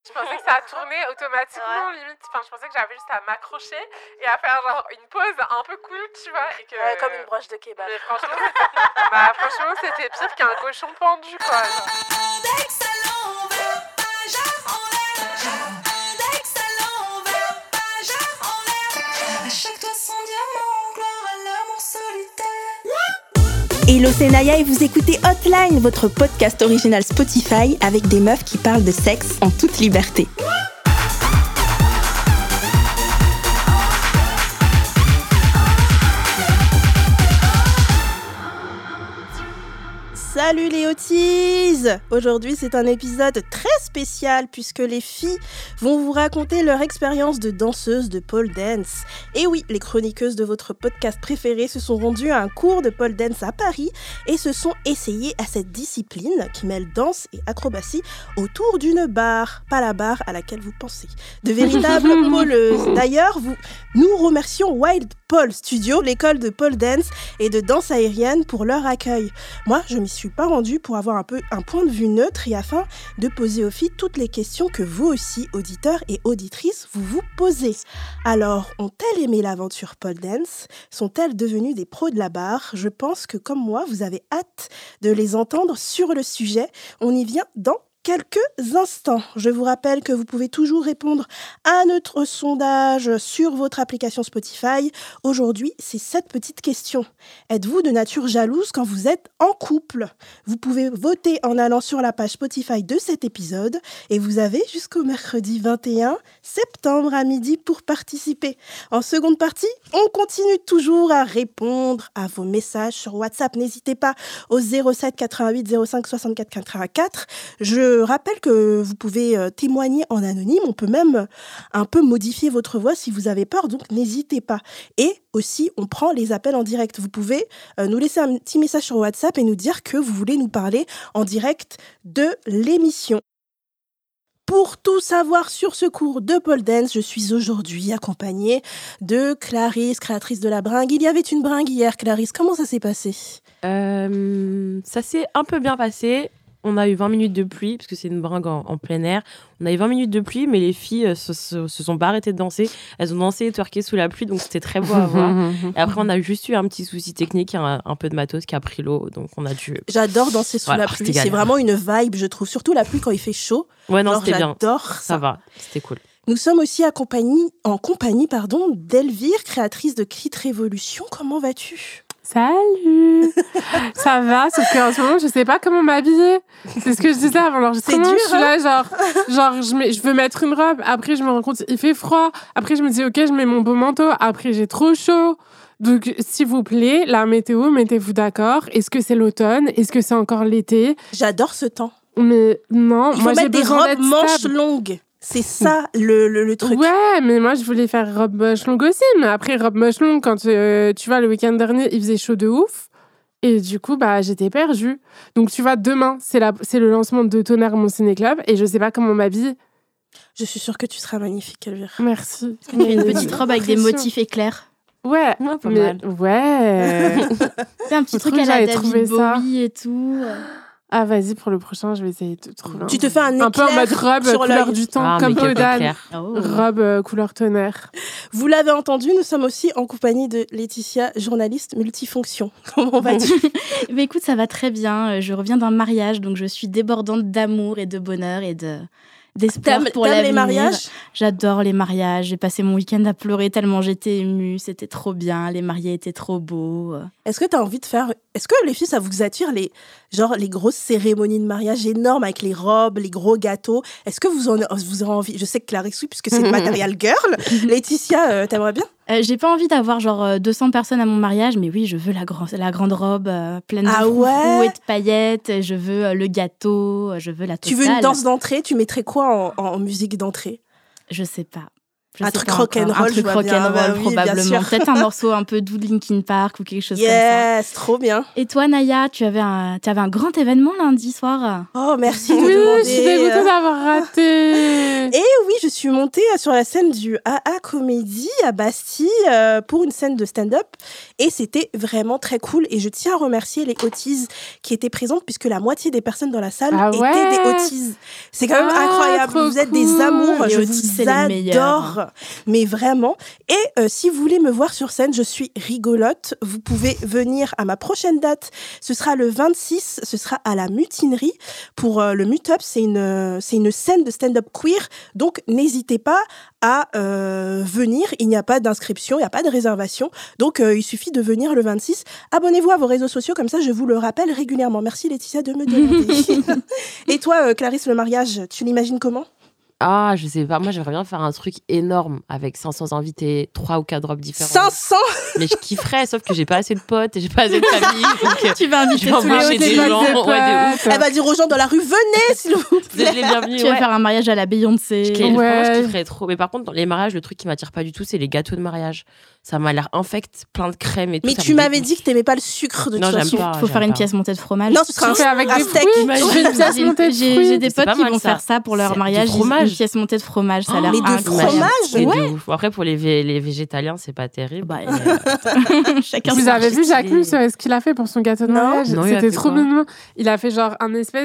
Je pensais que ça tournait automatiquement, limite. Enfin, je pensais que j'avais juste à m'accrocher et à faire genre une pause un peu cool, tu vois. Et que... comme une broche de kebab. Mais franchement, c'était pire qu'un cochon pendu, quoi. Hello, c'est Naya et vous écoutez Hotline, votre podcast original Spotify avec des meufs qui parlent de sexe en toute liberté. Salut les hotties! Aujourd'hui, c'est un épisode très spécial puisque les filles vont vous raconter leur expérience de danseuse de pole dance. Et oui, les chroniqueuses de votre podcast préféré se sont rendues à un cours de pole dance à Paris et se sont essayées à cette discipline qui mêle danse et acrobatie autour d'une barre. Pas la barre à laquelle vous pensez. De véritables poleuses. D'ailleurs, nous remercions Wild Pole Studio, l'école de pole dance et de danse aérienne pour leur accueil. Moi, je m'y suis pas rendue pour avoir un point de vue neutre et afin de poser aux filles toutes les questions que vous aussi, auditeurs et auditrices, vous posez. Alors, ont-elles aimé l'aventure pole dance? Sont-elles devenues des pros de la barre? Je pense que comme moi, vous avez hâte de les entendre sur le sujet. On y vient dans quelques instants. Je vous rappelle que vous pouvez toujours répondre à notre sondage sur votre application Spotify. Aujourd'hui, c'est cette petite question. Êtes-vous de nature jalouse quand vous êtes en couple? Vous pouvez voter en allant sur la page Spotify de cet épisode et vous avez jusqu'au mercredi 21 septembre à midi pour participer. En seconde partie, on continue toujours à répondre à vos messages sur WhatsApp. N'hésitez pas au 07 88 05 64 84. Je rappelle que vous pouvez témoigner en anonyme. On peut même un peu modifier votre voix si vous avez peur, donc n'hésitez pas. Et aussi, on prend les appels en direct. Vous pouvez nous laisser un petit message sur WhatsApp et nous dire que vous voulez nous parler en direct de l'émission. Pour tout savoir sur ce cours de pole dance, je suis aujourd'hui accompagnée de Clarisse, créatrice de la bringue. Il y avait une bringue hier, Clarisse. Comment ça s'est passé ? Ça s'est un peu bien passé. On a eu 20 minutes de pluie, parce que c'est une bringue en plein air. On a eu 20 minutes de pluie, mais les filles se sont pas arrêtées de danser. Elles ont dansé et twerké sous la pluie, donc c'était très beau à voir. Et après, on a juste eu un petit souci technique, un peu de matos qui a pris l'eau, donc on a dû... J'adore danser sous la pluie, c'est vraiment une vibe, je trouve. Surtout la pluie quand il fait chaud. Ouais, non, c'était bien. J'adore ça. Ça va, c'était cool. Nous sommes aussi en compagnie d'Elvire, créatrice de Crit Révolution. Comment vas-tu ? Salut. Ça va, sauf qu'en ce moment, je sais pas comment m'habiller. C'est ce que je disais avant l'enregistrement. C'est dur, je suis là, genre je veux mettre une robe. Après, je me rends compte, il fait froid. Après, je me dis, ok, je mets mon beau manteau. Après, j'ai trop chaud. Donc, s'il vous plaît, la météo, mettez-vous d'accord. Est-ce que c'est l'automne? Est-ce que c'est encore l'été? J'adore ce temps. Mais non, il faut moi, mettre j'ai des besoin robes d'être manches stable. longues. C'est ça le truc. Ouais, mais moi, je voulais faire robe moche longue aussi. Mais après, robe moche longue, quand tu vois, le week-end dernier, il faisait chaud de ouf. Et du coup, j'étais perdue. Donc, tu vois, demain, c'est le lancement de Tonnerre Mon Ciné Club. Et je sais pas comment m'habiller. Je suis sûre que tu seras magnifique, Elvire. Merci. Une petite robe avec des motifs éclairs. Ouais, pas mal. Ouais. C'est un petit truc à la David Bowie et tout. Ah, vas-y, pour le prochain, je vais essayer de trouver. Tu te fais un peu en mode robe couleur du temps, comme Podane. Robe couleur tonnerre. Vous l'avez entendu, nous sommes aussi en compagnie de Laetitia, journaliste multifonction. Comment vas-tu ? Écoute, ça va très bien. Je reviens d'un mariage, donc je suis débordante d'amour et de bonheur et d'espoir pour l'avenir. T'aimes les mariages ? J'adore les mariages. J'ai passé mon week-end à pleurer tellement j'étais émue. C'était trop bien. Les mariés étaient trop beaux. Est-ce que t'as envie de faire... Est-ce que les filles, ça vous attire les grosses cérémonies de mariage énormes avec les robes, les gros gâteaux? Est-ce que vous aurez envie? Je sais que Clarisse, oui, puisque c'est une material girl. Laetitia, t'aimerais bien? J'ai pas envie d'avoir 200 personnes à mon mariage, mais oui, je veux la grande robe pleine de froufrous et de paillettes. Je veux le gâteau, je veux la totale. Tu veux une danse d'entrée? Tu mettrais quoi en musique d'entrée? Je sais pas. Un truc rock'n'roll, je vois bien. Probablement. Peut-être un morceau un peu doux de Linkin Park ou quelque chose comme ça. Yes, trop bien. Et toi, Naya, tu avais un grand événement lundi soir. Oh, merci de oui, demander. Je suis dégoûtée d'avoir raté. Et oui, je suis montée sur la scène du AA Comédie à Bastille pour une scène de stand-up et c'était vraiment très cool et je tiens à remercier les hotties qui étaient présentes puisque la moitié des personnes dans la salle étaient des hotties. C'est quand même incroyable, vous êtes des amours, je vous adore, mais vraiment. Et si vous voulez me voir sur scène, je suis rigolote, vous pouvez venir à ma prochaine date, ce sera le 26, ce sera à la Mutinerie pour le Mute-Up, c'est une scène de stand-up queer, donc n'hésitez pas à venir, il n'y a pas d'inscription, il n'y a pas de réservation, donc il suffit de venir le 26. Abonnez-vous à vos réseaux sociaux, comme ça je vous le rappelle régulièrement. Merci Laetitia de me demander. Et toi Clarisse, le mariage, tu l'imagines comment ? Ah, je sais pas. Moi, j'aimerais bien faire un truc énorme avec 500 invités, 3 ou 4 drops différents. 500 ? Mais je kifferais, sauf que j'ai pas assez de potes et j'ai pas assez de famille. Donc, tu vas inviter tous les des gens. Ouais, de ouf. Elle va dire aux gens dans la rue, venez, s'il vous plaît. Les bienvenus, tu vas faire un mariage à la Beyoncé. Je kifferais trop. Mais par contre, dans les mariages, le truc qui m'attire pas du tout, c'est les gâteaux de mariage. Ça m'a l'air infect, plein de crème et tout. Mais tu m'avais dit que t'aimais pas le sucre de toute façon. Il faut faire une pièce montée de fromage. Non, ce sera un avec des steak. J'ai des potes qui vont faire ça pour leur mariage. Une pièce montée de fromage, ça a l'air incroyable. Mais de fromage, ouais. Après, pour les végétaliens, c'est pas terrible. Chacun. Vous avez vu Jacques Mus, ce qu'il a fait pour son gâteau de mariage ? C'était trop mignon. Il a fait genre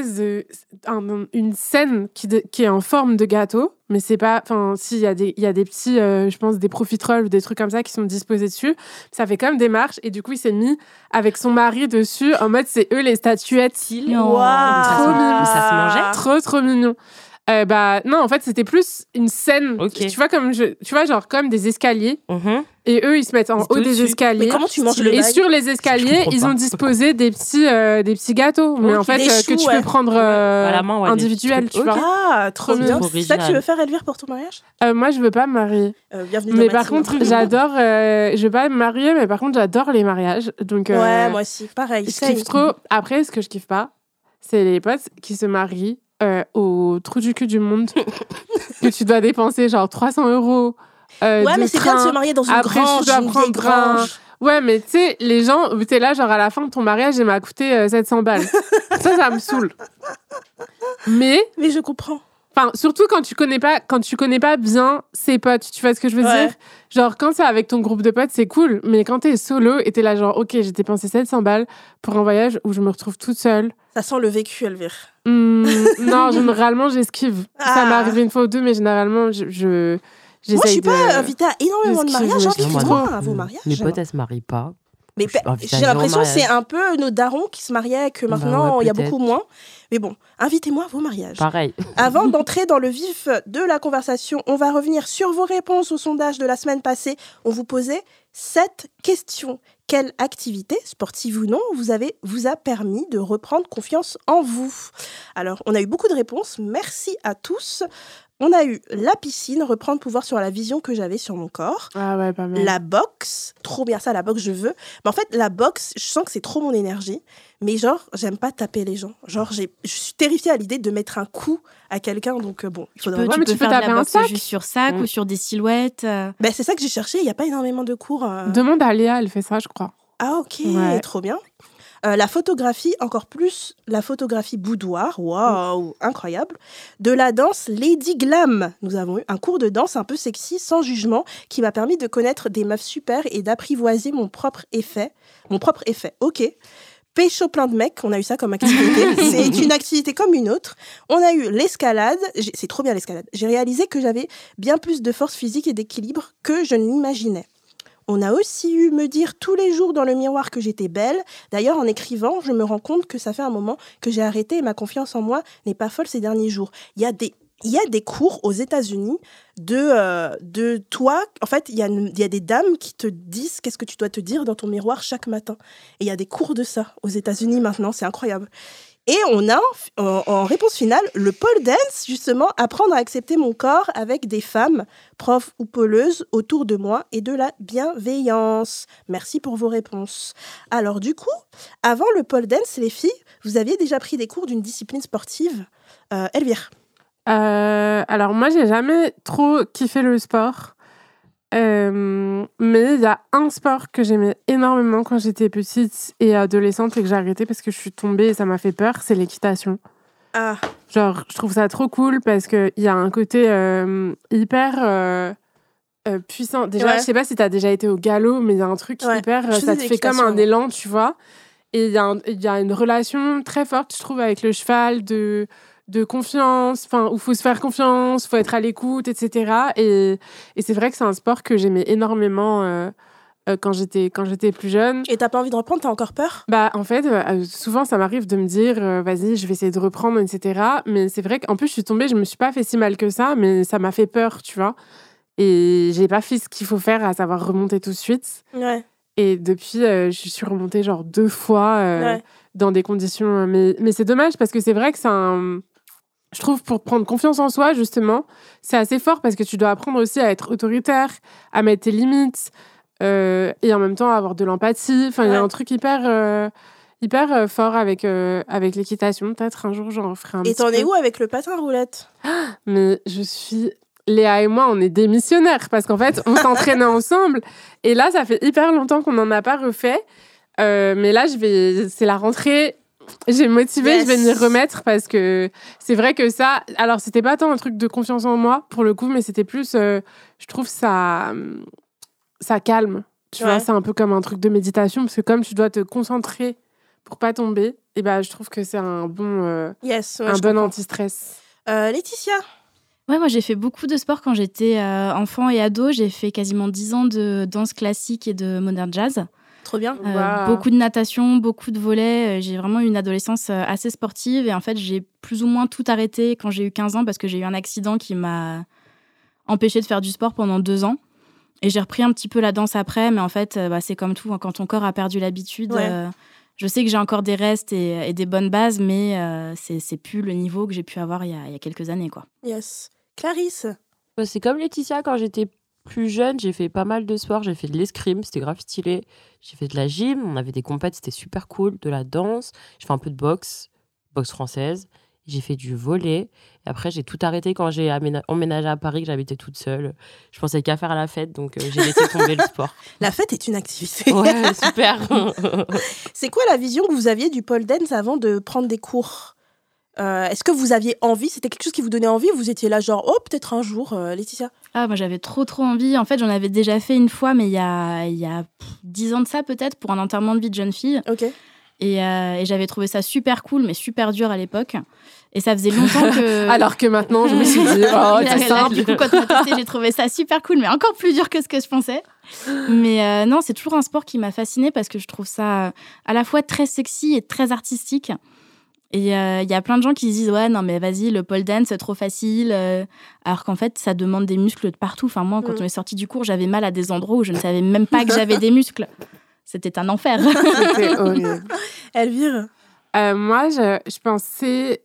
une scène qui est en forme de gâteau. Mais c'est pas, enfin, si, il y a des petits, je pense, des profiteroles ou des trucs comme ça qui sont disposés dessus. Ça fait comme des marches. Et du coup, il s'est mis avec son mari dessus, en mode, c'est eux les statuettes. Wow. Trop mignon. Ça se mangeait. Trop mignon. Non, en fait, c'était plus une scène. Okay. Tu vois, genre comme des escaliers. Mm-hmm. Et eux, ils se mettent en haut des escaliers. Mais comment tu manges le bail ? Et sur les escaliers, ils ont disposé des petits gâteaux. Mais en fait, que tu peux prendre à la main, individuel, tu vois. Ah, trop bien. C'est ça que tu veux faire, Elvire, pour ton mariage ? Moi, je veux pas me marier. Bienvenue mais par contre, j'adore... je veux pas me marier, mais par contre, j'adore les mariages. Donc, ouais, moi aussi. Pareil. Je kiffe trop. Après, ce que je kiffe pas, c'est les potes qui se marient au trou du cul du monde, que tu dois dépenser genre 300 €. Ouais, mais c'est bien de se marier dans une grange, une vieille grange. Ouais, mais tu sais, les gens, t'es là, genre à la fin de ton mariage, il m'a coûté 700 balles. Ça me saoule. Mais je comprends. Enfin, surtout quand tu connais pas bien ses potes, tu vois ce que je veux dire ? Genre, quand c'est avec ton groupe de potes, c'est cool, mais quand t'es solo et t'es là, genre, ok, j'ai dépensé 700 balles pour un voyage où je me retrouve toute seule. Ça sent le vécu, Elvire. Non, généralement, j'esquive. Ça m'est arrivé une fois ou deux, mais généralement, j'essaye. Moi, je suis pas invitée à énormément de mariages. Invitez-moi à vos mariages. Mes potes, elles se marient pas. Mais j'ai l'impression que c'est un peu nos darons qui se mariaient, que maintenant, il y a beaucoup moins. Mais bon, invitez-moi à vos mariages. Pareil. Avant d'entrer dans le vif de la conversation, on va revenir sur vos réponses au sondage de la semaine passée. On vous posait 7 questions. Quelle activité, sportive ou non, vous a permis de reprendre confiance en vous ? Alors, on a eu beaucoup de réponses. Merci à tous. On a eu la piscine, reprendre pouvoir sur la vision que j'avais sur mon corps. Ah ouais, pas mal. La boxe, trop bien ça, la boxe, je veux. Mais en fait, la boxe, je sens que c'est trop mon énergie. Mais genre, j'aime pas taper les gens. Genre, je suis terrifiée à l'idée de mettre un coup à quelqu'un. Donc bon, il faudrait... Tu peux faire de la boxe juste sur sac ou sur des silhouettes. Ben, c'est ça que j'ai cherché. Il n'y a pas énormément de cours. Demande à Léa, elle fait ça, je crois. Ah ok, trop bien. La photographie, encore plus la photographie boudoir, waouh, incroyable. De la danse Lady Glam. Nous avons eu un cours de danse un peu sexy, sans jugement, qui m'a permis de connaître des meufs super et d'apprivoiser mon propre effet. Ok. Pécho plein de mecs, on a eu ça comme activité. C'est une activité comme une autre. On a eu l'escalade. C'est trop bien l'escalade. J'ai réalisé que j'avais bien plus de force physique et d'équilibre que je ne l'imaginais. On a aussi eu me dire tous les jours dans le miroir que j'étais belle. D'ailleurs, en écrivant, je me rends compte que ça fait un moment que j'ai arrêté et ma confiance en moi n'est pas folle ces derniers jours. Il y a des cours aux États-Unis de toi. En fait, il y a des dames qui te disent qu'est-ce que tu dois te dire dans ton miroir chaque matin. Et il y a des cours de ça aux États-Unis maintenant. C'est incroyable. Et on a, en réponse finale, le pole dance, justement, apprendre à accepter mon corps avec des femmes, profs ou poleuses, autour de moi et de la bienveillance. Merci pour vos réponses. Alors du coup, avant le pole dance, les filles, vous aviez déjà pris des cours d'une discipline sportive. Elvire. Alors moi, j'ai jamais trop kiffé le sport. Mais il y a un sport que j'aimais énormément quand j'étais petite et adolescente et que j'ai arrêté parce que je suis tombée et ça m'a fait peur, c'est l'équitation. Genre, je trouve ça trop cool parce qu'il y a un côté hyper puissant. Déjà, je sais pas si t'as déjà été au galop, mais il y a un truc hyper... ça te fait comme un élan, tu vois. Et il y a une relation très forte, je trouve, avec le cheval de confiance, où il faut se faire confiance, il faut être à l'écoute, etc. Et c'est vrai que c'est un sport que j'aimais énormément quand j'étais plus jeune. Et t'as pas envie de reprendre, t'as encore peur ? Bah, en fait, souvent, ça m'arrive de me dire, vas-y, je vais essayer de reprendre, etc. Mais c'est vrai qu'en plus, je suis tombée, je me suis pas fait si mal que ça, mais ça m'a fait peur, tu vois. Et j'ai pas fait ce qu'il faut faire, à savoir remonter tout de suite. Ouais. Et depuis, je suis remontée genre 2 fois dans des conditions... Mais c'est dommage parce que c'est vrai que c'est un... Je trouve pour prendre confiance en soi, justement, c'est assez fort parce que tu dois apprendre aussi à être autoritaire, à mettre tes limites et en même temps avoir de l'empathie. Enfin, il y a un truc hyper fort avec l'équitation. Peut-être un jour, j'en ferai un petit peu. Et t'en es où avec le patin roulette ? Mais je suis... Léa et moi, on est démissionnaires parce qu'en fait, on s'entraînait ensemble. Et là, ça fait hyper longtemps qu'on n'en a pas refait. Mais là, c'est la rentrée. J'ai motivé, je vais m'y remettre parce que c'est vrai que ça... Alors, c'était pas tant un truc de confiance en moi, pour le coup, mais c'était plus... je trouve ça calme. Tu vois, c'est un peu comme un truc de méditation parce que comme tu dois te concentrer pour pas tomber, et ben, je trouve que c'est un bon, bon anti-stress. Laetitia ? Ouais, moi j'ai fait beaucoup de sport quand j'étais enfant et ado. J'ai fait quasiment 10 ans de danse classique et de modern jazz. Trop bien. Beaucoup de natation, beaucoup de volley. J'ai vraiment eu une adolescence assez sportive et en fait j'ai plus ou moins tout arrêté quand j'ai eu 15 ans parce que j'ai eu un accident qui m'a empêché de faire du sport pendant 2 ans. Et j'ai repris un petit peu la danse après, mais en fait c'est comme tout, hein, quand ton corps a perdu l'habitude. Je sais que j'ai encore des restes et des bonnes bases, mais c'est plus le niveau que j'ai pu avoir il y a quelques années, quoi. Yes. Clarisse ? C'est comme Laetitia, quand j'étais plus jeune, j'ai fait pas mal de sport. J'ai fait de l'escrime, c'était grave stylé. J'ai fait de la gym, on avait des compètes, c'était super cool. De la danse, j'ai fait un peu de boxe française. J'ai fait du volley. Et après, j'ai tout arrêté quand j'ai emménagé à Paris, que j'habitais toute seule. Je pensais qu'à faire la fête, donc j'ai laissé tomber le sport. La fête est une activité. Ouais, super. C'est quoi la vision que vous aviez du pole dance avant de prendre des cours ? Est-ce que vous aviez envie ? C'était quelque chose qui vous donnait envie ? Vous étiez là genre, peut-être un jour, Laetitia ? Moi j'avais trop envie. En fait, j'en avais déjà fait une fois, mais il y a 10 ans de ça peut-être, pour un enterrement de vie de jeune fille. Ok. Et j'avais trouvé ça super cool, mais super dur à l'époque. Et ça faisait longtemps que... Alors que maintenant, je me suis dit, c'est simple. Du coup, quand on a testé, j'ai trouvé ça super cool, mais encore plus dur que ce que je pensais. Mais non, c'est toujours un sport qui m'a fascinée parce que je trouve ça à la fois très sexy et très artistique. Et il y a plein de gens qui se disent ouais non mais vas-y, le pole dance c'est trop facile, alors qu'en fait ça demande des muscles de partout. Enfin moi quand on est sorti du cours, j'avais mal à des endroits où je ne savais même pas que j'avais des muscles. C'était un enfer. C'était horrible. Elvire ? Moi je pensais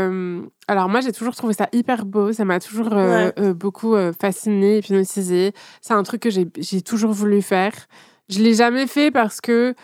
alors moi j'ai toujours trouvé ça hyper beau, ça m'a toujours beaucoup fascinée, hypnotisée. C'est un truc que j'ai toujours voulu faire. Je l'ai jamais fait parce que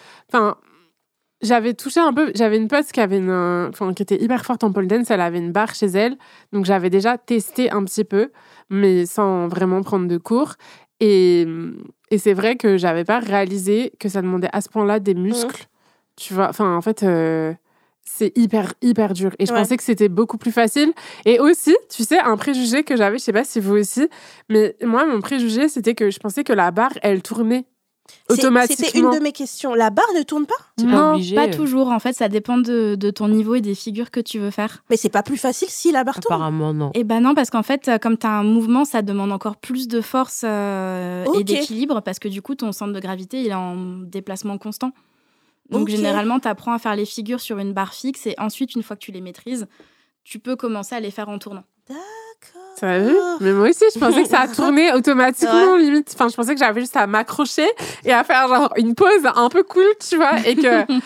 j'avais touché un peu, j'avais une pote qui avait qui était hyper forte en pole dance, elle avait une barre chez elle, donc j'avais déjà testé un petit peu, mais sans vraiment prendre de cours. Et c'est vrai que j'avais pas réalisé que ça demandait à ce point-là des muscles, tu vois. Enfin, en fait, c'est hyper dur. Et je pensais que c'était beaucoup plus facile. Et aussi, tu sais, un préjugé que j'avais, je sais pas si vous aussi, mais moi, mon préjugé, c'était que je pensais que la barre, elle tournait automatiquement. C'était une de mes questions. La barre ne tourne pas ? Non, pas toujours. En fait, ça dépend de ton niveau et des figures que tu veux faire. Mais c'est pas plus facile si la barre tourne ? Apparemment, non. Eh ben non, parce qu'en fait, comme tu as un mouvement, ça demande encore plus de force et d'équilibre, parce que du coup, ton centre de gravité, il est en déplacement constant. Donc, généralement, tu apprends à faire les figures sur une barre fixe et ensuite, une fois que tu les maîtrises, tu peux commencer à les faire en tournant. D'accord. T'as vu ? Mais moi aussi, je pensais que ça a tourné automatiquement, limite. Enfin, je pensais que j'avais juste à m'accrocher et à faire genre une pause un peu cool, tu vois, et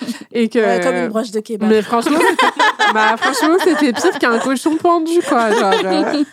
que comme une broche de kebab. Mais franchement, c'était pire qu'un cochon pendu, quoi. Genre,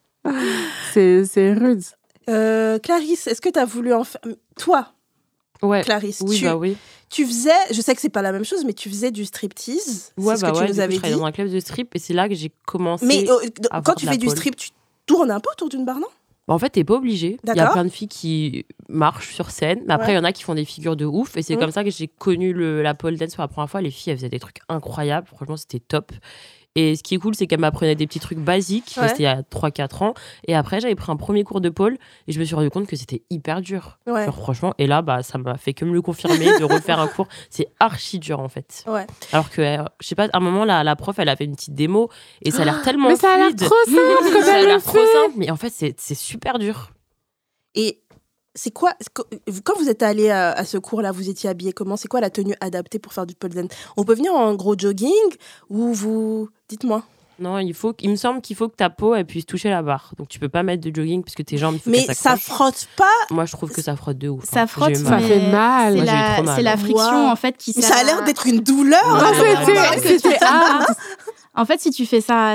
c'est rude. Clarisse, est-ce que t'as voulu en faire... Toi, Clarisse, oui. Tu faisais, je sais que c'est pas la même chose, mais tu faisais du striptease. Ouais, c'est ce que tu nous avais dit. Je travaillais dans un club de strip et c'est là que j'ai commencé. Mais quand tu fais du strip, tu tournes un peu autour d'une barre, non ? En fait, t'es pas obligé. D'accord. Il y a plein de filles qui marchent sur scène, mais après, il y en a qui font des figures de ouf. Et c'est comme ça que j'ai connu la pole dance pour la première fois. Les filles, elles faisaient des trucs incroyables. Franchement, c'était top. Et ce qui est cool, c'est qu'elle m'apprenait des petits trucs basiques. Ouais. C'était il y a 3-4 ans. Et après, j'avais pris un premier cours de pole et je me suis rendu compte que c'était hyper dur. Ouais. Genre, franchement, et là, ça m'a fait que me le confirmer de refaire un cours. C'est archi dur, en fait. Ouais. Alors que, je sais pas, à un moment, la prof, elle a fait une petite démo et ça a l'air tellement Mais ça a l'air fluide. trop simple comme Ça a elle le l'air trop fait. simple, mais en fait, c'est super dur. Et c'est quoi, quand vous êtes allé à ce cours-là, vous étiez habillé comment? C'est quoi la tenue adaptée pour faire du pole dance? On peut venir en gros jogging ou vous... Dites-moi. Non, il me semble qu'il faut que ta peau elle puisse toucher la barre. Donc tu peux pas mettre de jogging parce que tes jambes, il faut Mais qu'elles ça s'accrochent. frotte pas. Moi, je trouve que ça frotte de ouf. Ça frotte, J'ai eu Ça mal. mais fait mal. C'est Moi, j'ai eu trop mal. c'est la friction, Wow. en fait, qui Mais sert ça a l'air à- d'être une douleur. Ouais, hein, ouais, ça ouais, me ouais. paraît. C'était hard. En fait, si tu fais ça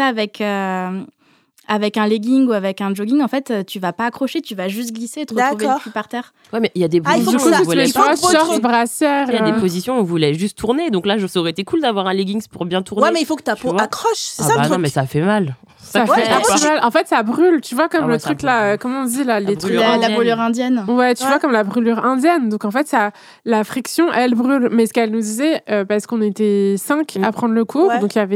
avec un legging ou avec un jogging, en fait, tu vas pas accrocher, tu vas juste glisser et te retrouver D'accord. le cul par terre. Ouais, mais il y a des Ah, il faut positions que où ça vous se voulez mette Tu vois, trop shorts, trop. brassière. Il y a des positions où vous voulez juste tourner. Donc là, ça aurait été cool d'avoir un leggings pour bien tourner. Ouais, mais il faut que ta Tu peau vois. accroche. C'est Ah ça bah le non, truc. mais ça fait mal. Ça Ouais, fait ah, moi, archi mal. En fait, ça brûle. Tu vois, comme Ah le ouais, ça truc là, brûle. comment on dit là, les trucs. brûlure La indienne. brûlure indienne. Ouais, tu Ouais. vois, comme la brûlure indienne. Donc, en fait, la friction, elle brûle. Mais ce qu'elle nous disait, parce qu'on était 5 à prendre le cours, Ouais. donc il y avait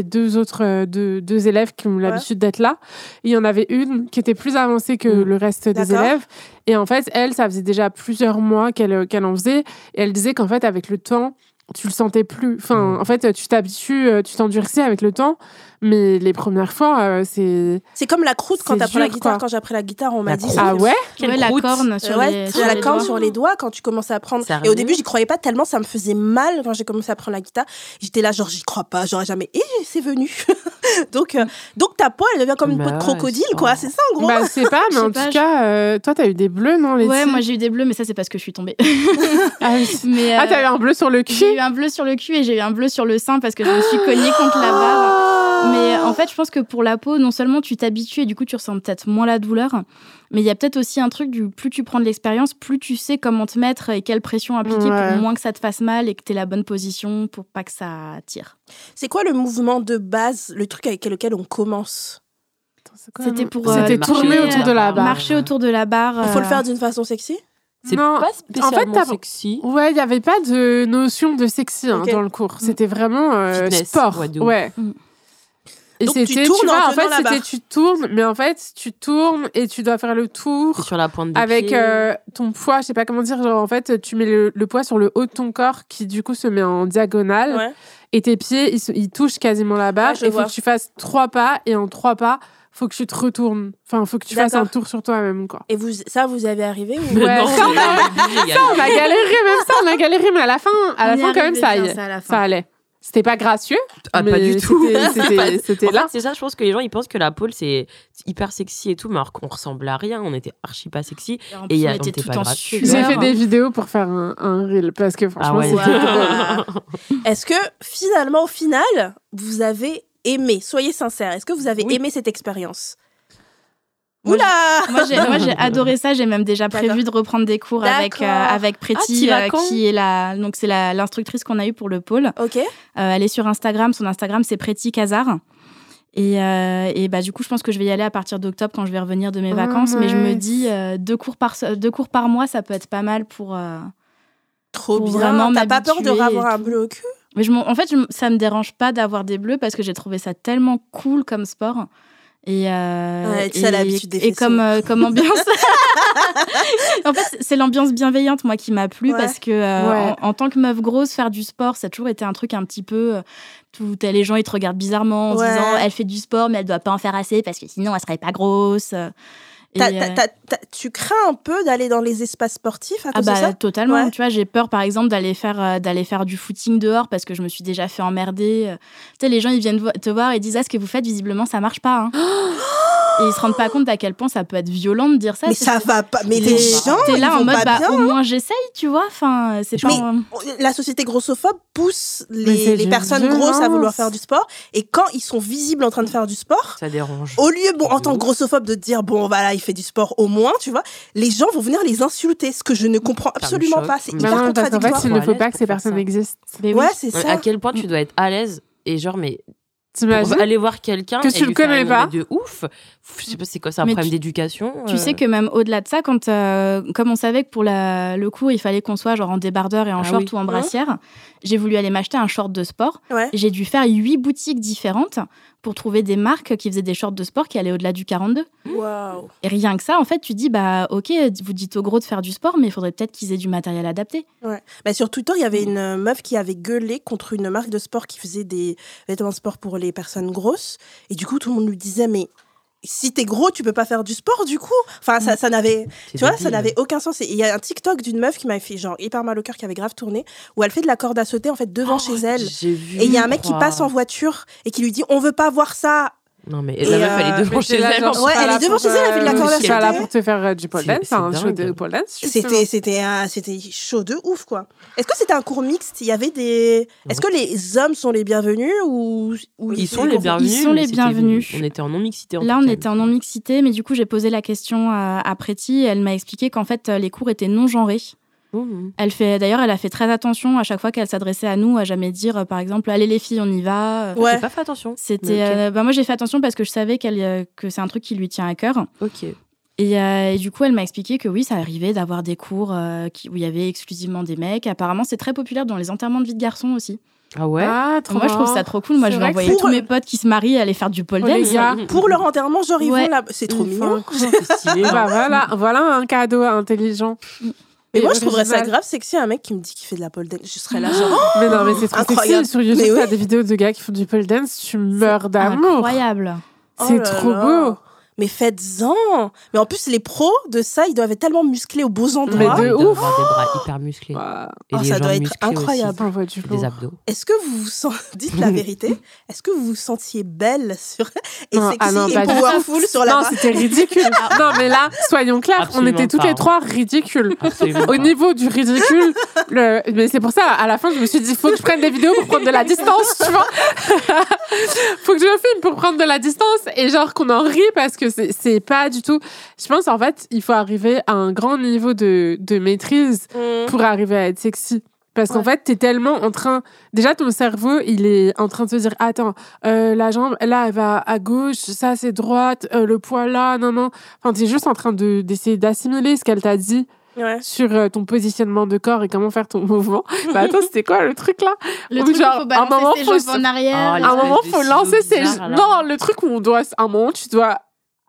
deux élèves qui ont l'habitude d'être là. Et il y en avait une qui était plus avancée que le reste des D'accord. élèves. Et en fait, elle, ça faisait déjà plusieurs mois qu'elle en faisait. Et elle disait qu'en fait, avec le temps, tu le sentais plus. Enfin, en fait, tu t'habitues, tu t'endurcis avec le temps. Mais les premières fois, c'est... C'est comme la croûte quand C'est t'apprends la dur, guitare. quoi. Quand j'ai appris la guitare, on m'a La dit. croûte. Ah ouais? Quelle Ouais, la croûte. corne sur Ouais, les, tu as la corne doigts. sur les doigts quand tu commences à apprendre. Sérieux? Et au début, j'y croyais pas tellement, ça me faisait mal quand j'ai commencé à apprendre la guitare. J'étais là, genre, j'y crois pas, j'aurais jamais. Et c'est venu. donc ta peau, elle devient comme une peau de Bah, crocodile, c'est quoi. ça. C'est ça, en gros. Bah, c'est pas, mais Je en sais pas, tout cas, toi, t'as eu des bleus, non, Letty? Ouais, moi j'ai eu des bleus, mais ça c'est parce que je suis tombée. Ah, oui. Mais, Ah, t'as eu un bleu sur le j'ai cul? eu un bleu sur le cul et j'ai eu un bleu sur le sein parce que je me suis cognée contre la barre. Mais en fait, je pense que pour la peau, non seulement tu t'habitues et du coup tu ressens peut-être moins la douleur, mais il y a peut-être aussi un truc du plus tu prends de l'expérience, plus tu sais comment te mettre et quelle pression appliquer Ouais. pour moins que ça te fasse mal et que tu aies la bonne position pour pas que ça tire. C'est quoi le mouvement de base, le truc avec lequel on commence? C'était pour C'était marcher tourner autour de la barre. marcher autour de la barre. Il faut le faire d'une façon sexy? C'est Non. pas spécialement t'as- sexy. Ouais, il n'y avait pas de notion de sexy Ok. dans le cours. C'était vraiment Fitness, sport. ouais, de ouf. Ouais. Mm. Et Donc, tu c'était, tournes tu vois, en en fait, tenant la c'était barre. tu tournes, mais en fait, tu tournes et tu dois faire le tour C'est sur la pointe des avec pieds. ton poids, je sais pas comment dire, genre en fait, tu mets le poids sur le haut de ton corps qui du coup se met en diagonale Ouais. et tes pieds, ils touchent quasiment la barre. Ouais, je et il faut vois. que tu fasses 3 pas et en 3 pas, faut que tu te retournes. Enfin, faut que tu fasses un D'accord. tour sur toi-même, quoi. Et vous y avez arrivé ou... Ouais, Non, ça, mais il y a- on a galéré, même ça, on a galéré, mais à la fin On y quand même, arrivait ça, bien, ça, à la fin. ça allait. C'était pas gracieux, Ah, mais pas du tout. C'était En là. fait, c'est ça, je pense que les gens ils pensent que la pole c'est hyper sexy et tout, mais alors qu'on ressemble à rien, on était archi pas sexy. En Et plus, il y a- on on était était tout pas en gratuit. J'ai sueur. fait des vidéos pour faire un reel parce que franchement, ouais. c'était Wow. Est-ce que finalement, au final, vous avez aimé? Soyez sincères. Est-ce que vous avez Oui. aimé cette expérience? Moi, Oula! Moi, j'ai adoré ça. J'ai même déjà prévu de reprendre des cours avec D'accord. Pretty, t'y vas quand qui est donc c'est l'instructrice qu'on a eue pour le pôle. Ok. Elle est sur Instagram. Son Instagram, c'est Pretty Kazar. Et bah, du coup, je pense que je vais y aller à partir d'octobre quand je vais revenir de mes Oh, vacances. Mais je me nice. dis, 2 cours par mois, ça peut être pas mal pour. Trop Pour bien. vraiment T'as pas peur de m'habituer avoir et un tout. bleu au cul? Mais en fait, ça me dérange pas d'avoir des bleus parce que j'ai trouvé ça tellement cool comme sport. Et, tu as l'habitude des et comme ambiance. En fait, c'est l'ambiance bienveillante, moi, qui m'a plu Ouais. parce que Ouais. en tant que meuf grosse, faire du sport, ça a toujours été un truc un petit peu. Les gens, ils te regardent bizarrement en Ouais. disant elle fait du sport, mais elle doit pas en faire assez parce que sinon, elle serait pas grosse. Et, Tu crains un peu d'aller dans les espaces sportifs à ah cause de bah ça? totalement, Ouais. tu vois, j'ai peur par exemple d'aller faire du footing dehors parce que je me suis déjà fait emmerder. Tu sais, les gens ils viennent te voir et disent ah, ce que vous faites visiblement ça marche pas. Hein. Et ils se rendent pas compte à quel point ça peut être violent de dire ça. Mais ça va pas. Mais les gens, t'es là ils en vont mode pas bien. au moins j'essaye, tu vois. Enfin, c'est Mais pas. la société grossophobe pousse Mais c'est les d'une personnes grosses à vouloir violence. faire du sport. Et quand ils sont visibles en train de faire du sport, Ça dérange. au lieu, en tant que grossophobe, de dire, bon, voilà, il fait du sport au moins, tu vois, les gens vont venir les insulter, ce que je ne comprends Ça me absolument choque. pas. C'est Bah hyper Bah non, parce qu'en fait, contradictoire. il ne faut Faut pas aller que ces pour faire personnes ça. existent. Mais oui. Ouais, c'est Ouais, ça. à quel point tu dois être à l'aise et genre, mais T'imagines pour aller voir quelqu'un que et tu le lui faire connais une pas. oreille de ouf. Je sais pas, c'est quoi, c'est un Mais problème d'éducation. Tu sais que même au-delà de ça, quand, comme on savait que pour le cours, il fallait qu'on soit genre en débardeur et en short ou en brassière, j'ai voulu aller m'acheter un short de sport. Ouais. J'ai dû faire 8 boutiques différentes pour trouver des marques qui faisaient des shorts de sport qui allaient au-delà du 42. Waouh. Et rien que ça, en fait, tu dis, bah ok, vous dites aux gros de faire du sport, mais il faudrait peut-être qu'ils aient du matériel adapté. Ouais. Bah, sur Twitter, il y avait une meuf qui avait gueulé contre une marque de sport qui faisait des vêtements de sport pour les personnes grosses. Et du coup, tout le monde lui disait, mais si t'es gros, tu peux pas faire du sport, du coup. Enfin, ça n'avait, tu vois, ça n'avait aucun sens. Et il y a un TikTok d'une meuf qui m'avait fait genre hyper mal au cœur, qui avait grave tourné, où elle fait de la corde à sauter en fait devant chez elle. J'ai vu, Et il y a un mec qui passe en voiture et qui lui dit, on veut pas voir ça. Non, mais Et, la meuf, elle est devant mais chez t'es là, elle. genre, Ouais, je suis elle pas est là devant pour, chez elle, elle fait de la corde à Je suis pas là sauter. pour te faire du pole dance, C'est un show de dingue. pole dance. justement. C'était chaud de ouf, quoi. Est-ce que c'était un cours mixte? Il y avait des... Est-ce que les hommes sont les bienvenus ou Ils sont les bienvenus. Ils sont les mais c'était- bienvenus. On était en non-mixité. Là, on était en non-mixité, mais du coup, j'ai posé la question à Preti et elle m'a expliqué qu'en fait, les cours étaient non genrés. D'ailleurs, elle a fait très attention à chaque fois qu'elle s'adressait à nous, à jamais dire, par exemple, allez les filles, on y va. Ouais. J'ai pas fait attention. C'était, moi, j'ai fait attention parce que je savais que c'est un truc qui lui tient à cœur. Ok. Et du coup, elle m'a expliqué que oui, ça arrivait d'avoir des cours où il y avait exclusivement des mecs. Apparemment, c'est très populaire dans les enterrements de vie de garçons aussi. Ah ouais. Ah, trop Moi, je trouve ça trop cool. Moi, C'est je vais vrai que envoyer pour tous eux- mes potes qui se marient aller faire du pole Oh, les dance. gars. Pour leur enterrement, genre, ils Ouais. vont là. C'est trop mignon. C'est stylé. Bah voilà un cadeau intelligent. Mais Et moi, je trouverais ça original. grave sexy, un mec qui me dit qu'il fait de la pole dance. Je serais là, genre... Mais non, mais c'est trop Incroyable. sexy. Sur YouTube, Mais oui. t'as des vidéos de gars qui font du pole dance, tu meurs d'amour. Incroyable. C'est Oh là trop là. beau. Mais faites-en. Mais en plus, les pros de ça, ils doivent être tellement musclés aux beaux endroits. Mais de Il doit ouf. avoir des bras hyper musclés. Bah, Et Oh, des ça doit jambes être musclées incroyable. on voit du aussi. Des lourd. abdos. Est-ce que vous vous sentez... Dites la vérité. Est-ce que vous vous sentiez belle et Non, sexy ah non, et pas du tout. powerful sur la Non, barre? c'était ridicule. Non, mais là, soyons clairs, Absolument on était toutes pas. les trois ridicules. Absolument Au pas. niveau du ridicule, mais c'est pour ça, à la fin, je me suis dit, faut que je prenne des vidéos pour prendre de la distance, tu vois. Faut que je me filme pour prendre de la distance et genre qu'on en rit parce que c'est pas du tout. Je pense, en fait, il faut arriver à un grand niveau de maîtrise pour arriver à être sexy. Parce qu'en fait, t'es tellement en train... Déjà, ton cerveau, il est en train de se dire, attends, la jambe, là, elle va à gauche, ça, c'est droite, le poids là, non. Enfin, t'es juste en train d'essayer d'assimiler ce qu'elle t'a dit Ouais. sur ton positionnement de corps et comment faire ton mouvement. Bah attends, c'était quoi le truc là? Le Ou truc, genre, il faut balancer un moment, ses faut jambes en arrière. Oh, les À un moment, de faut ciseaux lancer ses... bizarres, là. Non, le truc où on doit... À un moment, tu dois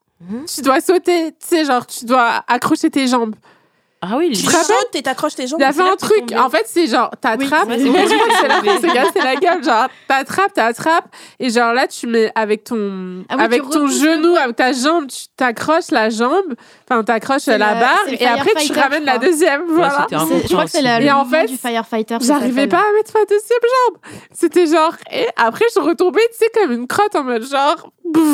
sauter, tu sais, genre, tu dois accrocher tes jambes. Ah oui, Tu te rappelles sautes et t'accroches tes jambes. Il y avait c'est là un que tu truc, tombes. en fait, c'est genre, t'attrapes, Oui, ouais, ouais, je crois que c'est là c'est qu'on s'est cassé la gueule, genre, t'attrapes, et genre là, tu mets avec ton, Ah oui, avec tu ton repousses genou, avec ta jambe, tu t'accroches la jambe, enfin, t'accroches C'est la le- barre, c'est le et après, tu firefighter, ramènes je la crois. deuxième, voilà. c'était un Je crois que c'est Et le en mouvement fait, du firefighter. ça J'arrivais s'appelle. pas à mettre ma deuxième jambe. C'était genre, et après, je retombais, tu sais, comme une crotte en mode genre,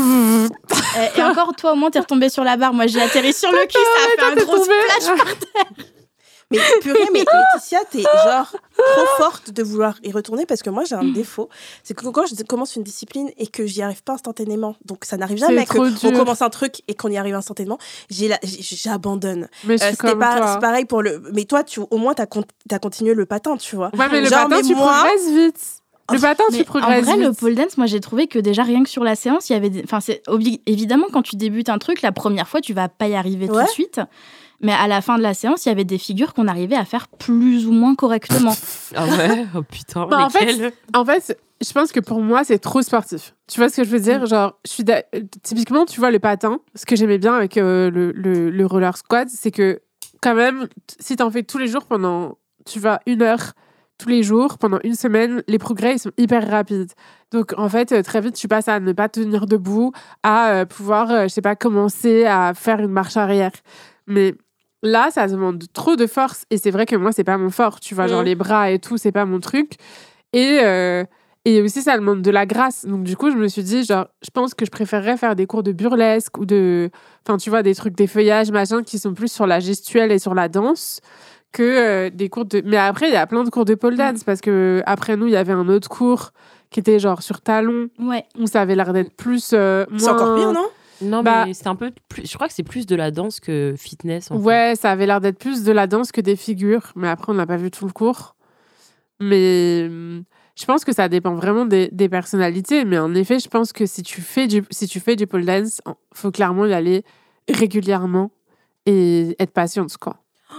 Et encore, toi, au moins, t'es retombé sur la barre. Moi, j'ai atterri sur le cul, ça a fait un t'es gros tombée. splash. Mais purée, mais Laetitia, t'es genre trop forte de vouloir y retourner parce que moi j'ai un défaut. C'est que quand je commence une discipline et que j'y arrive pas instantanément, donc ça n'arrive jamais trop qu'on dur. commence un truc et qu'on y arrive instantanément, j'abandonne. Mais je suis C'était comme toi. c'est pareil pour le. Mais toi, au moins t'as continué le patin, tu vois. Ouais, mais le Genre, patin, mais tu moi- progresses vite. Le patin, Mais tu en progresses vrai, vite. le pole dance, moi, j'ai trouvé que déjà, rien que sur la séance, il y avait enfin, évidemment, quand tu débutes un truc, la première fois, tu vas pas y arriver tout Ouais. de suite. Mais à la fin de la séance, il y avait des figures qu'on arrivait à faire plus ou moins correctement. Ah ouais. Oh putain. Bah, lesquelles En fait, je pense que pour moi, c'est trop sportif. Tu vois ce que je veux dire? Genre, typiquement, tu vois, le patin, ce que j'aimais bien avec le roller squat, c'est que quand même, si t'en fais tous les jours pendant, tu vois, 1 heure, tous les jours, pendant 1 semaine, les progrès, ils sont hyper rapides. Donc, en fait, très vite, tu passes à ne pas tenir debout, à pouvoir, je sais pas, commencer à faire une marche arrière. Mais là, ça demande trop de force. Et c'est vrai que moi, c'est pas mon fort. Tu vois, genre les bras et tout, c'est pas mon truc. Et aussi, ça demande de la grâce. Donc, du coup, je me suis dit, genre, je pense que je préférerais faire des cours de burlesque ou de... Enfin, tu vois, des trucs d'effeuillage, machin, qui sont plus sur la gestuelle et sur la danse que des cours de... Mais après, il y a plein de cours de pole dance parce que après nous, il y avait un autre cours qui était genre sur talons, Ouais. où ça avait l'air d'être plus... C'est encore pire, non? Non, Bah- mais c'est un peu plus. Je crois que c'est plus de la danse que fitness. En fait. Ouais, ça avait l'air d'être plus de la danse que des figures. Mais après, on n'a pas vu tout le cours. Mais Je pense que ça dépend vraiment des personnalités, mais en effet, je pense que si tu fais du pole dance, faut clairement y aller régulièrement et être patiente, quoi.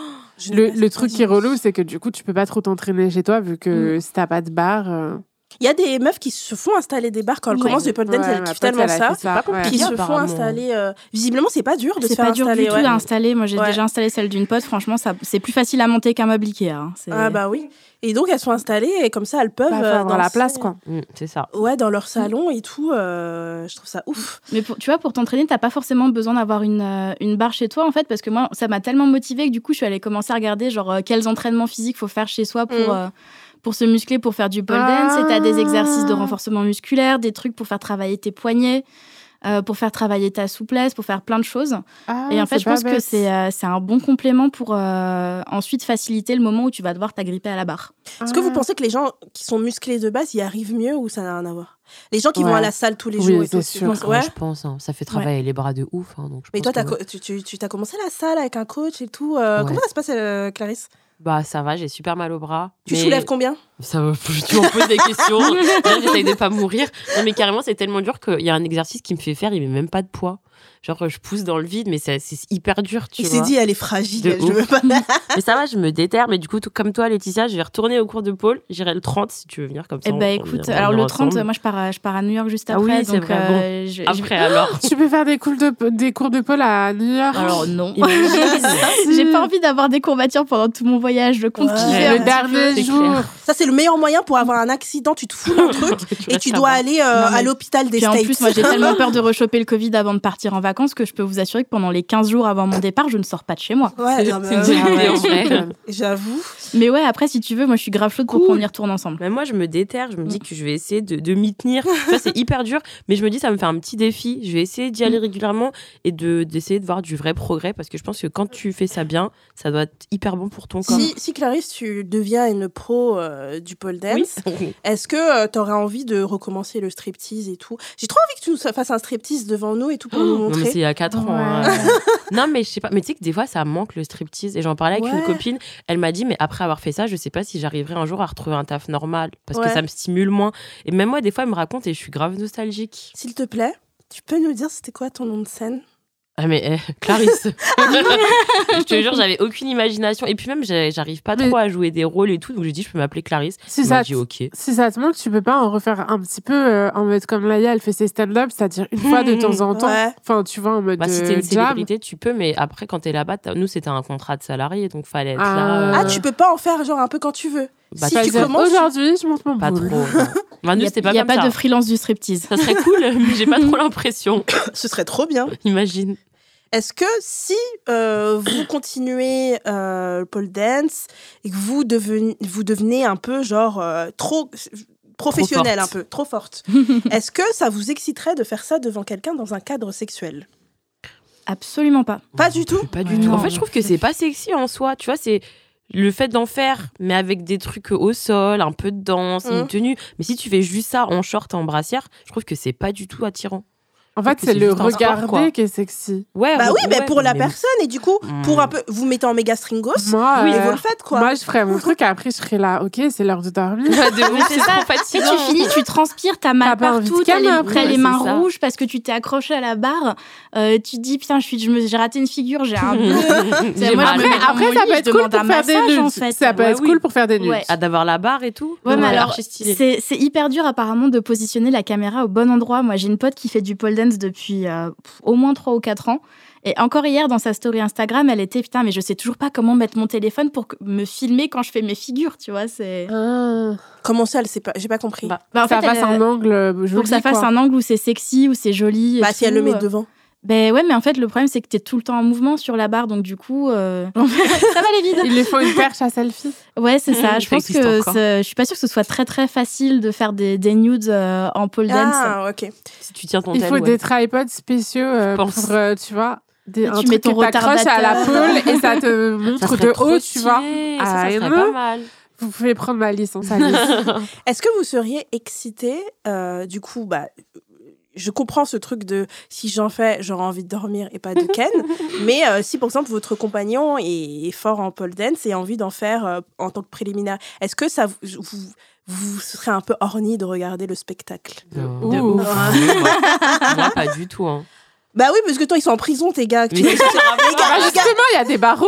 Le truc qui est relou, c'est que du coup, tu peux pas trop t'entraîner chez toi vu que si t'as pas de barre. Il y a des meufs qui se font installer des bars quand elles commencent le pole dance, elles kiffent tellement ça. C'est pas compliqué, Qui se font installer. Visiblement, c'est pas dur de se faire installer. C'est pas dur du tout à installer. Moi, j'ai déjà installé celle d'une pote. Franchement, c'est plus facile à monter qu'un meuble Ikea. Hein. Ah bah oui. Et donc, elles sont installées et comme ça, elles peuvent avoir la place, quoi. C'est ça. Ouais, dans leur salon et tout. Je trouve ça ouf. Mais tu vois, pour t'entraîner, t'as pas forcément besoin d'avoir une barre chez toi, en fait, parce que moi, ça m'a tellement motivée que du coup, je suis allée commencer à regarder genre quels entraînements physiques faut faire chez soi pour se muscler, pour faire du pole dance. Et t'as des exercices de renforcement musculaire, des trucs pour faire travailler tes poignets, pour faire travailler ta souplesse, pour faire plein de choses. Et en fait, je pense que c'est un bon complément pour ensuite faciliter le moment où tu vas devoir t'agripper à la barre. Est-ce que vous pensez que les gens qui sont musclés de base y arrivent mieux ou ça n'a rien à voir? Les gens qui vont à la salle tous les jours et tout. Sûr. Je pense. Hein. Ça fait travailler les bras de ouf. Hein, donc mais toi, tu t'as commencé la salle avec un coach et tout. Comment ça se passe, Clarisse? Bah ça va, j'ai super mal au bras. Tu soulèves combien? Ça va, tu m'en poses des questions. J'essaye de pas mourir. Non mais carrément, c'est tellement dur qu'il y a un exercice qui me fait faire, il met même pas de poids. Genre, je pousse dans le vide, mais c'est hyper dur, tu vois. Il s'est dit, elle est fragile, je veux pas. Mais ça va, je me déterre. Mais du coup, comme toi, Laetitia, je vais retourner au cours de pôle. J'irai le 30 si tu veux venir comme ça. Eh ben, écoute, alors le 30, moi, je pars à New York juste après. Ah oui, c'est donc, vrai. Bon. Après, alors. Tu peux faire des cours de pôle à New York? Alors, non. J'ai pas envie d'avoir des courbatures pendant tout mon voyage. Je compte le dernier jour. Ça, c'est le meilleur moyen pour avoir un accident. Tu te fous dans le truc et tu dois aller à l'hôpital des States. En plus, moi, j'ai tellement peur de rechoper le Covid avant de partir en vacances que je peux vous assurer que pendant les 15 jours avant mon départ, je ne sors pas de chez moi. Ouais, c'est une idée en vrai. J'avoue. Mais ouais, après, si tu veux, moi, je suis grave chaude pour qu'on y retourne ensemble. Mais moi, je me déterre, je me dis que je vais essayer de m'y tenir. Ça, c'est hyper dur, mais je me dis, ça me fait un petit défi. Je vais essayer d'y aller régulièrement et d'essayer de voir du vrai progrès parce que je pense que quand tu fais ça bien, ça doit être hyper bon pour ton corps. Si Clarisse, tu deviens une pro du pole dance, est-ce que tu aurais envie de recommencer le striptease et tout? J'ai trop envie que tu nous fasses un striptease devant nous et tout pour nous montrer. Non, mais c'est il y a 4 ans. Hein. Non, mais je sais pas. Mais tu sais que des fois, ça manque le striptease. Et j'en parlais avec une copine. Elle m'a dit, mais après avoir fait ça, je sais pas si j'arriverai un jour à retrouver un taf normal. Parce que ça me stimule moins. Et même moi, des fois, elle me raconte et je suis grave nostalgique. S'il te plaît, tu peux nous dire c'était quoi ton nom de scène? Ah mais Clarisse. Je te jure, j'avais aucune imagination. Et puis même, j'arrive pas trop à jouer des rôles et tout. Donc j'ai dit, je peux m'appeler Clarisse. Si ça te manque, tu peux pas en refaire un petit peu en mode comme Laïa, elle fait ses stand-up, c'est-à-dire une fois de temps en temps. Enfin, tu vois, en mode si t'es une célébrité, tu peux. Mais après, quand t'es là-bas, nous, c'était un contrat de salarié. Donc fallait être là. Tu peux pas en faire genre un peu quand tu veux. Bah, si tu commences aujourd'hui, je monte mon pas boule. Trop. Bah, nous, c'était pas Il y a comme pas ça. de freelance du striptease. Ça serait cool, mais j'ai pas trop l'impression. Ce serait trop bien. Imagine. Est-ce que si vous continuez pole dance et que vous devenez un peu genre trop professionnelle, un peu trop forte, est-ce que ça vous exciterait de faire ça devant quelqu'un dans un cadre sexuel? Absolument pas. Pas du tout. Pas du tout. En fait, je trouve que c'est pas sexy en soi. Tu vois, c'est le fait d'en faire, mais avec des trucs au sol, un peu de danse, une tenue. Mais si tu fais juste ça en short et en brassière, je trouve que c'est pas du tout attirant. En fait, c'est le regarder qui est sexy. Ouais, bah oui, mais pour la personne, et du coup, pour un peu, vous mettez en méga stringos, moi, et vous le faites, quoi. Moi, je ferais mon truc, et après, je serais là, ok, c'est l'heure de dormir. C'est ça, si tu finis, tu transpires, t'as mal partout, t'as les mains rouges parce que tu t'es accroché à la barre, tu te dis, putain, j'ai raté une figure, j'ai un bleu. Après, ça peut être cool pour faire des nudes. Ça peut être cool pour faire des nudes. D'avoir la barre et tout. Ouais, mais alors, c'est hyper dur, apparemment, de positionner la caméra au bon endroit. Moi, j'ai une pote qui fait du pole dance depuis au moins 3 ou 4 ans. Et encore hier, dans sa story Instagram, elle était, putain, mais je sais toujours pas comment mettre mon téléphone pour me filmer quand je fais mes figures, tu vois, c'est... Comment ça, elle sait pas, j'ai pas compris. En fait, ça fasse un angle joli, faut que ça fasse un angle où c'est sexy, où c'est joli. Si elle le met devant. Ben ouais, mais en fait, le problème, c'est que t'es tout le temps en mouvement sur la barre, donc du coup, ça va les vides. Il lui faut une perche à selfie. Ouais, c'est ça. Je pense que je suis pas sûre que ce soit très très facile de faire des nudes en pole dance. Ah, ok. Si tu tiens ton Il faut des tripods spéciaux pour, tu vois, un tu truc mets ton que t'accroches à la pole et ça te montre de haut, tu vois. Ça serait pas mal. Vous pouvez prendre ma licence, Alice. Est-ce que vous seriez excitée, du coup, je comprends ce truc de si j'en fais, j'aurais envie de dormir et pas de ken. Mais si, par exemple, votre compagnon est fort en pole dance et a envie d'en faire en tant que préliminaire, est-ce que ça vous serez un peu horny de regarder le spectacle? De ouf. Moi, pas du tout. Hein. Bah oui, parce que toi, ils sont en prison, tes gars. Justement, il y a des barreaux.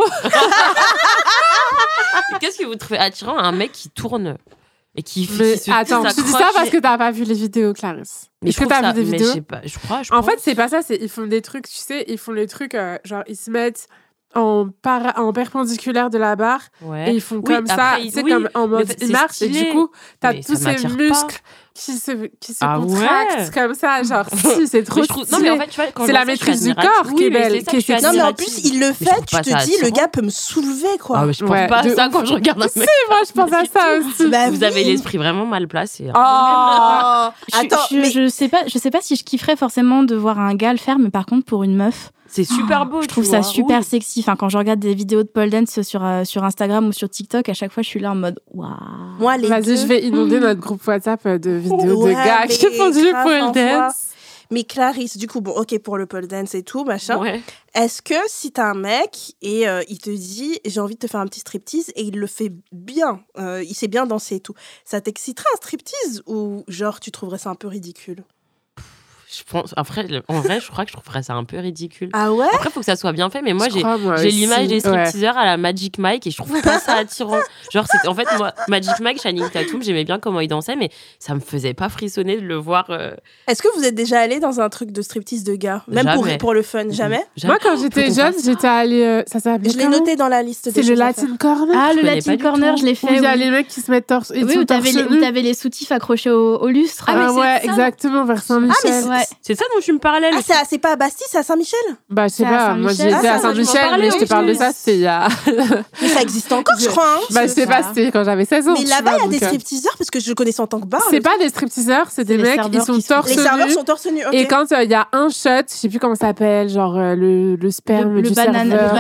Qu'est-ce que vous trouvez attirant à un mec qui tourne et qui attends, tu dis ça parce que t'as pas vu les vidéos, Clarisse. Est-ce que t'as vu des vidéos? Je sais pas, je crois. En fait, c'est pas ça. Ils font des trucs, tu sais, ils font les trucs, genre, ils se mettent en perpendiculaire de la barre et ils font comme ça, tu sais, comme en mode marche. Et du coup, t'as tous ces muscles qui se contractent comme ça, genre, si, c'est trop stylé. Non, mais en fait, tu vois, c'est la maîtrise du corps qui est belle. Non, mais en plus, il le fait, tu te dis, le gars peut me soulever, quoi. Ah, mais je pense pas à ça quand je regarde un mec. Si, moi, je pense à ça aussi. Vous avez l'esprit vraiment mal placé. Attends, mais je sais pas si je kifferais forcément de voir un gars le faire, mais par contre, pour une meuf, c'est super beau. Je trouve ça super sexy. Enfin, quand je regarde des vidéos de pole dance sur Instagram ou sur TikTok, à chaque fois, je suis là en mode waouh. Moi, Vas-y, je vais inonder notre groupe WhatsApp de vidéos de gars qui font du pole dance. Mais Clarisse, du coup, bon, ok pour le pole dance et tout, machin. Ouais. Est-ce que si t'as un mec et il te dit j'ai envie de te faire un petit striptease et il le fait bien, il sait bien danser et tout, ça t'exciterait un striptease ou genre tu trouverais ça un peu ridicule? Je pense, après, en vrai, je crois que je trouverais ça un peu ridicule. Ah ouais? Après, il faut que ça soit bien fait, mais moi, j'ai l'image des stripteaseurs à la Magic Mike et je trouve pas ça attirant. Genre, en fait, moi, Magic Mike, Channing Tatum, j'aimais bien comment il dansait, mais ça me faisait pas frissonner de le voir. Est-ce que vous êtes déjà allé dans un truc de striptease de gars? Même pour le fun, jamais? Moi, quand j'étais jeune, j'étais allée. Ça s'appelait Je l'ai noté dans la liste. C'est le Latin Corner. Ah, le Latin Corner, je l'ai fait. Où il y a les mecs qui se mettent torse. Oui, où t'avais les soutifs accrochés au lustre. Ah ouais, exactement, vers Saint-Michel. C'est ça dont tu me parlais. Ah, c'est pas à Bastille, c'est à Saint-Michel? Bah, je sais pas, moi j'ai été à Saint-Michel, mais je te parle de ça, c'était il y a. Mais ça existe encore, je crois. Bah, je sais pas, c'était quand j'avais 16 ans. Mais là-bas, il y a des stripteaseurs, parce que je le connaissais en tant que bar. C'est pas des stripteaseurs, c'est des mecs, ils sont torse nus. Les serveurs sont torse nus, ok. Et quand il y a un shot, je sais plus comment ça s'appelle, genre le sperme du serveur.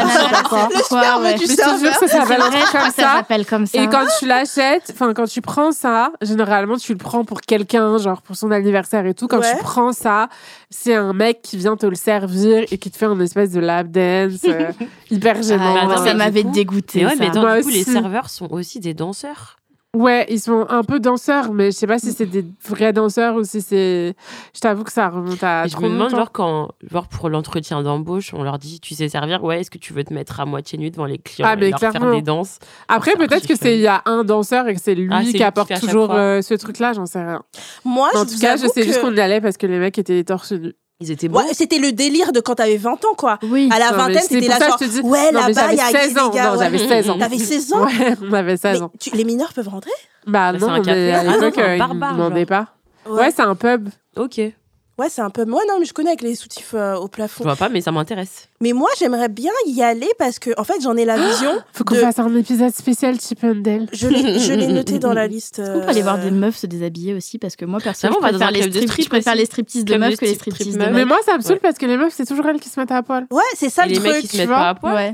Le sperme du serveur. Ça s'appelle un truc comme ça. Et quand tu l'achètes, enfin, quand tu prends ça, généralement, tu le prends pour quelqu'un, genre pour son anniversaire et tout. Quand tu prends ça, c'est un mec qui vient te le servir et qui te fait une espèce de lap dance hyper gênant. Ça m'avait dégoûté. Mais ouais, mais attends, du coup, les serveurs sont aussi des danseurs. Ouais, ils sont un peu danseurs, mais je sais pas si c'est des vrais danseurs ou si c'est. Je t'avoue que ça remonte à. Je me demande, genre pour l'entretien d'embauche, on leur dit tu sais servir, ouais, est-ce que tu veux te mettre à moitié nu devant les clients et leur faire des danses? Après, peut-être que il y a un danseur et que c'est lui qui apporte toujours ce truc-là, j'en sais rien. Moi, en tout cas, je sais juste qu'on y allait parce que les mecs étaient torse nus. Ils étaient beaux. Ouais, c'était le délire de quand t'avais 20 ans, quoi. Oui. À la vingtaine, c'était là, genre, ouais, là-bas, il y a des gars. Non, j'avais 16 ans. T'avais 16 ans? Ouais, on avait 16 ans. Les mineurs peuvent rentrer? Bah non, mais à l'époque, ils ne demandaient pas. Ouais, c'est un pub. Ok. Ouais, c'est un peu. Moi, non, mais je connais avec les soutifs au plafond. Je vois pas, mais ça m'intéresse. Mais moi, j'aimerais bien y aller parce que, en fait, j'en ai la vision. Faut qu'on fasse un épisode spécial Chip and Dale. Je l'ai noté dans la liste. Est-ce qu'on peut aller voir des meufs se déshabiller aussi? Parce que moi, personnellement, je préfère les striptease de meufs que les striptease de mecs. Mais moi, ça me saoule parce que les meufs, c'est toujours elles qui se mettent à poil. Ouais, c'est ça le truc. Les mecs qui se mettent pas à poil. Ouais.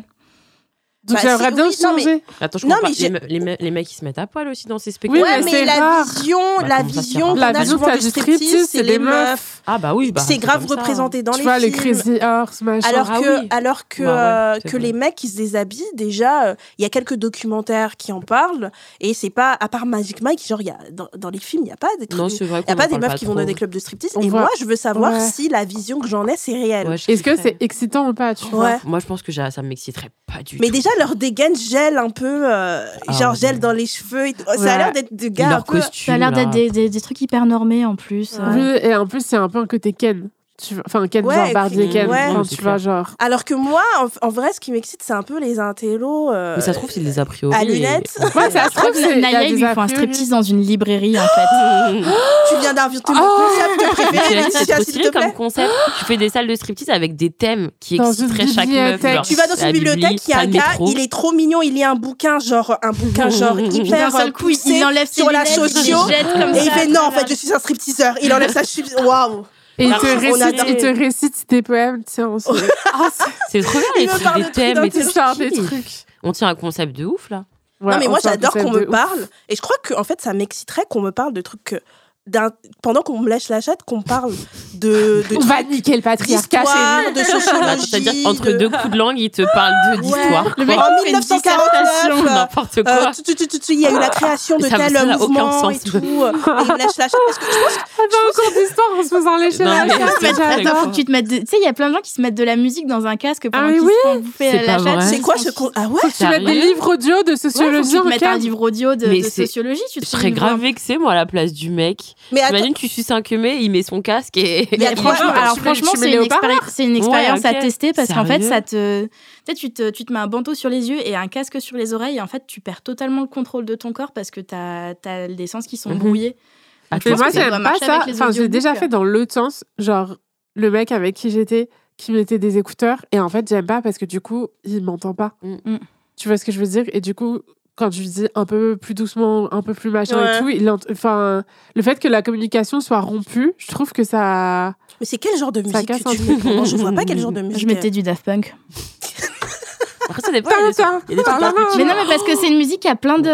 Donc j'aimerais bien changer. Attends, je comprends pas. Les mecs qui se mettent à poil aussi dans ces spectacles. Oui, mais la vision qu'on a souvent du striptease, c'est les meufs. Ah bah oui, c'est grave représenté dans les films. Tu vois, le Crazy Horse, machin. Alors que les mecs qui se déshabillent, déjà, il y a quelques documentaires qui en parlent, et c'est pas, à part Magic Mike, genre, dans les films, il n'y a pas des trucs. Non, c'est vrai. Il n'y a pas des meufs qui vont dans des clubs de striptease. Et moi, je veux savoir si la vision que j'en ai, c'est réel. Est-ce que c'est excitant ou pas, tu vois? Moi, je pense que ça m'exciterait pas du tout. Mais déjà, leur dégaine gèle un peu, genre gèle dans les cheveux. Ça a l'air d'être de gars un peu. Ça a l'air d'être des trucs hyper normés en plus. Oui, et en plus, c'est un peu un côté Ken. Enfin, Ken, genre Barbier Ken. Tu vois, genre. Alors que moi, en vrai, ce qui m'excite, c'est un peu les intellos. Mais ça se trouve, c'est des a priori. À lunettes. Ouais, ça se trouve, c'est. Naya, ils lui font un striptease dans une librairie, en fait. Tu viens d'inviter mon concept préféré, c'est trop stylé comme concept. Tu fais des salles de striptease avec des thèmes qui exciteraient chaque meuf. Tu vas dans une bibliothèque, il y a un gars, il est trop mignon, il lit un bouquin genre hyper poussé sur la socio. Et il fait non, en fait, je suis un stripteaseur. Il enlève sa chemise. Waouh. Et il te récite tes poèmes, tiens. C'est trop bien, les trucs, des thèmes et des trucs. On tient un concept de ouf, là. Non, mais moi, j'adore qu'on me parle. Et je crois que, en fait, ça m'exciterait qu'on me parle de trucs pendant qu'on me lèche la chatte, qu'on parle de On va niquer le patriarcat chez nous. de sociologie. C'est-à-dire entre deux coups de langue, il te parle d'histoire. Le mec En fait une 1949, n'importe quoi. il y a eu la création de Ça tel n'a aucun mouvement sens. et tout. Et il me lèche la chatte parce que je pense que Attends, un cours d'histoire en se faisant lécher Non, la mais chatte. c'est vrai, J'adore. Attends, faut que tu te mettes. Tu sais, il y a plein de gens qui se mettent de la musique dans un casque pendant mais qu'ils oui. se font bouffer C'est la pas chatte. vrai. c'est quoi ce con. Ah ouais. Tu mets des Sérieux livres audio de Ouais, faut sociologie que tu en te mettes un cadre. livre audio de Mais c'est- sociologie. Tu te Je serais grave vexée, moi, à la place du mec. Mais attends, T'imagines, tu suces un queumé, il met son casque et. Mais Mais franchement, Ouais, alors tu mets- franchement, tu mets c'est les une, haut-parleurs. c'est une expérience Ouais, à ok. tester parce qu'en fait, Sérieux tu sais, tu te mets un bandeau sur les yeux et un casque sur les oreilles et en fait, tu perds totalement le contrôle de ton corps parce que t'as des sens qui sont Mhm. brouillés. Ah, Donc, Mais je pense moi, que ça doit j'aime pas marcher ça. avec les Enfin, j'ai déjà audiobooks. fait dans l'autre sens. Genre, le mec avec qui j'étais, qui mettait des écouteurs. Et en fait, j'aime pas parce que du coup, il m'entend pas. Mm. Tu vois ce que je veux dire? Et du coup, quand je lui dis un peu plus doucement, un peu plus machin Ouais. et tout, enfin, le fait que la communication soit rompue, je trouve que ça. mais c'est quel genre de musique casse que un tu peu. mets pendant? Je vois pas quel genre de musique. Je mettais du Daft Punk. Après, ça dépend. Il y a des trucs- il y a des trucs un peu Mais non, mais parce que c'est une musique qui a plein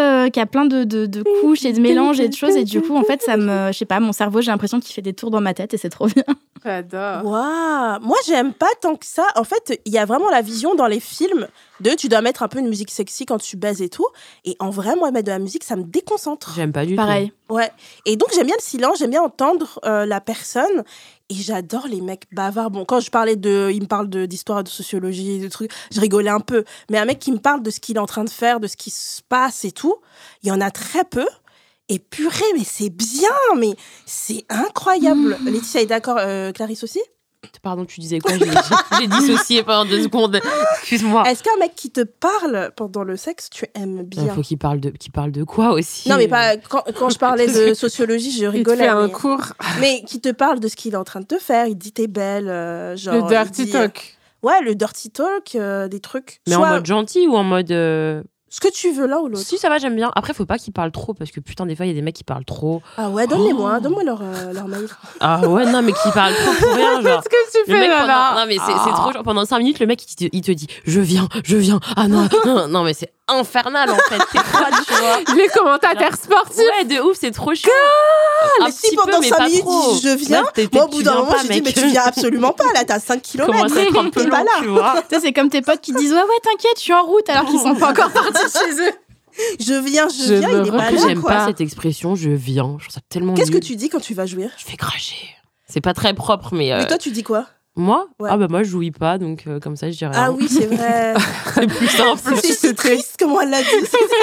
de couches et de mélanges et de choses. Et du coup, en fait, je sais pas, mon cerveau, j'ai l'impression qu'il fait des tours dans ma tête et c'est trop bien. J'adore. Waouh, moi j'aime pas tant que ça. En fait, il y a vraiment la vision dans les films de tu dois mettre un peu une musique sexy quand tu baises et tout. Et en vrai, moi mettre de la musique, ça me déconcentre. J'aime pas du Pareil. Ouais. Et donc j'aime bien le silence, j'aime bien entendre la personne. Et j'adore les mecs bavards. Bon, quand il me parle d'histoire, de sociologie, de trucs, je rigolais un peu. Mais un mec qui me parle de ce qu'il est en train de faire, de ce qui se passe et tout, il y en a très peu. Et purée, mais c'est bien, mais c'est incroyable. Laetitia est d'accord, Clarisse aussi? tout. Pardon, tu disais quoi? J'ai dissocié pendant 2 secondes. Excuse-moi. Est-ce qu'un mec qui te parle pendant le sexe, tu aimes Il bien? faut qu'il parle de quoi aussi? Non, mais pas quand je parlais de sociologie, je Il te rigolais. fait un mais, cours. mais qui te parle de ce qu'il est en train de te faire, il te dit t'es belle, genre. Le il dirty dit, talk. Ouais, le dirty talk, des trucs. Mais en Soit mode gentil ou en mode. ce que tu veux l'un ou l'autre. Si, ça va, j'aime bien. Après, faut pas qu'ils parlent trop parce que putain, des fois, il y a des mecs qui parlent trop. Ah ouais, donne-les-moi, donne-moi leur mail. Ah ouais, non, mais qui parlent trop pour rien, genre. Qu'est-ce que tu Le fais mec, là-bas? non, mais c'est trop genre, pendant 5 minutes, le mec, il te dit, je viens. Ah non, non, mais c'est infernal, en fait. T'es quoi, tu vois? Les commentateurs sportifs. Ouais, de ouf, c'est trop chiant. Un Mais si petit peu, pendant mais 5 pas minutes, trop. il dit je viens, Meuf, moi au bout tu d'un viens moment, pas, je dis mec. mais tu viens absolument pas, là t'as 5 km. Commence à être un peu T'es pas long, là. tu vois. Tu sais, c'est comme tes potes qui disent ouais, t'inquiète, je suis en route alors qu'ils sont pas encore partis chez eux. Je viens, Je il est me pas Après, là, j'aime quoi. pas cette expression, je viens. Je trouve ça tellement Qu'est-ce que nul. tu dis quand tu vas jouir? Je fais cracher. C'est pas très propre, mais. Mais toi, tu dis quoi? Moi Ouais. Ah bah moi, je jouis pas, donc comme ça, je dirais. Ah rien. oui, c'est vrai. C'est plus simple. C'est si triste comment elle l'a dit.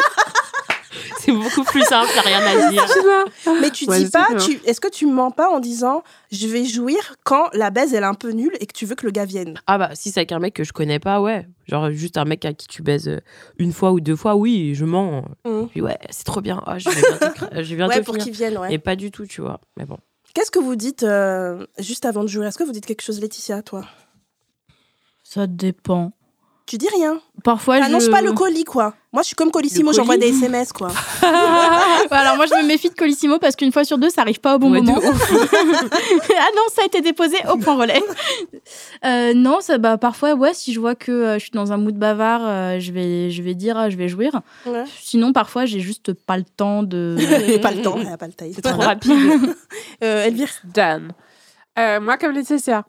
C'est beaucoup plus simple, y a rien à dire. Mais tu Ouais, dis c'est pas, bien. est-ce que tu mens pas en disant je vais jouir quand la baise elle est un peu nulle et que tu veux que le gars vienne? Ah bah si c'est avec un mec que je connais pas, ouais. Genre juste un mec à qui tu baises une fois ou 2 fois, oui, je mens. Mhm. Puis ouais, c'est trop bien. Ah, je vais bientôt Ouais, pour finir. qu'il vienne, ouais. Et pas du tout, tu vois. Mais bon. Qu'est-ce que vous dites juste avant de jouer? Est-ce que vous dites quelque chose, Laetitia, toi? Ça dépend. Tu dis rien. Parfois, T'annonces pas le colis, quoi. Moi, je suis comme Colissimo, Le j'envoie colis des SMS, quoi. Alors moi, je me méfie de Colissimo parce qu'une fois sur deux, ça arrive pas au bon Ouais, de moment. Ah non, ça a été déposé au point relais. Non, parfois, ouais, si je vois que je suis dans un mood bavard, je vais dire, je vais jouir. Ouais. Sinon, parfois, j'ai juste pas le temps de... Pas le temps, elle a pas le taille. C'est trop rapide. Elvire? Dan. Moi, comme Laetitia,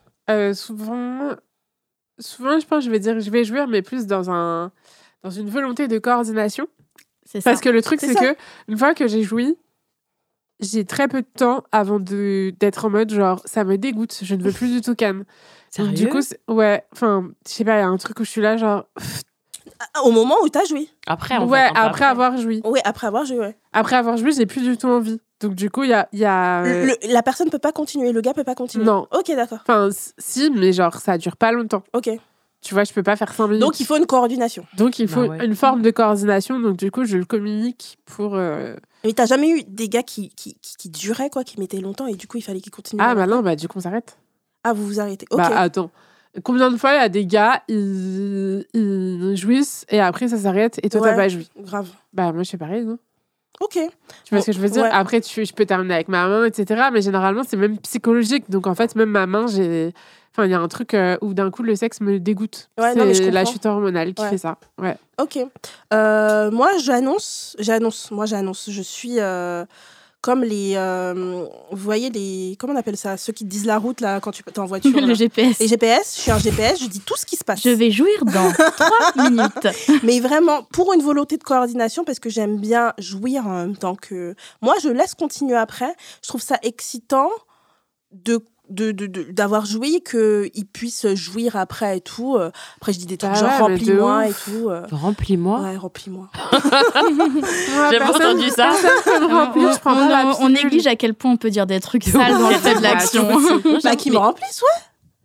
souvent, je pense que je vais dire je vais jouir, mais plus dans une volonté de coordination. C'est ça. Parce que le truc, C'est c'est ça. que une fois que j'ai joui, j'ai très peu de temps avant d'être en mode genre ça me dégoûte, je ne veux plus du tout calme. Donc, du coup, ouais, enfin, je sais pas, il y a un truc où je suis là genre Au moment où t'as joué. Après, en ouais, fait, un peu après avoir joui. Oui, après avoir joué, ouais. Après avoir joui, j'ai plus du tout envie. Donc du coup, il y a La personne peut pas continuer, le gars peut pas continuer. Non. Ok, d'accord. enfin si, mais genre ça dure pas longtemps. Ok. Tu vois, je peux pas faire 5 minutes. Donc, il faut une coordination. Donc, il faut Bah ouais. une forme de coordination. Donc, du coup, je le communique pour... Mais t'as jamais eu des gars qui duraient, quoi, qui mettaient longtemps et du coup, il fallait qu'ils continuent. Ah, bah non, bah du coup, on s'arrête. Ah, vous vous arrêtez. Ok. Bah, attends. Combien de fois il y a des gars, ils jouissent et après, ça s'arrête et toi, Ouais. t'as pas joui? Grave. Bah, moi, je fais pareil, non? Ok. Tu vois ce que je veux dire? Ouais. Après, je peux terminer avec ma main, etc. Mais généralement, c'est même psychologique. Donc, en fait, même ma main, Enfin, il y a un truc où d'un coup, le sexe me dégoûte. Ouais, non, mais je c'est la comprends. chute hormonale qui Ouais. fait ça. Ouais. Ok. Moi, j'annonce. Je suis. comme les... vous voyez, comment on appelle ça ? Ceux qui te disent la route, là, quand tu es en voiture. Le GPS. Les GPS, je suis un GPS, je dis tout ce qui se passe. Je vais jouir dans 3 minutes. Mais vraiment, pour une volonté de coordination, parce que j'aime bien jouir en même temps que... Moi, je laisse continuer après. Je trouve ça excitant d'avoir joui, qu'ils puissent jouir après et tout. Après, je dis des trucs genre remplis-moi et tout. Remplis-moi. Ouais, remplis-moi. J'ai pas entendu ça. On néglige à quel point on peut dire des trucs sales dans le fait de l'action. Qui me remplissent, ouais.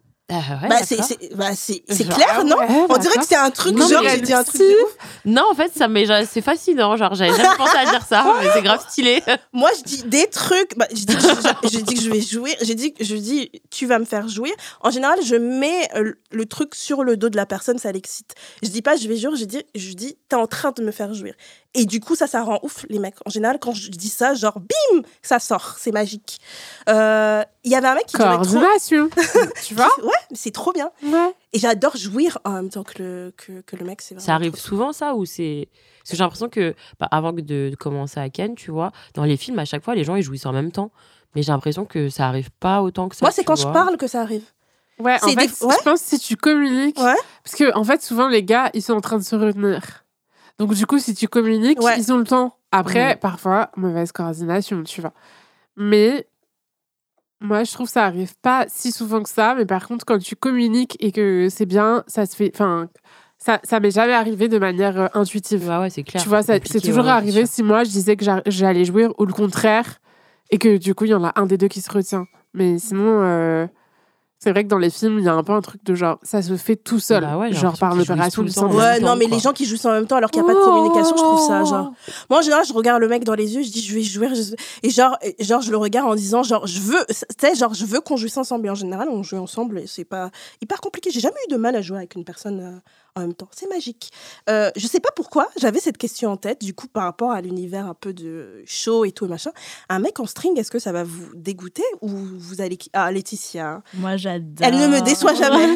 C'est clair, non ? On dirait que c'est un truc, j'ai dit un truc de ouf. Non, en fait, c'est fascinant. Genre, j'avais jamais pensé à dire ça, mais c'est grave stylé. Moi, je dis des trucs. Je dis que je vais jouir. Je dis, tu vas me faire jouir. En général, je mets le truc sur le dos de la personne, ça l'excite. Je dis pas, je vais jouir. Je dis, t'es en train de me faire jouir. Et du coup, ça rend ouf, les mecs. En général, quand je dis ça, genre, bim, ça sort. C'est magique. Il y avait un mec qui jouait trop... Coordination. Tu vois ? Ouais, c'est trop bien. Ouais. Et j'adore jouir en même temps que le mec. C'est ça arrive souvent, ça, ou c'est... Parce que j'ai l'impression que, avant de commencer à Ken, tu vois, dans les films, à chaque fois, les gens, ils jouissent en même temps. Mais j'ai l'impression que ça arrive pas autant que ça. Moi, c'est quand je parle que ça arrive. Ouais, en fait, je pense que si tu communiques... Ouais. Parce que, en fait, souvent, les gars, ils sont en train de se retenir. Donc, du coup, si tu communiques, ils ont le temps. Après, parfois, mauvaise coordination, tu vois. Mais moi, je trouve que ça arrive pas si souvent que ça. Mais par contre, quand tu communiques et que c'est bien, ça se fait... Enfin, ça m'est jamais arrivé de manière intuitive. Ouais, c'est clair. Tu vois, c'est toujours arrivé si moi, je disais que j'allais jouir ou le contraire. Et que, du coup, il y en a un des deux qui se retient. Mais sinon... C'est vrai que dans les films, il y a un peu un truc de genre, ça se fait tout seul, genre par l'opération du sang. Ouais, non, mais les gens qui jouent en même temps alors qu'il n'y a pas de communication, je trouve ça genre. Moi, en général, je regarde le mec dans les yeux, je dis, je vais jouer. Et genre, je le regarde en disant, genre, je veux qu'on joue ensemble. Et en général, on joue ensemble et c'est pas hyper compliqué. J'ai jamais eu de mal à jouer avec une personne en même temps. C'est magique. Je sais pas pourquoi, j'avais cette question en tête, du coup, par rapport à l'univers un peu de show et tout et machin. Un mec en string, est-ce que ça va vous dégoûter ou vous allez... Ah, Laetitia. Moi, j'adore. Elle ne me déçoit jamais.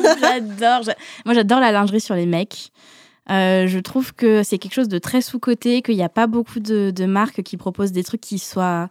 Moi, j'adore la lingerie sur les mecs. Je trouve que c'est quelque chose de très sous-coté, qu'il n'y a pas beaucoup de marques qui proposent des trucs qui soient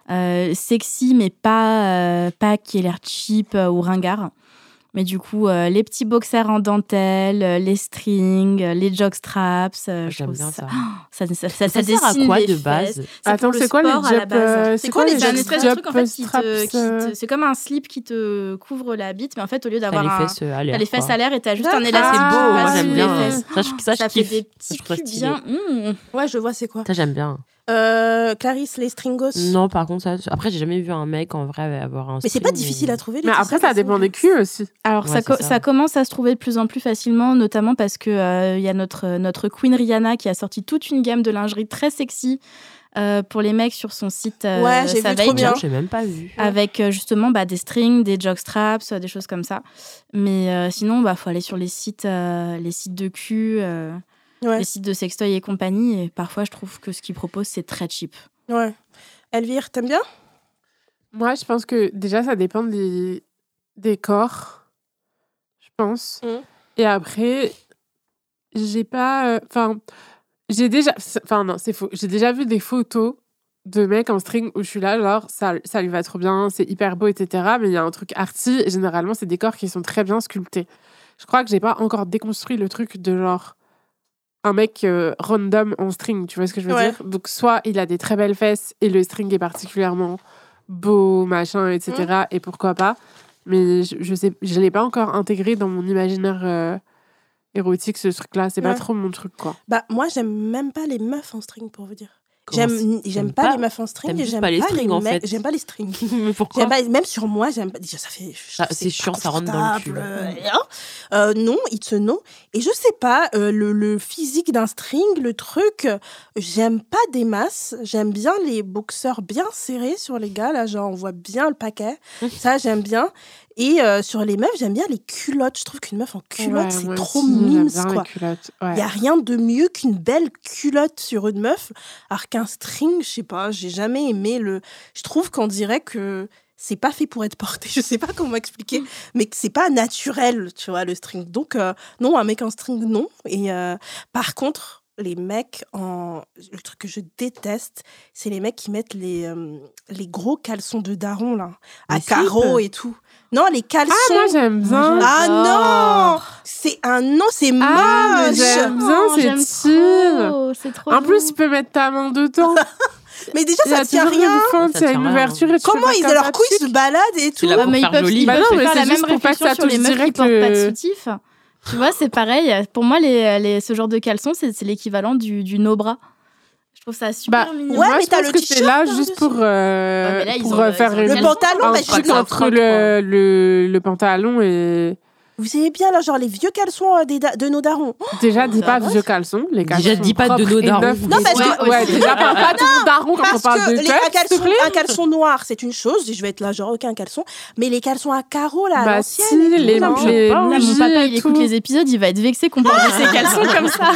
sexy, mais pas qui aient l'air cheap ou ringard. Mais du coup, les petits boxers en dentelle, les strings, les jockstraps, j'aime bien ça. Ça sert à quoi de base ? Attends, c'est quoi les job C'est quoi les espèces de trucs en fait c'est comme un slip qui te couvre la bite, mais en fait au lieu d'avoir t'as les fesses à l'air et t'as juste un élastique. C'est beau, moi j'aime bien. Ça fait des petits culs bien. Ouais, je vois c'est quoi. Ça j'aime bien. Clarisse, les stringos. Non, par contre, ça... après, j'ai jamais vu un mec en vrai avoir un string. Mais c'est pas difficile à trouver. Mais après, ça dépend des culs aussi. Alors, ça commence à se trouver de plus en plus facilement, notamment parce que y a notre queen Rihanna qui a sorti toute une gamme de lingerie très sexy pour les mecs sur son site j'ai vu trop bien. J'ai même pas vu. Avec justement des strings, des jockstraps, des choses comme ça. Mais sinon, faut aller sur les sites de cul... les sites de sextoy et compagnie, et parfois je trouve que ce qu'ils proposent c'est très cheap. Ouais. Elvire, t'aimes bien ? Moi, je pense que déjà ça dépend des corps, je pense. Et après, j'ai pas, j'ai déjà vu des photos de mecs en string où je suis là, genre ça lui va trop bien, c'est hyper beau, etc. Mais il y a un truc arty, et généralement c'est des corps qui sont très bien sculptés. Je crois que j'ai pas encore déconstruit le truc de genre un mec random en string, tu vois ce que je veux dire ? Donc, soit il a des très belles fesses et le string est particulièrement beau, machin, etc. Et pourquoi pas. Mais je l'ai pas encore intégré dans mon imaginaire érotique, ce truc-là. C'est pas trop mon truc, quoi. Moi, j'aime même pas les meufs en string, pour vous dire. J'aime pas les meufs en string et j'aime pas les strings en fait. J'aime pas les strings. Mais pourquoi ? Même sur moi, j'aime pas. Déjà, ça fait. C'est chiant, ça rentre dans le cul. Non, non. Et je sais pas, le physique d'un string, le truc, j'aime pas des masses. J'aime bien les boxeurs bien serrés sur les gars, là, genre on voit bien le paquet. Ça, j'aime bien. Et sur les meufs, j'aime bien les culottes. Je trouve qu'une meuf en culotte, c'est trop mimes, quoi. Il y a rien de mieux qu'une belle culotte sur une meuf. Alors qu'un string, je sais pas, j'ai jamais aimé le... Je trouve qu'on dirait que c'est pas fait pour être porté. Je sais pas comment expliquer, mais que c'est pas naturel, tu vois, le string. Donc, non, un mec en string, non. Et par contre, les mecs le truc que je déteste, c'est les mecs qui mettent les gros caleçons de daron, là, à carreaux et tout. Non, les caleçons. Ah, moi, j'aime bien. Ah non, c'est moche. Ah, mais j'aime bien, c'est chill. C'est trop En doux. plus, tu peux mettre ta main dedans. Mais déjà, Il y a ça tient toujours rien. une fente, Ça il y a tient une rien. ouverture. Et tu Comment peux ils faire ont comme leurs couilles ça, se baladent et tout. C'est là pour mais ils faire peuvent, joli. ils Bah peuvent non, mais faire c'est la juste même pour pas que réflexion ça sur les touche meufs qui direct portent pas de le- soutif. Tu vois, c'est pareil. Pour moi, ce genre de caleçon, c'est l'équivalent du no-bras. Je trouve ça super Bah, mignon. Ouais, moi, mais je t'as pense le que c'est t-shirt là par-dessus. juste pour mais là, ils pour ont faire le Le pantalon, un bah, truc je- entre le pantalon et... Vous aimez bien, là, genre, les vieux caleçons de nos darons. Déjà, dis pas va. vieux caleçons. Les Déjà, caleçons dis pas de propres nos et darons. neufs. Non, parce que- Ouais, déjà, parle pas de ton daron quand on Parce parle de que cup, s'il te plaît. un caleçon noir, c'est une chose. Je vais être là, genre, aucun caleçon. Mais les caleçons à carreaux, là, à Bah l'ancienne. si, et tout, les là, Là, mon bougies papa, et il écoute tout. les épisodes, il va être vexé qu'on parle de ses caleçons comme ça.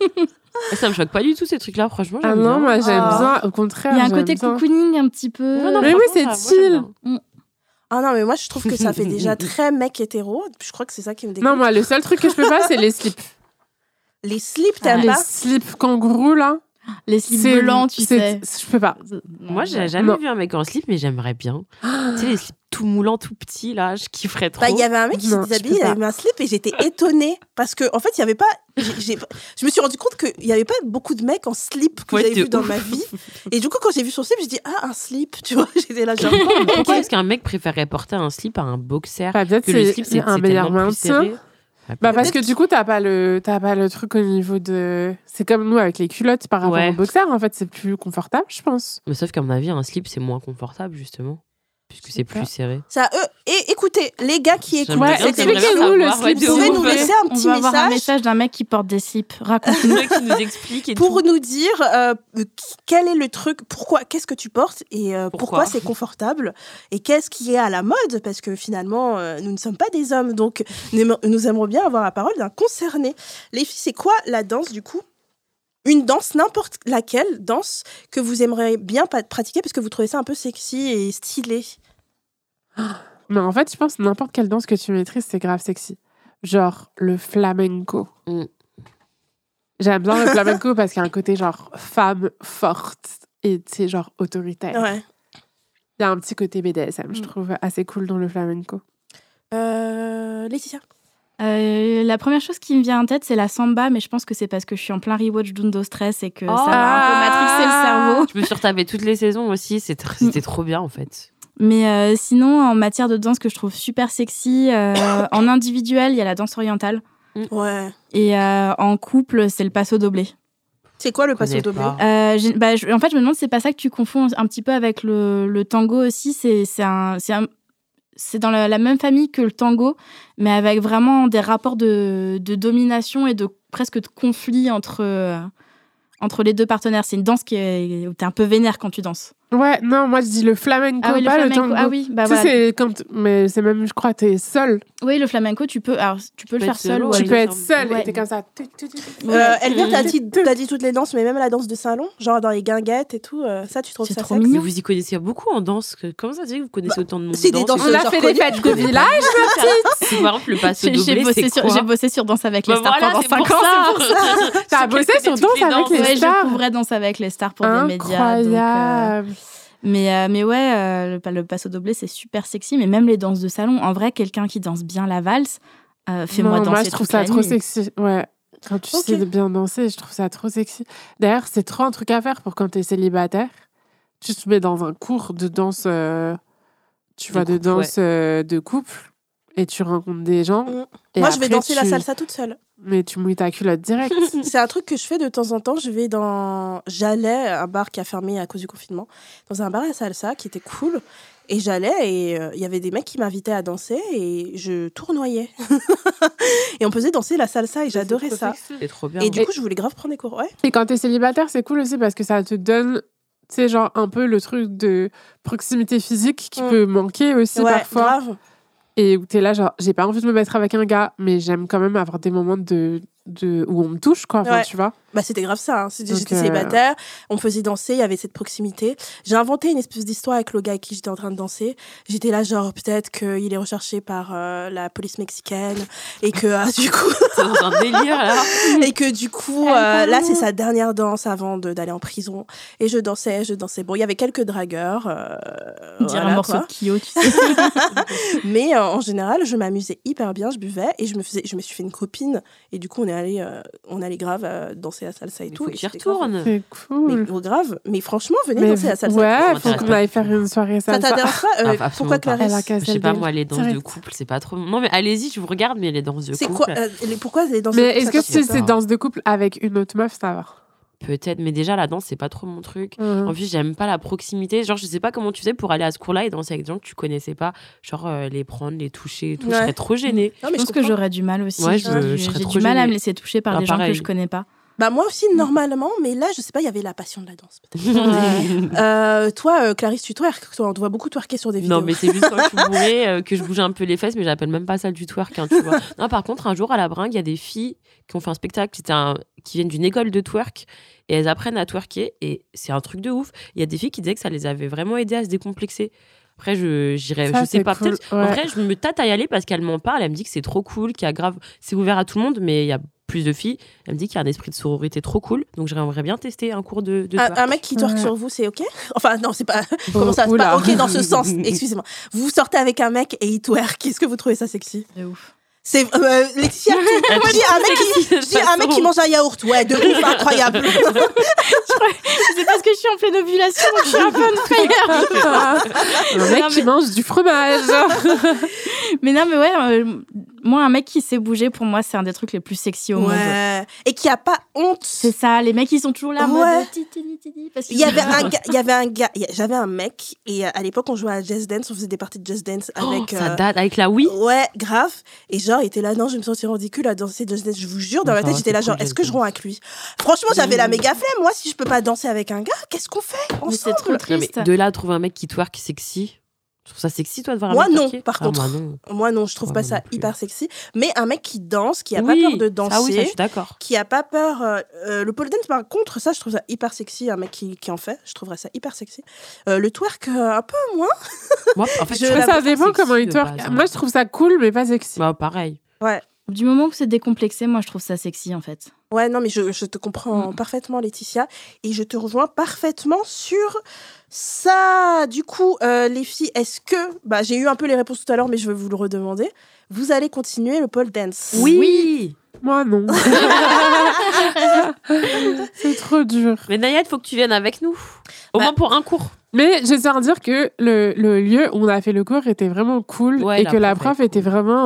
Ça me choque pas du tout, ces trucs-là. Franchement, Ah j'aime non, bien. moi j'aime Ah. bien. Au contraire, Il y a un j'aime côté bien. cocooning un petit peu. Non, non, Mais oui, franchement, c'est ça, moi, j'aime chill. bien. Ah non, mais moi, je trouve que ça fait déjà très mec hétéro. Je crois que c'est ça qui me dégoûte. Non, moi, le seul truc que je peux pas, c'est les slips. Les slips, t'aimes Les pas slips kangourous, là. Les slips c'est- blancs, tu sais. Je peux pas. Moi, j'ai jamais Non. vu un mec en slip, mais j'aimerais bien. Tu sais, les slips tout moulants, tout petits, là, je kifferais trop. Bah, il y avait un mec qui s'est Non, je déshabillé, peux il avait pas. mis un slip et j'étais étonnée parce que en fait, il y avait pas. Je me suis rendu compte qu'il y avait pas beaucoup de mecs en slip que Ouais, j'avais de vu dans ouf. ma vie. Et du coup, quand j'ai vu son slip, j'ai dit ah un slip, tu vois. J'étais là genre. Pourquoi est-ce qu'un mec préférerait porter un slip à un boxer Bah, peut-être que le c'est slip, c'est un meilleur tellement plus maintien. serré. Bah, parce que du coup, t'as pas le truc au niveau de. C'est comme nous avec les culottes par rapport Ouais. au boxer. En fait, c'est plus confortable, je pense. Mais sauf qu'à mon avis, un slip, c'est moins confortable, justement. Puisque c'est plus serré. Ça, et écoutez, les gars qui écoutent, J'aimerais bien, cette j'aimerais bien émission, expliquez-nous le savoir, slip, de vous pouvez ouf. nous laisser un On petit va avoir un message message d'un mec qui porte des slips. Raconte. Le mec qui nous explique et pour tout. nous dire quel est le truc, qu'est-ce que tu portes et pourquoi Pourquoi c'est confortable et qu'est-ce qui est à la mode parce que finalement nous ne sommes pas des hommes donc nous aimerions bien avoir la parole d'un concerné. Les filles, c'est quoi la danse du coup? Une danse, n'importe laquelle danse que vous aimeriez bien pratiquer parce que vous trouvez ça un peu sexy et stylé. Mais en fait, je pense que n'importe quelle danse que tu maîtrises, c'est grave sexy. Genre le flamenco. Mm. J'aime bien le flamenco parce qu'il y a un côté genre femme forte et tu sais, genre autoritaire. Ouais. Il y a un petit côté BDSM, je trouve assez cool dans le flamenco. Laetitia. La première chose qui me vient en tête, c'est la samba, mais je pense que c'est parce que je suis en plein rewatch d'Undo Stress et que ça m'a un peu matrixé le cerveau. Je me suis retapé toutes les saisons aussi. C'était trop bien, en fait. Mais sinon, en matière de danse que je trouve super sexy, en individuel, il y a la danse orientale. Ouais. Et en couple, c'est le passo doblé. C'est quoi le passo Connais doblé? pas. En fait, je me demande si c'est pas ça que tu confonds un petit peu avec le tango aussi. C'est dans la même famille que le tango, mais avec vraiment des rapports de domination et de presque de conflit entre les deux partenaires. C'est une danse où t'es un peu vénère quand tu danses. Ouais, non, moi je dis le flamenco, Ah oui, le pas flamenco. le tango. Ah oui, bah Tu sais, voilà. c'est quand... Mais c'est même, je crois, t'es seul. Oui, le flamenco, tu peux le faire seul. solo, ou Tu avec- peux être seul Ouais. et t'es comme ça. Elvire, t'as dit toutes les danses, mais même la danse de Saint-Lon, genre dans les guinguettes et tout, ça, tu trouves C'est ça trop sexe? mignon. Mais vous y connaissez beaucoup en danse. Comment ça se fait que vous connaissez autant de noms de c'est des danse danses On a genre fait des connu. fêtes de village. Par exemple, le passo J'ai doblé, bossé c'est quoi j'ai bossé sur Danse avec les Bah stars voilà, pendant c'est 5 pour ans. ça. c'est pour ça. T'as bossé sur toutes Danse les avec danses. les Ouais, je stars. couvrais Danse avec les stars pour des médias. donc, Incroyable. Mais ouais, le passo doblé, c'est super sexy. Mais même les danses de salon, en vrai, quelqu'un qui danse bien la valse, fais-moi Non, danser moi, je trouve toute ça la trop nuit. sexy. Ouais. Quand tu Ok. sais de bien danser, je trouve ça trop sexy. D'ailleurs, c'est trop un truc à faire pour quand t'es célibataire. Tu te mets dans un cours de danse, tu vois, de couple, danse de couple, et tu rencontres des gens. Et Moi, je vais après, danser la salsa toute seule. Mais tu mouilles ta culotte direct. C'est un truc que je fais de temps en temps. J'allais à un bar qui a fermé à cause du confinement, dans un bar à salsa qui était cool. Et j'allais et il y avait des mecs qui m'invitaient à danser et je tournoyais. Et on faisait danser la salsa et j'adorais ça. C'est trop bien. Et du coup, je voulais grave prendre des cours. Ouais. Et quand t'es célibataire, c'est cool aussi parce que ça te donne, tu sais, genre un peu le truc de proximité physique qui peut manquer aussi Ouais, parfois. grave. Et où t'es là, genre, j'ai pas envie de me mettre avec un gars, mais j'aime quand même avoir des moments de où on me touche, quoi. Enfin, Ouais. tu vois. Bah, c'était grave ça. Hein. Donc, J'étais célibataire, on me faisait danser, il y avait cette proximité. J'ai inventé une espèce d'histoire avec le gars avec qui j'étais en train de danser. J'étais là, genre, peut-être qu'il est recherché par la police mexicaine et que du coup. C'est dans un délire, là. Et que du coup, là, c'est sa dernière danse avant d'aller en prison. Et je dansais. Bon, il y avait quelques dragueurs. On dirait un morceau de Kyo, tu sais. Mais en général, je m'amusais hyper bien, je buvais et je me suis fait une copine. Et du coup, on est allé grave danser à salsa et Il tout. faut et que tu y c'était grave. retournes. C'est Mais cool. grave. Mais franchement, venez danser à salsa. Ouais, Ça faut m'intéresse qu'on pas aille du faire tout. une soirée Ça salsa. t'intéresse pas absolument Pourquoi pas. Elle a Clarisse qu'à Je sais pas, Casablanca. moi, les danses Direct. de couple, c'est pas trop. Non, mais allez-y, je vous regarde, mais les danses de C'est couple. quoi pourquoi les danses Mais de couple, est-ce ça que t'intéresse si pas c'est danse de couple avec une autre meuf, ça va? Peut-être, mais déjà, la danse, c'est pas trop mon truc. Mhm. En plus, j'aime pas la proximité. Genre, je sais pas comment tu faisais pour aller à ce cours-là et danser avec des gens que tu connaissais pas. Genre, les prendre, les toucher et tout. Ouais. Je serais trop gênée. Non, Je mais pense que comprends. j'aurais du mal aussi. Ouais, je serais J'ai trop du mal à gênée. me laisser toucher par Ah, des gens pareil. que je connais pas. Bah, moi aussi, normalement, mais là, je sais pas, il y avait la passion de la danse. Toi, Clarisse, tu twerk. Toi, on te voit beaucoup twerker sur des vidéos. Non, mais c'est juste quand je suis bourrée que je bouge un peu les fesses, mais j'appelle même pas ça du twerk, hein, tu vois. Non, par contre, un jour à la Bringue, il y a des filles qui ont fait un spectacle qui viennent d'une école de twerk et elles apprennent à twerker et c'est un truc de ouf. Il y a des filles qui disaient que ça les avait vraiment aidées à se décomplexer. Après, j'irai, Ça, je sais c'est pas, cool, peut-être. En ouais. vrai, je me tâte à y aller parce qu'elle m'en parle. Elle me dit que c'est trop cool, qu'il y a grave. C'est ouvert à tout le monde, mais il y a plus de filles. Elle me dit qu'il y a un esprit de sororité trop cool. Donc, j'aimerais bien tester un cours de twerk. Un mec qui twerk Ouais. sur vous, c'est OK? Enfin, non, c'est pas. Comment ça? C'est oula. pas OK dans ce sens. Excusez-moi. Vous sortez avec un mec et il twerk. Est-ce que vous trouvez ça sexy? De ouf. C'est Laetitia. Moi, je dis un mec qui mange un yaourt. Ouais, de ouf, incroyable. C'est parce que je suis en pleine ovulation, donc je suis un peu on fire. Un mec Non, qui mais- mange du fromage. Mais non, mais ouais, moi, un mec qui sait bouger, pour moi, c'est un des trucs les plus sexy au monde. Ouais. Et qui a pas honte. C'est ça, les mecs, ils sont toujours là en Ouais. mode titi, parce qu'ils Il y avait sont- un gars, j'avais un mec, et à l'époque, on jouait à Just Dance, on faisait des parties de Just Dance avec. Ça date avec la Wii. Ouais, grave. Et genre, il était là, non, je vais me sentir ridicule à danser Just Dance. Je vous jure, dans Ça ma tête, va, j'étais c'est là, cool, genre, est-ce que je Just romps avec lui? Franchement, j'avais la méga flemme. Moi, si je peux pas danser avec un gars, qu'est-ce qu'on fait Mais c'est ensemble? trop Non, mais triste. de là à trouver un mec qui twerk sexy, je trouve ça sexy, toi, de voir un Moi, mec non, twerker par contre. Moi, non. Moi, non, je trouve Ouais, pas moi ça non plus. hyper sexy. Mais un mec qui danse, qui a Oui, pas peur de danser. Ça, oui, ça, je suis d'accord. Qui a pas peur. Le pole dance, par contre, ça, je trouve ça hyper sexy. Un mec qui en fait, je trouverais ça hyper sexy. Le twerk, un peu moins. Moi, en fait, Je- trouve Mais ça pas dépend sexy comment il de twerk. base, hein. Moi, je trouve ça cool, mais pas sexy. Bah, pareil. Du moment où c'est décomplexé, moi, je trouve ça sexy, en fait. Ouais, non, mais je te comprends parfaitement, Laetitia. Et je te rejoins parfaitement sur ça. Du coup, les filles, est-ce que. Bah, j'ai eu un peu les réponses tout à l'heure, mais je vais vous le redemander. Vous allez continuer le pole dance? Oui. Moi, non. C'est trop dur. Mais Nayad, faut que tu viennes avec nous. Au Bah, moins pour un cours. Mais je tiens à dire que le lieu où on a fait le cours était vraiment cool Ouais, et la que la prof prof est était cool. vraiment.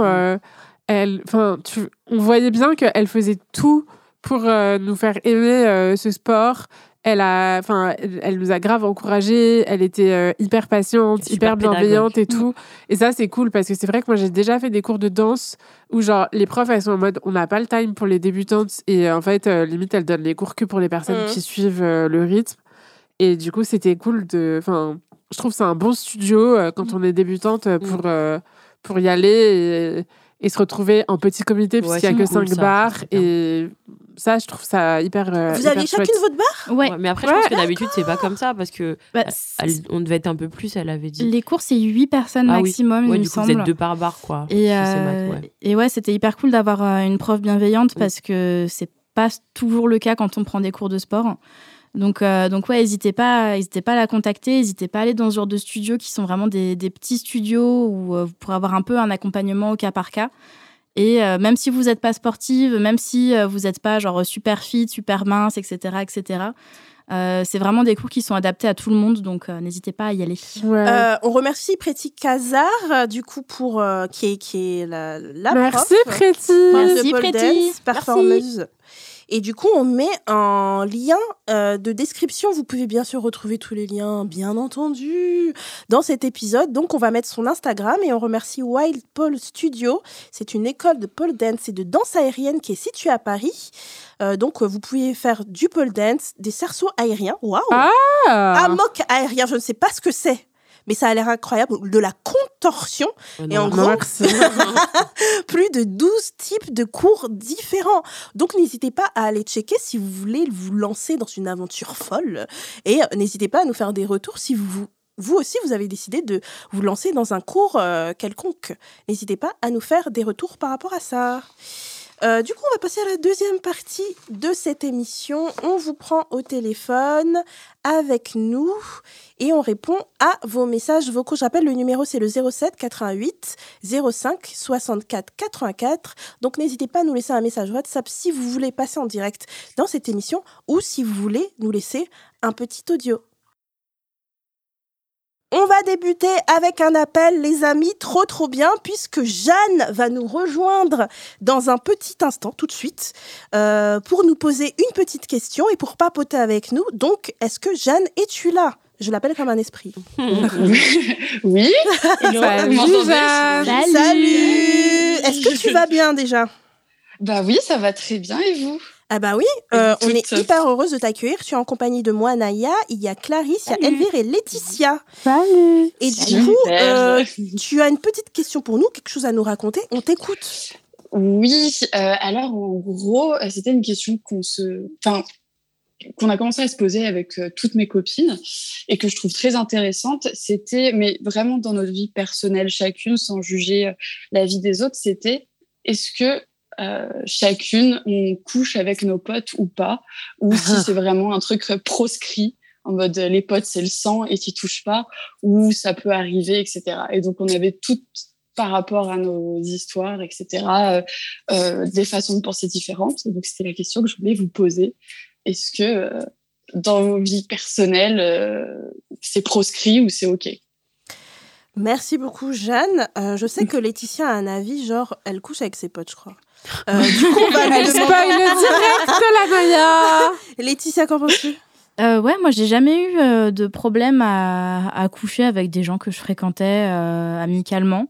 On voyait bien qu'elle faisait tout pour nous faire aimer ce sport. Elle nous a grave encouragés. Elle était hyper patiente, Super hyper bienveillante pédagogue. et tout. Et ça, c'est cool parce que c'est vrai que moi, j'ai déjà fait des cours de danse où, genre, les profs, elles sont en mode on n'a pas le time pour les débutantes. Et en fait, limite, elles donnent les cours que pour les personnes Mhm. qui suivent le rythme. Et du coup, c'était cool de. Enfin, je trouve que c'est un bon studio quand on est débutante pour y aller et se retrouver en petit comité, Ouais, puisqu'il n'y a c'est que cool, 5 ça, bars. c'est bien. Et ça, je trouve ça hyper. Vous hyper aviez chacune chouette. votre barre? Ouais. Ouais, mais après, je Ouais. pense que d'habitude, c'est pas comme ça parce que Bah, on devait être un peu plus, elle avait dit. les cours, c'est 8 personnes Ah oui. maximum, Ouais, il me du coup, vous semble. êtes 2 par bar, quoi. Et, Si c'est maths, ouais. et ouais, c'était hyper cool d'avoir une prof bienveillante Mm. parce que c'est pas toujours le cas quand on prend des cours de sport. Donc ouais, n'hésitez pas à la contacter, n'hésitez pas à aller dans ce genre de studios qui sont vraiment des petits studios où vous pourrez avoir un peu un accompagnement au cas par cas. Et même si vous n'êtes pas sportive, même si vous n'êtes pas genre super fit, super mince, etc., c'est vraiment des cours qui sont adaptés à tout le monde, donc n'hésitez pas à y aller. Ouais. On remercie Preti Kazar, du coup, pour qui est la Merci, prof. Preti. Merci, de pole Preti. dance, performeuse. Et du coup, on met un lien de description. Vous pouvez bien sûr retrouver tous les liens, bien entendu, dans cet épisode. Donc, on va mettre son Instagram et on remercie Wild Pole Studio. C'est une école de pole dance et de danse aérienne qui est située à Paris. Donc, vous pouvez faire du pole dance, des cerceaux aériens. Waouh! Ah Un mock aérien, je ne sais pas ce que c'est. mais ça a l'air incroyable, de la contorsion. Et en gros, plus de 12 types de cours différents. Donc, n'hésitez pas à aller checker si vous voulez vous lancer dans une aventure folle. Et n'hésitez pas à nous faire des retours si vous aussi, vous avez décidé de vous lancer dans un cours quelconque. N'hésitez pas à nous faire des retours par rapport à ça. Du coup, on va passer à la deuxième partie de cette émission. On vous prend au téléphone avec nous et on répond à vos messages vocaux. Je rappelle, le numéro, c'est le 07 88 05 64 84. Donc, n'hésitez pas à nous laisser un message WhatsApp si vous voulez passer en direct dans cette émission ou si vous voulez nous laisser un petit audio. On va débuter avec un appel, les amis, trop bien, puisque Jeanne va nous rejoindre dans un petit instant, tout de suite, pour nous poser une petite question et pour papoter avec nous. Donc, est-ce que Jeanne, es-tu là ? Je l'appelle comme un esprit. Oui. Salut, Jeanne. Salut. Est-ce que tu vas bien déjà ? Bah oui, ça va très bien, et vous ? Ah bah oui, on est hyper heureuse de t'accueillir. Tu es en compagnie de moi, Naya, il y a Clarisse, il y a Elvire et Laetitia. Salut. Et du coup, tu as une petite question pour nous, quelque chose à nous raconter, on t'écoute. Oui, alors en gros, c'était une question qu'on a commencé à se poser avec toutes mes copines et que je trouve très intéressante. C'était, mais vraiment dans notre vie personnelle chacune, sans juger la vie des autres, c'était est-ce que chacune, on couche avec nos potes ou pas, ou si c'est vraiment un truc proscrit, en mode les potes c'est le sang et t'y touches pas, ou ça peut arriver, etc. Et donc on avait toutes, par rapport à nos histoires, etc., des façons de penser différentes. Et donc c'était la question que je voulais vous poser. Est-ce que dans vos vies personnelles, c'est proscrit ou c'est OK ? Merci beaucoup, Jeanne. Je sais que Laetitia a un avis, genre, elle couche avec ses potes, je crois. Du coup, on va lui demander... Spoil direct, la Naya. Laetitia, qu'en penses-tu ? Ouais, moi, j'ai jamais eu de problème à coucher avec des gens que je fréquentais amicalement.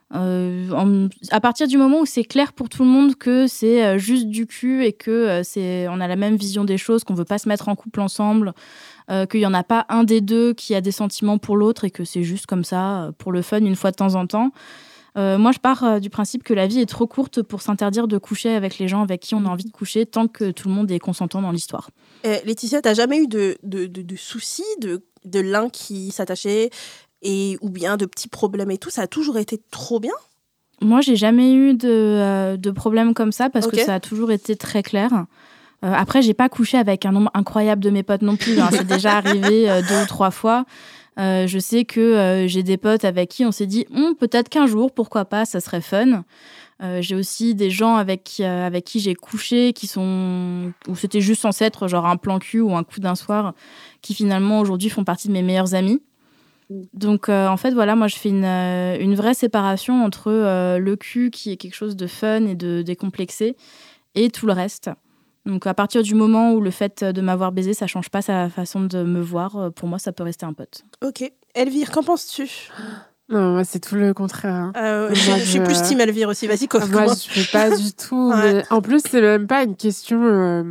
À partir du moment où c'est clair pour tout le monde que c'est juste du cul et que on a la même vision des choses, qu'on veut pas se mettre en couple ensemble, qu'il y en a pas un des deux qui a des sentiments pour l'autre et que c'est juste comme ça pour le fun une fois de temps en temps. Moi, je pars du principe que la vie est trop courte pour s'interdire de coucher avec les gens avec qui on a envie de coucher tant que tout le monde est consentant dans l'histoire. Laetitia, t'as jamais eu de soucis de l'un qui s'attachait ou bien de petits problèmes et tout, ça a toujours été trop bien ? Moi, j'ai jamais eu de problème comme ça parce que ça a toujours été très clair. Après, j'ai pas couché avec un nombre incroyable de mes potes non plus. C'est déjà arrivé 2 ou 3 fois. Je sais que j'ai des potes avec qui on s'est dit peut-être qu'un jour, pourquoi pas, ça serait fun. J'ai aussi des gens avec qui j'ai couché où c'était juste censé être genre un plan cul ou un coup d'un soir qui finalement aujourd'hui font partie de mes meilleurs amis. Donc en fait voilà, moi je fais une vraie séparation entre le cul qui est quelque chose de fun et de décomplexé et tout le reste. Donc à partir du moment où le fait de m'avoir baisé, ça change pas sa façon de me voir, pour moi ça peut rester un pote. Ok. Elvire, qu'en penses-tu ? Non, moi c'est tout le contraire. Je suis plus team Elvire aussi, vas-y, coffre. Moi je peux pas du tout. Ouais. Mais en plus c'est même pas une question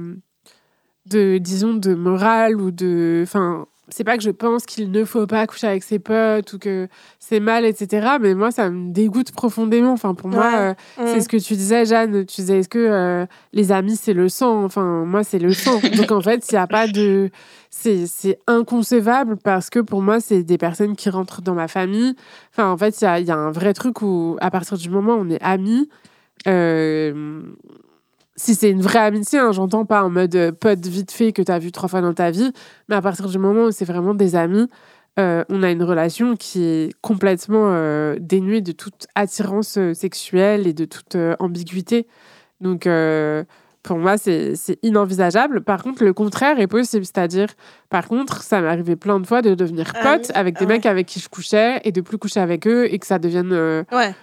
de morale ou de... Enfin, c'est pas que je pense qu'il ne faut pas coucher avec ses potes ou que c'est mal, etc. Mais moi, ça me dégoûte profondément. Enfin, pour moi, c'est ce que tu disais, Jeanne. Tu disais, est-ce que les amis, c'est le sang ? Enfin, moi, c'est le sang. Donc, en fait, il n'y a pas de... C'est inconcevable parce que pour moi, c'est des personnes qui rentrent dans ma famille. Enfin, en fait, il y a un vrai truc où, à partir du moment où on est amis... Si c'est une vraie amitié, j'entends pas en mode pote vite fait que tu as vu 3 fois dans ta vie, mais à partir du moment où c'est vraiment des amis, on a une relation qui est complètement dénuée de toute attirance sexuelle et de toute ambiguïté. Donc, pour moi, c'est inenvisageable. Par contre, le contraire est possible. C'est-à-dire, par contre, ça m'est arrivé plein de fois de devenir pote avec des mecs avec qui je couchais et de plus coucher avec eux et que ça devienne,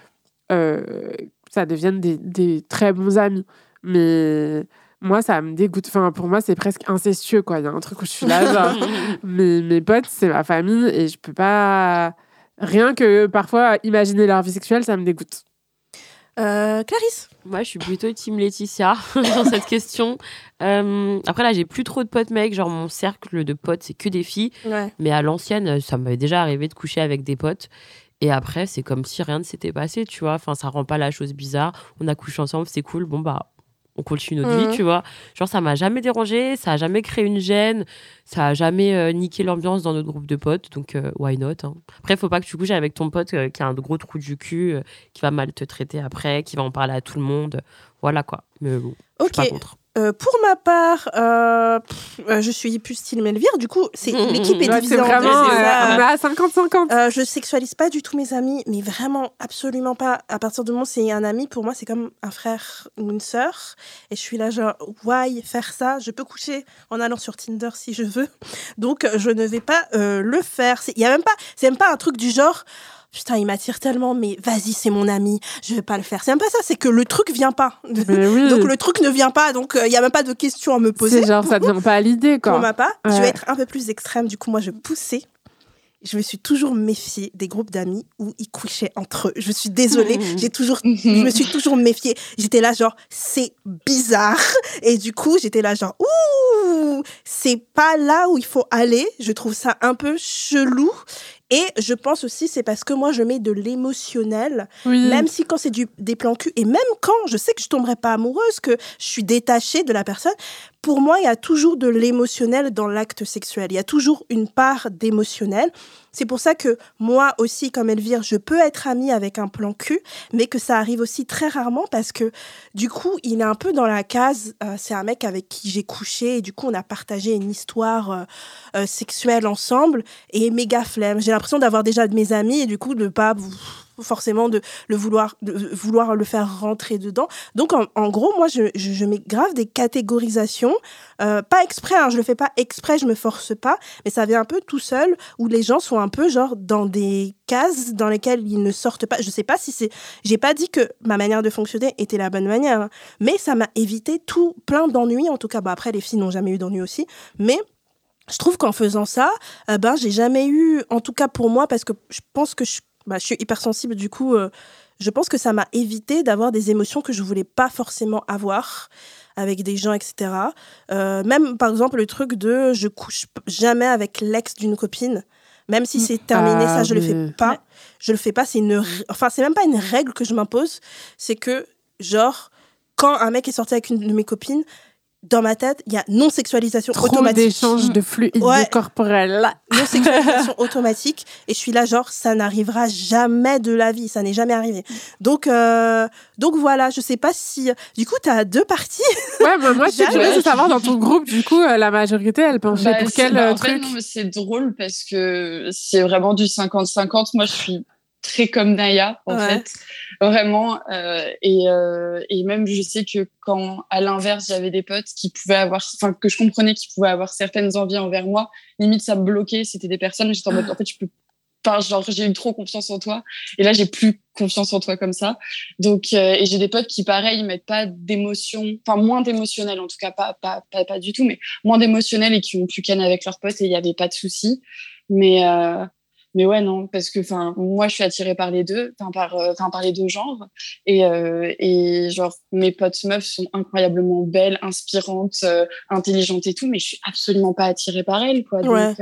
des très bons amis. Mais moi, ça me dégoûte. Enfin, pour moi, c'est presque incestueux, quoi. Il y a un truc où je suis là, genre... mes potes, c'est ma famille et je peux pas... Rien que, parfois, imaginer leur vie sexuelle, ça me dégoûte. Clarisse. Moi, je suis plutôt team Laetitia dans cette question. Après, là, j'ai plus trop de potes mecs. Genre, mon cercle de potes, c'est que des filles. Ouais. Mais à l'ancienne, ça m'avait déjà arrivé de coucher avec des potes. Et après, c'est comme si rien ne s'était passé, tu vois. Enfin, ça rend pas la chose bizarre. On a couché ensemble, c'est cool. Bon, bah, on continue notre vie, tu vois. Genre, ça m'a jamais dérangé, ça a jamais créé une gêne, ça a jamais niqué l'ambiance dans notre groupe de potes. Donc, why not, hein. Après, faut pas que tu couches avec ton pote qui a un gros trou du cul, qui va mal te traiter après, qui va en parler à tout le monde. Voilà, quoi. Mais bon, je suis pas contre. Pour ma part, je suis plus style Melvire. Du coup, l'équipe est divisée en deux. On est à 50-50. Je sexualise pas du tout mes amis, mais vraiment absolument pas. À partir du moment où c'est un ami, pour moi, c'est comme un frère ou une sœur. Et je suis là genre, why faire ça ? Je peux coucher en allant sur Tinder si je veux. Donc, je ne vais pas le faire. C'est même pas un truc du genre... Putain, il m'attire tellement, mais vas-y, c'est mon ami, je vais pas le faire. C'est même pas ça, c'est que le truc vient pas. Oui. Donc le truc ne vient pas, donc il y a même pas de questions à me poser. C'est genre, ça ne vient pas à l'idée, quoi. Pour ma part, Ouais. je vais être un peu plus extrême, du coup, moi, je poussais. Je me suis toujours méfiée des groupes d'amis où ils couchaient entre eux. Je suis désolée, je me suis toujours méfiée. J'étais là genre, c'est bizarre. Et du coup, j'étais là genre, ouh, c'est pas là où il faut aller. Je trouve ça un peu chelou. Et je pense aussi, c'est parce que moi, je mets de l'émotionnel, Oui. même si quand c'est des plans cul, et même quand je sais que je tomberai pas amoureuse, que je suis détachée de la personne, pour moi, il y a toujours de l'émotionnel dans l'acte sexuel. Il y a toujours une part d'émotionnel. C'est pour ça que moi aussi, comme Elvire, je peux être amie avec un plan cul, mais que ça arrive aussi très rarement parce que du coup, il est un peu dans la case, c'est un mec avec qui j'ai couché et du coup, on a partagé une histoire sexuelle ensemble et méga flemme. J'ai l'impression d'avoir déjà de mes amis et du coup, de pas forcément de vouloir le faire rentrer dedans. Donc, en gros, moi, je mets grave des catégorisations, pas exprès, hein, je le fais pas exprès, je me force pas, mais ça vient un peu tout seul, où les gens sont un peu genre dans des cases dans lesquelles ils ne sortent pas. Je sais pas si c'est... J'ai pas dit que ma manière de fonctionner était la bonne manière, hein, mais ça m'a évité plein d'ennuis, en tout cas. Bah, après, les filles n'ont jamais eu d'ennuis aussi, mais... Je trouve qu'en faisant ça, j'ai jamais eu, en tout cas pour moi, parce que je pense que je suis hypersensible, du coup, je pense que ça m'a évité d'avoir des émotions que je voulais pas forcément avoir avec des gens, etc. Même, par exemple, le truc de je couche jamais avec l'ex d'une copine, même si c'est terminé, ça, je le fais pas. Ouais. Je le fais pas, c'est même pas une règle que je m'impose, c'est que, genre, quand un mec est sorti avec une de mes copines, dans ma tête, il y a non-sexualisation automatique. Trop d'échanges de fluides corporels. Non-sexualisation automatique. Et je suis là, genre, ça n'arrivera jamais de la vie. Ça n'est jamais arrivé. Donc voilà, je sais pas si... Du coup, t'as deux parties. Ouais, moi, je suis curieuse de savoir, dans ton groupe, du coup, la majorité, elle penchait pour quel truc? En fait, non, c'est drôle parce que c'est vraiment du 50-50. Moi, je suis très comme Naya, en fait. Vraiment. Et même, je sais que quand, à l'inverse, j'avais des potes qui pouvaient avoir, enfin, que je comprenais qu'ils pouvaient avoir certaines envies envers moi, limite, ça me bloquait. C'était des personnes, j'étais en mode, en fait, je peux pas, genre, j'ai eu trop confiance en toi. Et là, j'ai plus confiance en toi comme ça. Donc, et j'ai des potes qui, pareil, ils mettent pas d'émotion, enfin, moins d'émotionnel, en tout cas, pas du tout, mais moins d'émotionnel et qui ont pu canner avec leurs potes et il y avait pas de souci. Mais ouais, non, parce que moi, je suis attirée par les deux, par les deux genres. Et genre, mes potes meufs sont incroyablement belles, inspirantes, intelligentes et tout, mais je suis absolument pas attirée par elles, quoi. Donc,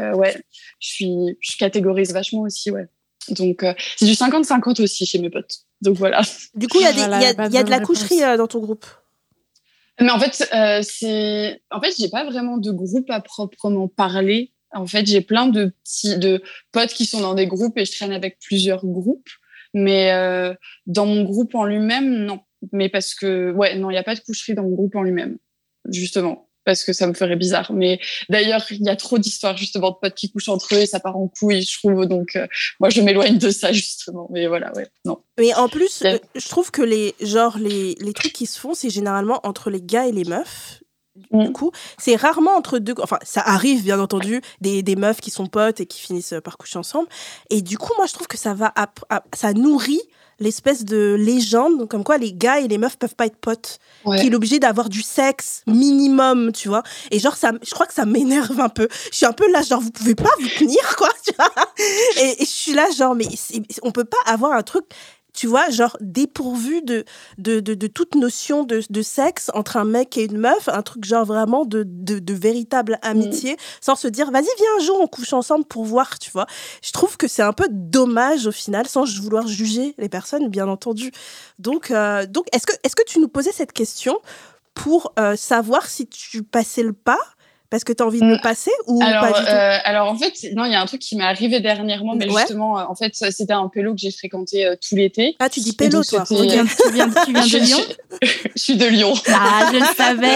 je catégorise vachement aussi, ouais. Donc, c'est du 50-50 aussi chez mes potes. Donc, voilà. Du coup, il y a de la coucherie dans ton groupe. Mais en fait, j'ai pas vraiment de groupe à proprement parler. En fait, j'ai plein de potes qui sont dans des groupes et je traîne avec plusieurs groupes. Mais dans mon groupe en lui-même, non. Mais parce que, non, il n'y a pas de coucherie dans mon groupe en lui-même, justement. Parce que ça me ferait bizarre. Mais d'ailleurs, il y a trop d'histoires, justement, de potes qui couchent entre eux et ça part en couille, je trouve. Donc, moi, je m'éloigne de ça, justement. Mais voilà, non. Mais en plus, je trouve que les trucs qui se font, c'est généralement entre les gars et les meufs. Du coup, c'est rarement entre deux... Enfin, ça arrive, bien entendu, des meufs qui sont potes et qui finissent par coucher ensemble. Et du coup, moi, je trouve que ça ça nourrit l'espèce de légende, comme quoi les gars et les meufs peuvent pas être potes. Qu'il est obligé d'avoir du sexe minimum, tu vois. Et genre, je crois que ça m'énerve un peu. Je suis un peu là, genre, vous pouvez pas vous tenir, quoi, tu vois. Et je suis là, genre, mais on peut pas avoir un truc... tu vois, genre dépourvu de toute notion de sexe entre un mec et une meuf, un truc genre vraiment de véritable amitié, sans se dire, vas-y, viens un jour, on couche ensemble pour voir, tu vois. Je trouve que c'est un peu dommage au final, sans vouloir juger les personnes, bien entendu. Donc est-ce que tu nous posais cette question pour savoir si tu passais le pas parce que tu as envie de le passer ou pas du tout? Alors, en fait, non, il y a un truc qui m'est arrivé dernièrement, mais justement, en fait, c'était un pélo que j'ai fréquenté tout l'été. Ah, tu dis pélo, toi. Tu viens de Lyon? Je suis de Lyon. Ah, je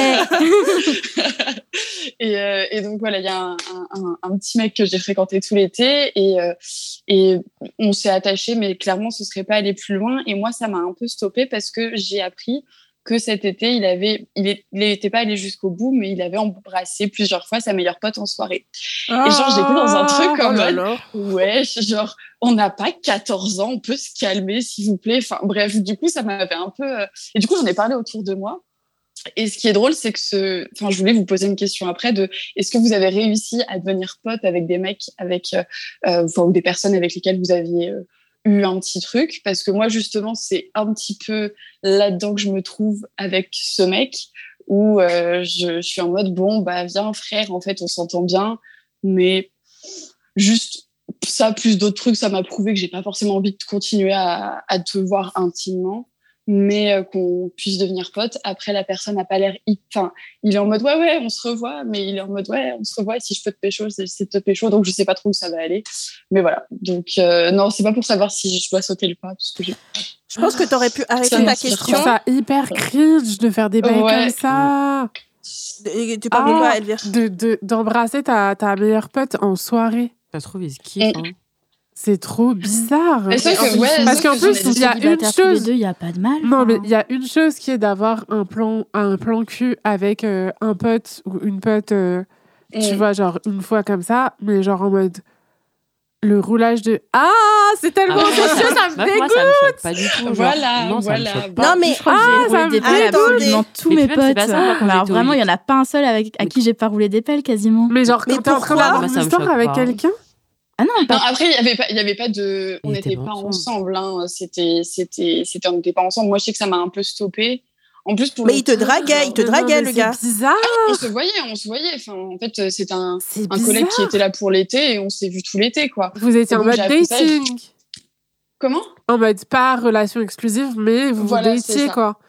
le savais. Et donc, voilà, il y a un petit mec que j'ai fréquenté tout l'été et on s'est attachés, mais clairement, ce serait pas allé plus loin. Et moi, ça m'a un peu stoppée parce que j'ai appris que cet été, il n'était pas allé jusqu'au bout, mais il avait embrassé plusieurs fois sa meilleure pote en soirée. Et genre, j'étais dans un truc en mode, ouais, genre, on n'a pas 14 ans, on peut se calmer, s'il vous plaît. Enfin, bref, du coup, ça m'avait un peu... Et du coup, j'en ai parlé autour de moi. Et ce qui est drôle, c'est que je voulais vous poser une question après est-ce que vous avez réussi à devenir pote avec des mecs ou des personnes avec lesquelles vous aviez... eu un petit truc, parce que moi justement c'est un petit peu là-dedans que je me trouve avec ce mec où je suis en mode bon bah viens frère, en fait on s'entend bien, mais juste ça plus d'autres trucs, ça m'a prouvé que j'ai pas forcément envie de continuer à te voir intimement, mais qu'on puisse devenir pote. Après, la personne n'a pas l'air... Enfin, il est en mode, ouais, on se revoit, mais il est en mode, ouais, on se revoit, et si je peux te pécho, c'est de te pécho, donc je sais pas trop où ça va aller. Mais voilà. Donc, non, c'est pas pour savoir si je dois sauter le pas, parce que je pense que t'aurais pu arrêter ta question. Je trouve ça hyper cringe de faire des bails comme ça. Tu parles de quoi, Elvire? D'embrasser ta meilleure pote en soirée. Ça se trouve, ils se kiffent, hein. C'est trop bizarre. Parce qu'en plus, il y a une chose. Il n'y a pas de mal. Non, mais il y a une chose qui est d'avoir un plan cul avec un pote ou une pote, tu vois, genre une fois comme ça, mais genre en mode le roulage de. Ah, c'est tellement audacieux, ça me dégoûte. Moi, ça me choque pas du tout. Voilà. Non, ça me choque pas. Non, mais je crois que j'ai roulé des pelles absolument tous mes potes. Alors vraiment, il n'y en a pas un seul à qui j'ai pas roulé des pelles quasiment. Mais genre, quand t'es en train d'avoir une histoire avec quelqu'un. Ah non, après il y avait pas de on n'était pas ensemble hein. On n'était pas ensemble. Moi je sais que ça m'a un peu stoppée. En plus pour il te draguait le gars. C'est bizarre. On se voyait. Enfin en fait c'était un collègue qui était là pour l'été et on s'est vu tout l'été quoi. Vous étiez en mode dating. Comment? En mode pas relation exclusive mais vous datiez quoi.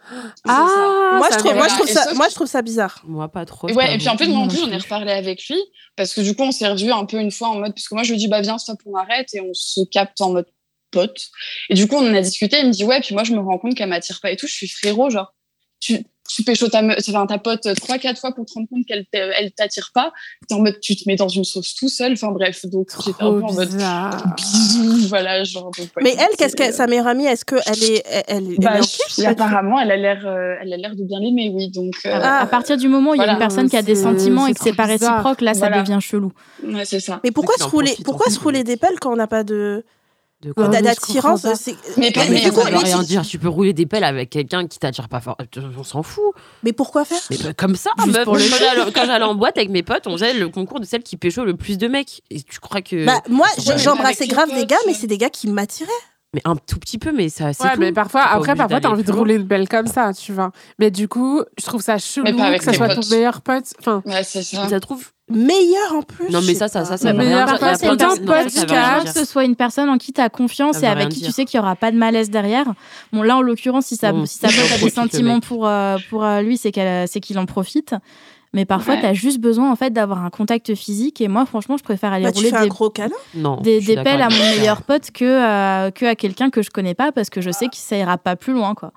Moi je trouve ça bizarre. Moi pas trop. Et puis en fait moi en plus j'en ai reparlé avec lui parce que du coup on s'est revus un peu une fois en mode, parce que moi je lui dis bah viens stop on arrête, et on se capte en mode pote, et du coup on en a discuté, il me dit ouais puis moi je me rends compte qu'elle m'attire pas et tout. Je suis frérot, genre tu pécho ta pote 3-4 fois pour te rendre compte qu'elle t'attire pas, t'es en mode tu te mets dans une sauce tout seul, enfin bref, donc j'étais un peu en mode bisous, voilà genre. Donc, ouais, mais elle, qu'est-ce que sa meilleure amie, est-ce que elle est apparemment elle a l'air de bien l'aimer, oui, donc à partir du moment où il y a une personne qui a des sentiments et que c'est pas réciproque, là ça devient chelou. Ouais, c'est ça. Mais pourquoi se rouler des pelles quand on n'a pas d'attirance? Mais du coup, ça veut rien dire. Tu peux rouler des pelles avec quelqu'un qui t'attire pas fort. On s'en fout. Mais pourquoi faire? Mais comme ça, meuf, quand j'allais en boîte avec mes potes, on faisait le concours de celle qui pécho le plus de mecs. Et tu crois que... moi, j'embrassais grave des gars, mais c'est des gars qui m'attiraient. Mais un tout petit peu, mais ça, c'est ouais, tout. Mais parfois t'as envie de rouler une belle comme ça, tu vois. Mais du coup, je trouve ça chelou que ça soit ton meilleur pote. Enfin, ouais, c'est ça. Ça trouve meilleur en plus. Non, mais ça meilleur rien dire. C'est important que ce soit une personne en qui tu as confiance et avec qui tu sais qu'il n'y aura pas de malaise derrière. Bon, là, en l'occurrence, si sa pote a des sentiments pour lui, c'est qu'il en profite. Mais parfois, t'as juste besoin en fait d'avoir un contact physique. Et moi, franchement, je préfère aller rouler un gros câlin. des pelles à mon meilleur pote que à quelqu'un que je connais pas, parce que je sais que ça ira pas plus loin, quoi.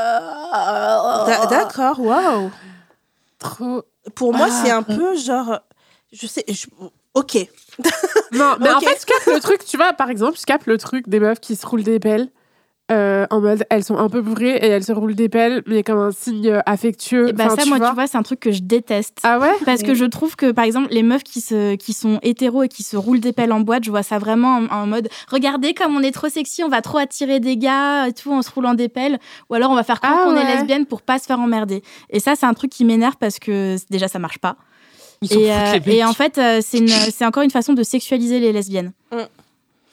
D'accord, waouh. Trop. Pour moi, c'est un peu genre, ok. Non, mais en fait, je capte le truc. Tu vois, par exemple, je capte le truc des meufs qui se roulent des pelles. En mode, elles sont un peu bourrées et elles se roulent des pelles, mais comme un signe affectueux. Et bah ça, moi, tu vois, c'est un truc que je déteste. Ah ouais? Parce que je trouve que, par exemple, les meufs qui sont hétéros et qui se roulent des pelles en boîte, je vois ça vraiment en mode, regardez comme on est trop sexy, on va trop attirer des gars et tout en se roulant des pelles, ou alors on va faire croire qu'on est lesbienne pour pas se faire emmerder. Et ça, c'est un truc qui m'énerve parce que déjà, ça marche pas. Et en fait, c'est encore une façon de sexualiser les lesbiennes.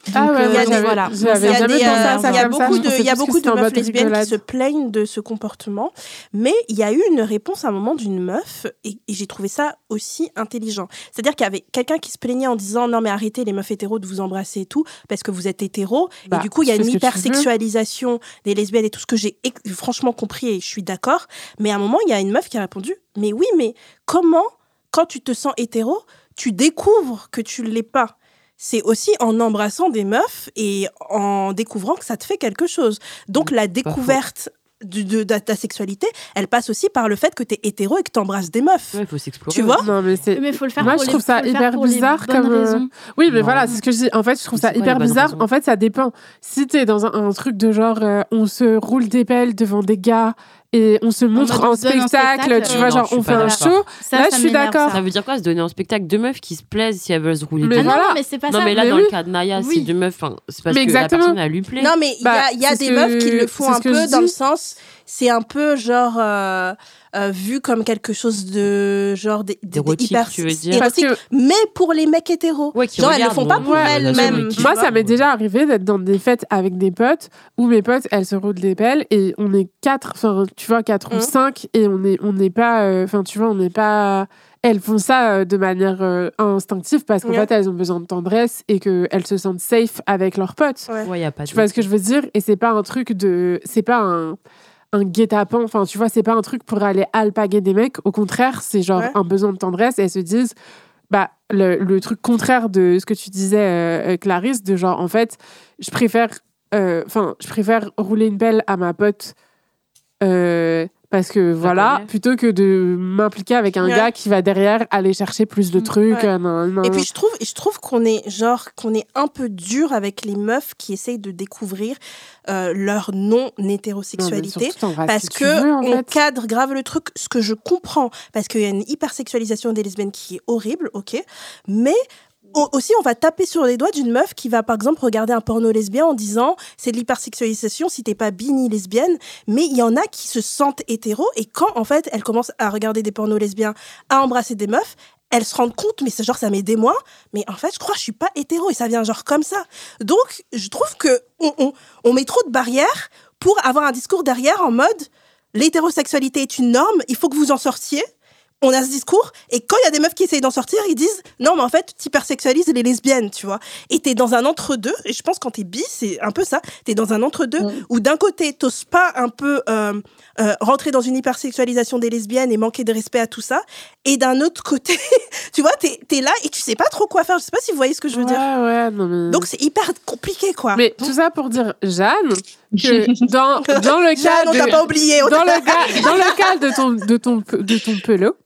Ah ouais, il y a des- voilà. J'avais Il y a jamais des, pensé à ça il y a comme beaucoup ça. de, il y a beaucoup de meufs lesbiennes qui rigolade. se plaignent de ce comportement, mais il y a eu une réponse à un moment d'une meuf et j'ai trouvé ça aussi intelligent. C'est-à-dire qu'il y avait quelqu'un qui se plaignait en disant non mais arrêtez les meufs hétéros de vous embrasser et tout parce que vous êtes hétéros et du coup il y a tu fais une ce que tu veux. hypersexualisation des lesbiennes et tout ce que j'ai franchement compris et je suis d'accord. Mais à un moment il y a une meuf qui a répondu mais oui mais comment quand tu te sens hétéro tu découvres que tu l'es pas. C'est aussi en embrassant des meufs et en découvrant que ça te fait quelque chose. Donc la découverte de ta sexualité, elle passe aussi par le fait que t'es hétéro et que t'embrasses des meufs. Ouais, il faut s'explorer. Tu vois ? Non, mais c'est. Mais il faut le faire Moi, pour je les- trouve ça faut le faire hyper pour les bizarre bonnes comme. raisons. Oui, mais Non. voilà, c'est ce que je dis. En fait, je trouve Mais ça c'est quoi hyper les bonnes bizarre. raisons En fait, ça dépend. Si t'es dans un truc de genre, on se roule des pelles devant des gars et on se montre mode en on se donne en spectacle, spectacle. tu vois, Non, genre, je suis on fait pas un d'accord. show. Ça, Là, ça je suis m'énerve, d'accord. ça. Ça veut dire quoi, se donner en spectacle deux meufs qui se plaisent si elles veulent se rouler Mais Ah dessus non, voilà. non, mais c'est pas Non, ça. mais là, Mais dans oui. le cas de Naya, Oui. c'est deux meufs, c'est parce Mais que exactement. la personne, elle lui plaît. Non, mais il Bah, y a c'est des ce meufs que- qui le font c'est ce un que peu je dans le dis. sens, c'est un peu genre vu comme quelque chose de genre Érotique, tu veux dire. Parce érotique, que mais pour les mecs hétéros. Ouais, qui genre elles le regardent, font pas bon, pour ouais, elles-mêmes. qui- tu moi, vois. ça m'est déjà arrivé d'être dans des fêtes avec des potes où mes potes, elles se roulent des pelles et on est 4, enfin, tu vois, 4 ou Mhm. 5 et on n'est pas, enfin, tu vois, on n'est pas. Elles font ça de manière instinctive parce qu'en Ouais. fait, elles ont besoin de tendresse et qu'elles se sentent safe avec leurs potes. Ouais. Ouais, y a pas de. Tu vois ce que je veux dire? Et c'est pas un truc de. C'est pas un guet-apens. Enfin, tu vois, c'est pas un truc pour aller alpaguer des mecs. Au contraire, c'est genre Ouais. un besoin de tendresse et elles se disent. Bah, le truc contraire de ce que tu disais, Clarisse, de genre, en fait, je préfère rouler une pelle à ma pote parce que voilà, connaît. plutôt que de m'impliquer avec un Ouais. gars qui va derrière aller chercher plus de trucs. Ouais. nan. Et puis je trouve qu'on est un peu dur avec les meufs qui essayent de découvrir leur non-hétérosexualité. Parce que on cadre grave le truc, ce que je comprends, parce qu'il y a une hypersexualisation des lesbiennes qui est horrible, ok, mais aussi on va taper sur les doigts d'une meuf qui va par exemple regarder un porno lesbien en disant c'est de l'hypersexualisation si t'es pas bi ni lesbienne, mais il y en a qui se sentent hétéros et quand en fait elles commencent à regarder des pornos lesbiens, à embrasser des meufs, elles se rendent compte, mais c'est genre ça met des mois, mais en fait je crois que je suis pas hétéro et ça vient genre comme ça. Donc je trouve que on met trop de barrières pour avoir un discours derrière en mode l'hétérosexualité est une norme, il faut que vous en sortiez. On a ce discours, et quand il y a des meufs qui essayent d'en sortir, ils disent non, mais en fait, tu hypersexualises les lesbiennes, tu vois. Et t'es dans un entre-deux, et je pense que quand t'es bi, c'est un peu ça. T'es dans un entre-deux où d'un côté, t'oses pas un peu rentrer dans une hypersexualisation des lesbiennes et manquer de respect à tout ça, et d'un autre côté, tu vois, t'es là et tu sais pas trop quoi faire. Je sais pas si vous voyez ce que je veux dire. Ouais, non, mais... Donc c'est hyper compliqué, quoi. Mais tout ça pour dire, Jeanne, que dans le cas Jeanne, on t'a pas oublié. dans le cas de ton pelot,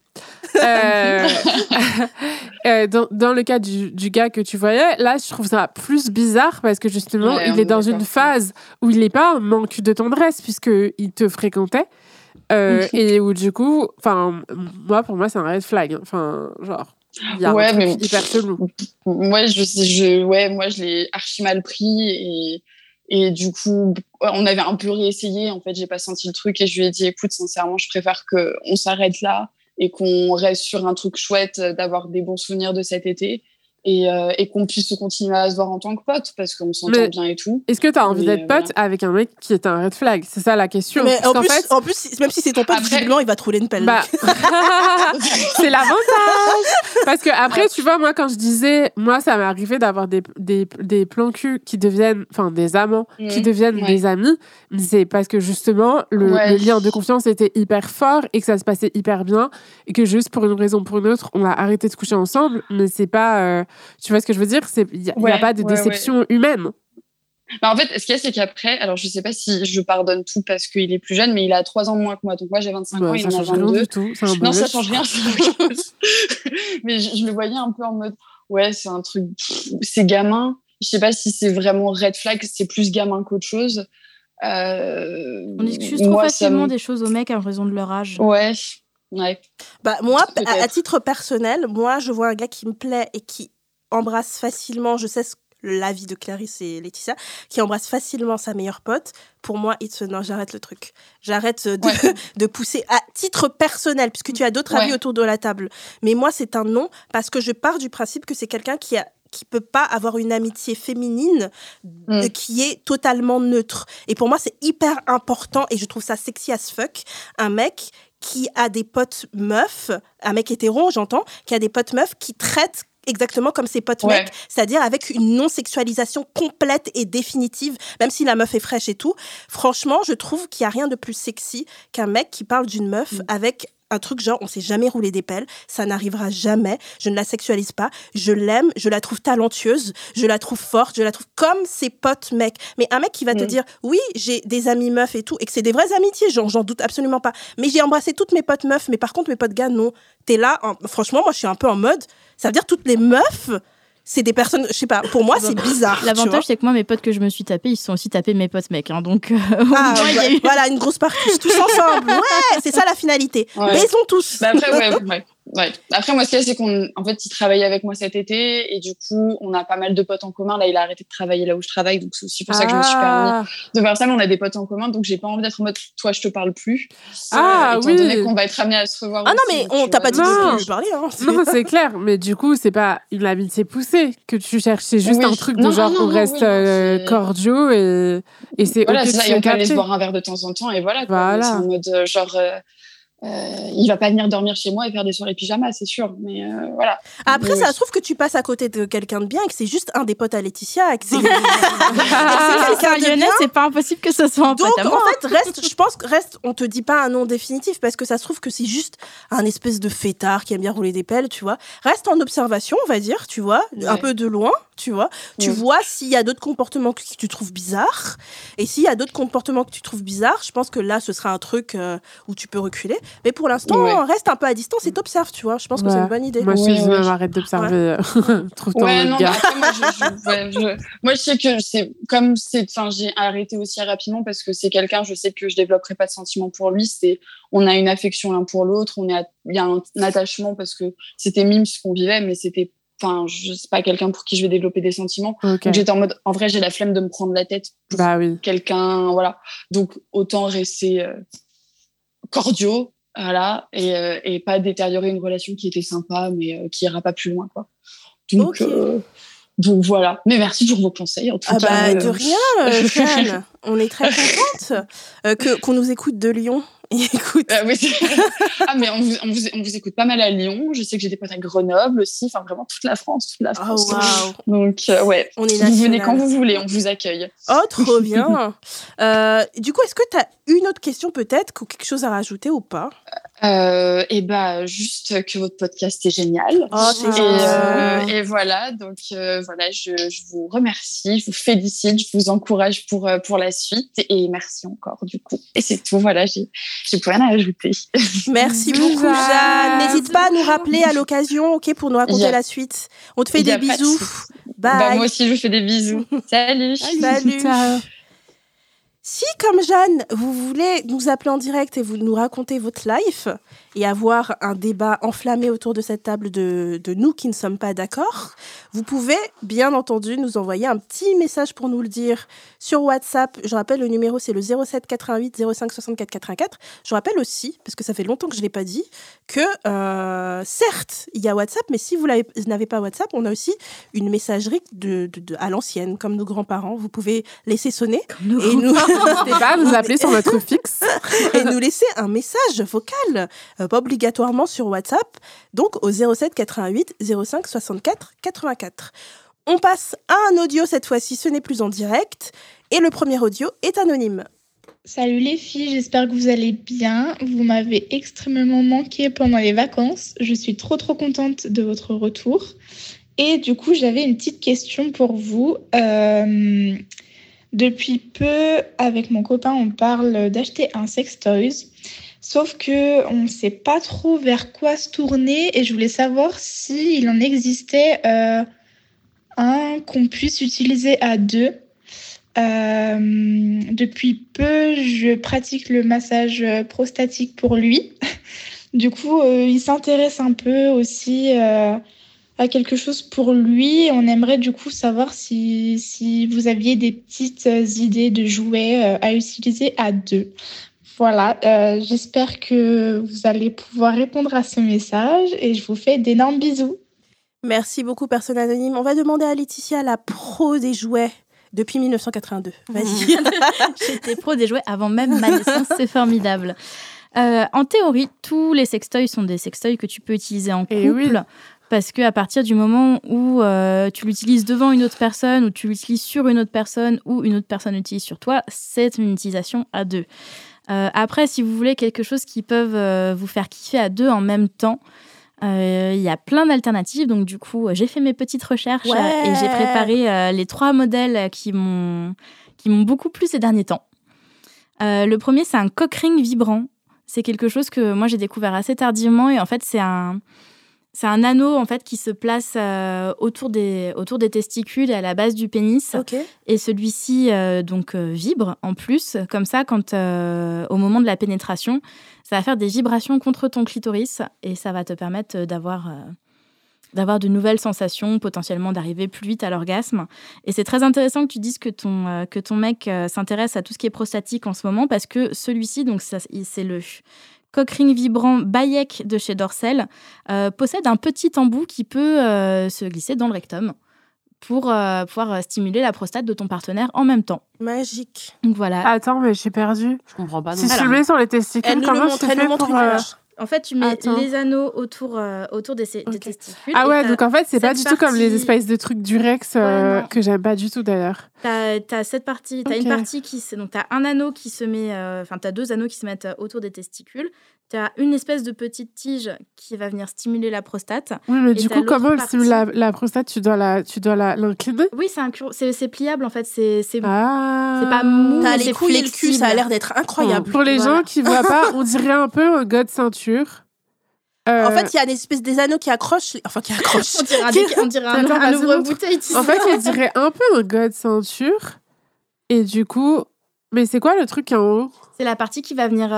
dans le cas du gars que tu voyais, là, je trouve ça plus bizarre parce que justement, Ouais, il est dans une phase où il n'est pas en manque de tendresse puisqu'il te fréquentait. Et où du coup, enfin, pour moi, c'est un red flag. Enfin, genre, il y a un truc hyper chelou. Moi, moi, je l'ai archi mal pris et du coup, on avait un peu réessayé. En fait, j'ai pas senti le truc et je lui ai dit, écoute, sincèrement, je préfère qu'on s'arrête là et qu'on reste sur un truc chouette, d'avoir des bons souvenirs de cet été et qu'on puisse continuer à se voir en tant que pote parce qu'on s'entend bien et tout. Est-ce que tu as envie d'être pote avec un mec qui est un red flag? C'est ça la question. Mais en plus, même si c'est ton pote, visiblement, il va te rouler une pelle. Bah, c'est l'avantage. Parce que après, tu vois, moi, quand je disais, moi, ça m'est arrivé d'avoir des plans cul qui deviennent, enfin, des amants qui deviennent des amis. C'est parce que justement, le lien de confiance était hyper fort et que ça se passait hyper bien et que juste pour une raison ou pour une autre, on a arrêté de se coucher ensemble. Mais c'est pas, tu vois ce que je veux dire? Il n'y a pas de déception humaine. Bah en fait, ce qu'il y a, c'est qu'après, alors je sais pas si je pardonne tout parce qu'il est plus jeune, mais il a 3 ans de moins que moi. Donc moi, j'ai 25 ans, il en a 22. Rien du tout. Non, ça change rien. Mais je le voyais un peu en mode, ouais, c'est un truc, c'est gamin. Je sais pas si c'est vraiment red flag, c'est plus gamin qu'autre chose. On excuse trop facilement des choses aux mecs en raison de leur âge. Ouais. Bah, moi, à titre personnel, moi, je vois un gars qui me plaît et qui embrasse facilement, je sais l'avis de Clarisse et Laetitia, qui embrasse facilement sa meilleure pote. Pour moi, non, j'arrête le truc. J'arrête de pousser à titre personnel, puisque tu as d'autres avis autour de la table. Mais moi, c'est un non, parce que je pars du principe que c'est quelqu'un qui qui peut pas avoir une amitié féminine qui est totalement neutre. Et pour moi, c'est hyper important et je trouve ça sexy as fuck. Un mec qui a des potes meufs, un mec hétéro, j'entends, qui a des potes meufs qui traitent exactement comme ses potes mecs, c'est-à-dire avec une non-sexualisation complète et définitive, même si la meuf est fraîche et tout. Franchement, je trouve qu'il n'y a rien de plus sexy qu'un mec qui parle d'une meuf avec un truc genre, on s'est jamais roulé des pelles, ça n'arrivera jamais, je ne la sexualise pas, je l'aime, je la trouve talentueuse, je la trouve forte, je la trouve comme ses potes mecs. Mais un mec qui va te dire, oui, j'ai des amis meufs et tout, et que c'est des vraies amitiés, genre, j'en doute absolument pas, mais j'ai embrassé toutes mes potes meufs, mais par contre, mes potes gars, non. T'es là, franchement, moi, je suis un peu en mode, ça veut dire toutes les meufs, c'est des personnes, je sais pas, pour moi, c'est bizarre. L'avantage, c'est que moi, mes potes que je me suis tapés, ils se sont aussi tapés mes potes mecs. Hein, donc, voilà, une grosse partie, tous ensemble. Ouais, c'est ça la finalité. Baisons tous. Bah après, Après, moi, ce qu'il y a, c'est qu'en fait, il travaillait avec moi cet été et du coup, on a pas mal de potes en commun. Là, il a arrêté de travailler là où je travaille, donc c'est aussi pour ça que je me suis permis de faire ça. Mais on a des potes en commun, donc j'ai pas envie d'être en mode toi, je te parle plus. Étant donné qu'on va être amené à se revoir. Ah non, mais on t'a pas dit de parler. Hein, non, c'est clair. Mais du coup, c'est pas une amitié poussée que tu cherches. C'est juste un truc de genre, on reste cordiaux et c'est voilà, c'est ça. Et on peut aller se boire un verre de temps en temps et voilà. C'est en mode genre. Il va pas venir dormir chez moi et faire des soirées pyjama, c'est sûr, mais voilà. Après, ça se trouve que tu passes à côté de quelqu'un de bien et que c'est juste un des potes à Laetitia. Et que c'est un Lyonnais, c'est pas impossible que ce soit un pote à moi. Donc, en fait, je pense que on te dit pas un nom définitif parce que ça se trouve que c'est juste un espèce de fêtard qui aime bien rouler des pelles, tu vois. Reste en observation, on va dire, tu vois, un peu de loin, tu vois. Tu vois s'il y a d'autres comportements que tu trouves bizarres. Et s'il y a d'autres comportements que tu trouves bizarres, je pense que là, ce sera un truc où tu peux reculer. Mais pour l'instant, reste un peu à distance et t'observes, tu vois. Je pense que c'est une bonne idée. Moi, arrête d'observer trop de temps. Non, gars. Moi, je sais que j'ai arrêté aussi rapidement parce que c'est quelqu'un, je sais que je développerai pas de sentiments pour lui. On a une affection l'un pour l'autre, il y a un attachement parce que c'était mime ce qu'on vivait, mais c'était je sais pas quelqu'un pour qui je vais développer des sentiments. Donc j'étais en mode, en vrai, j'ai la flemme de me prendre la tête pour quelqu'un, voilà. Donc autant rester cordiaux. Voilà, et pas détériorer une relation qui était sympa, mais qui ira pas plus loin, quoi. Donc voilà. Mais merci pour vos conseils, en tout cas. De rien, Jeanne. On est très contente qu'on nous écoute de Lyon. Écoute. Mais on vous écoute pas mal à Lyon. Je sais que j'ai des potes à Grenoble aussi. Enfin, vraiment toute la France. Oh, wow. Donc, on est vous venez quand vous voulez, on vous accueille. Oh, trop bien. Du coup, est-ce que tu as une autre question peut-être ou quelque chose à rajouter ou pas? Juste que votre podcast est génial. Oh, c'est génial. Et voilà, donc voilà, je vous remercie, je vous félicite, je vous encourage pour la suite et merci encore du coup. Et c'est tout, voilà, j'ai plus rien à ajouter. Merci beaucoup, Jeanne. N'hésite pas à nous rappeler à l'occasion, ok, pour nous raconter la suite. On te fait des bisous. Bye. Moi aussi, je vous fais des bisous. Salut. Salut. Si, comme Jeanne, vous voulez nous appeler en direct et vous nous raconter votre life et avoir un débat enflammé autour de cette table de nous qui ne sommes pas d'accord, vous pouvez, bien entendu, nous envoyer un petit message pour nous le dire sur WhatsApp. Je rappelle, le numéro, c'est le 07 88 05 64 84. Je rappelle aussi, parce que ça fait longtemps que je ne l'ai pas dit, que certes, il y a WhatsApp, mais si vous n'avez pas WhatsApp, on a aussi une messagerie à l'ancienne, comme nos grands-parents. Vous pouvez laisser sonner et nous... N'hésitez pas à nous appeler sur notre fixe et nous laisser un message vocal, pas obligatoirement sur WhatsApp, donc au 07 88 05 64 84. On passe à un audio cette fois-ci, ce n'est plus en direct, et le premier audio est anonyme. Salut les filles, j'espère que vous allez bien. Vous m'avez extrêmement manqué pendant les vacances. Je suis trop contente de votre retour. Et du coup, j'avais une petite question pour vous. Depuis peu, avec mon copain, on parle d'acheter un sextoys. Sauf qu'on ne sait pas trop vers quoi se tourner et je voulais savoir s'il en existait un qu'on puisse utiliser à deux. Depuis peu, je pratique le massage prostatique pour lui. Du coup, il s'intéresse un peu aussi à quelque chose pour lui. On aimerait du coup savoir si vous aviez des petites idées de jouets à utiliser à deux. Voilà, j'espère que vous allez pouvoir répondre à ce message et je vous fais d'énormes bisous. Merci beaucoup, personne anonyme. On va demander à Laetitia, la pro des jouets depuis 1982. Vas-y. J'étais pro des jouets avant même ma naissance, c'est formidable. En théorie, tous les sextoys sont des sextoys que tu peux utiliser en couple. Parce qu'à partir du moment où tu l'utilises devant une autre personne, ou tu l'utilises sur une autre personne, ou une autre personne l'utilise sur toi, c'est une utilisation à deux. Après, si vous voulez quelque chose qui peut vous faire kiffer à deux en même temps, il y a plein d'alternatives. Donc du coup, j'ai fait mes petites recherches et j'ai préparé les 3 modèles qui m'ont beaucoup plu ces derniers temps. Le premier, c'est un cock ring vibrant. C'est quelque chose que moi, j'ai découvert assez tardivement. Et en fait, c'est un anneau en fait, qui se place autour des testicules et à la base du pénis. Okay. Et celui-ci vibre en plus. Comme ça, quand au moment de la pénétration, ça va faire des vibrations contre ton clitoris. Et ça va te permettre d'avoir de nouvelles sensations, potentiellement d'arriver plus vite à l'orgasme. Et c'est très intéressant que tu dises que ton mec s'intéresse à tout ce qui est prostatique en ce moment, parce que celui-ci, donc c'est le cock ring vibrant Bayek de chez Dorcel, possède un petit embout qui peut se glisser dans le rectum pour pouvoir stimuler la prostate de ton partenaire en même temps. Magique. Donc voilà. Attends, mais je suis perdue. Je comprends pas. Si tu le mets sur les testicules, Elle nous comment le montre, tu elle fais nous montre pour... une image. En fait, tu mets Attends. les anneaux autour des testicules. Ah et ouais, donc en fait, c'est pas cette du tout comme les partie- espèces de trucs du Rex Ouais, non. que j'aime pas du tout d'ailleurs. T'as cette partie, t'as Ok. une partie donc t'as un anneau qui se met, t'as 2 anneaux qui se mettent autour des testicules. T'as une espèce de petite tige qui va venir stimuler la prostate. Oui, mais Et du t'as coup, l'autre comment elle partie. stimule la prostate? Tu dois l'incliner? Oui, c'est pliable en fait, c'est Ah. pas mou, T'as mais les c'est couilles et le cul, flexible. ça a l'air d'être incroyable. Pour les Voilà. gens qui voient pas, on dirait un peu un gars de ceinture. En fait, il y a une espèce des anneaux qui accrochent. Enfin, qui accrochent. On dirait un Attends, vas-y, ouvre-bouteille. Tu en sais. fait, on dirait un peu un gars de ceinture. Et du coup, mais c'est quoi le truc en haut? C'est la partie qui va venir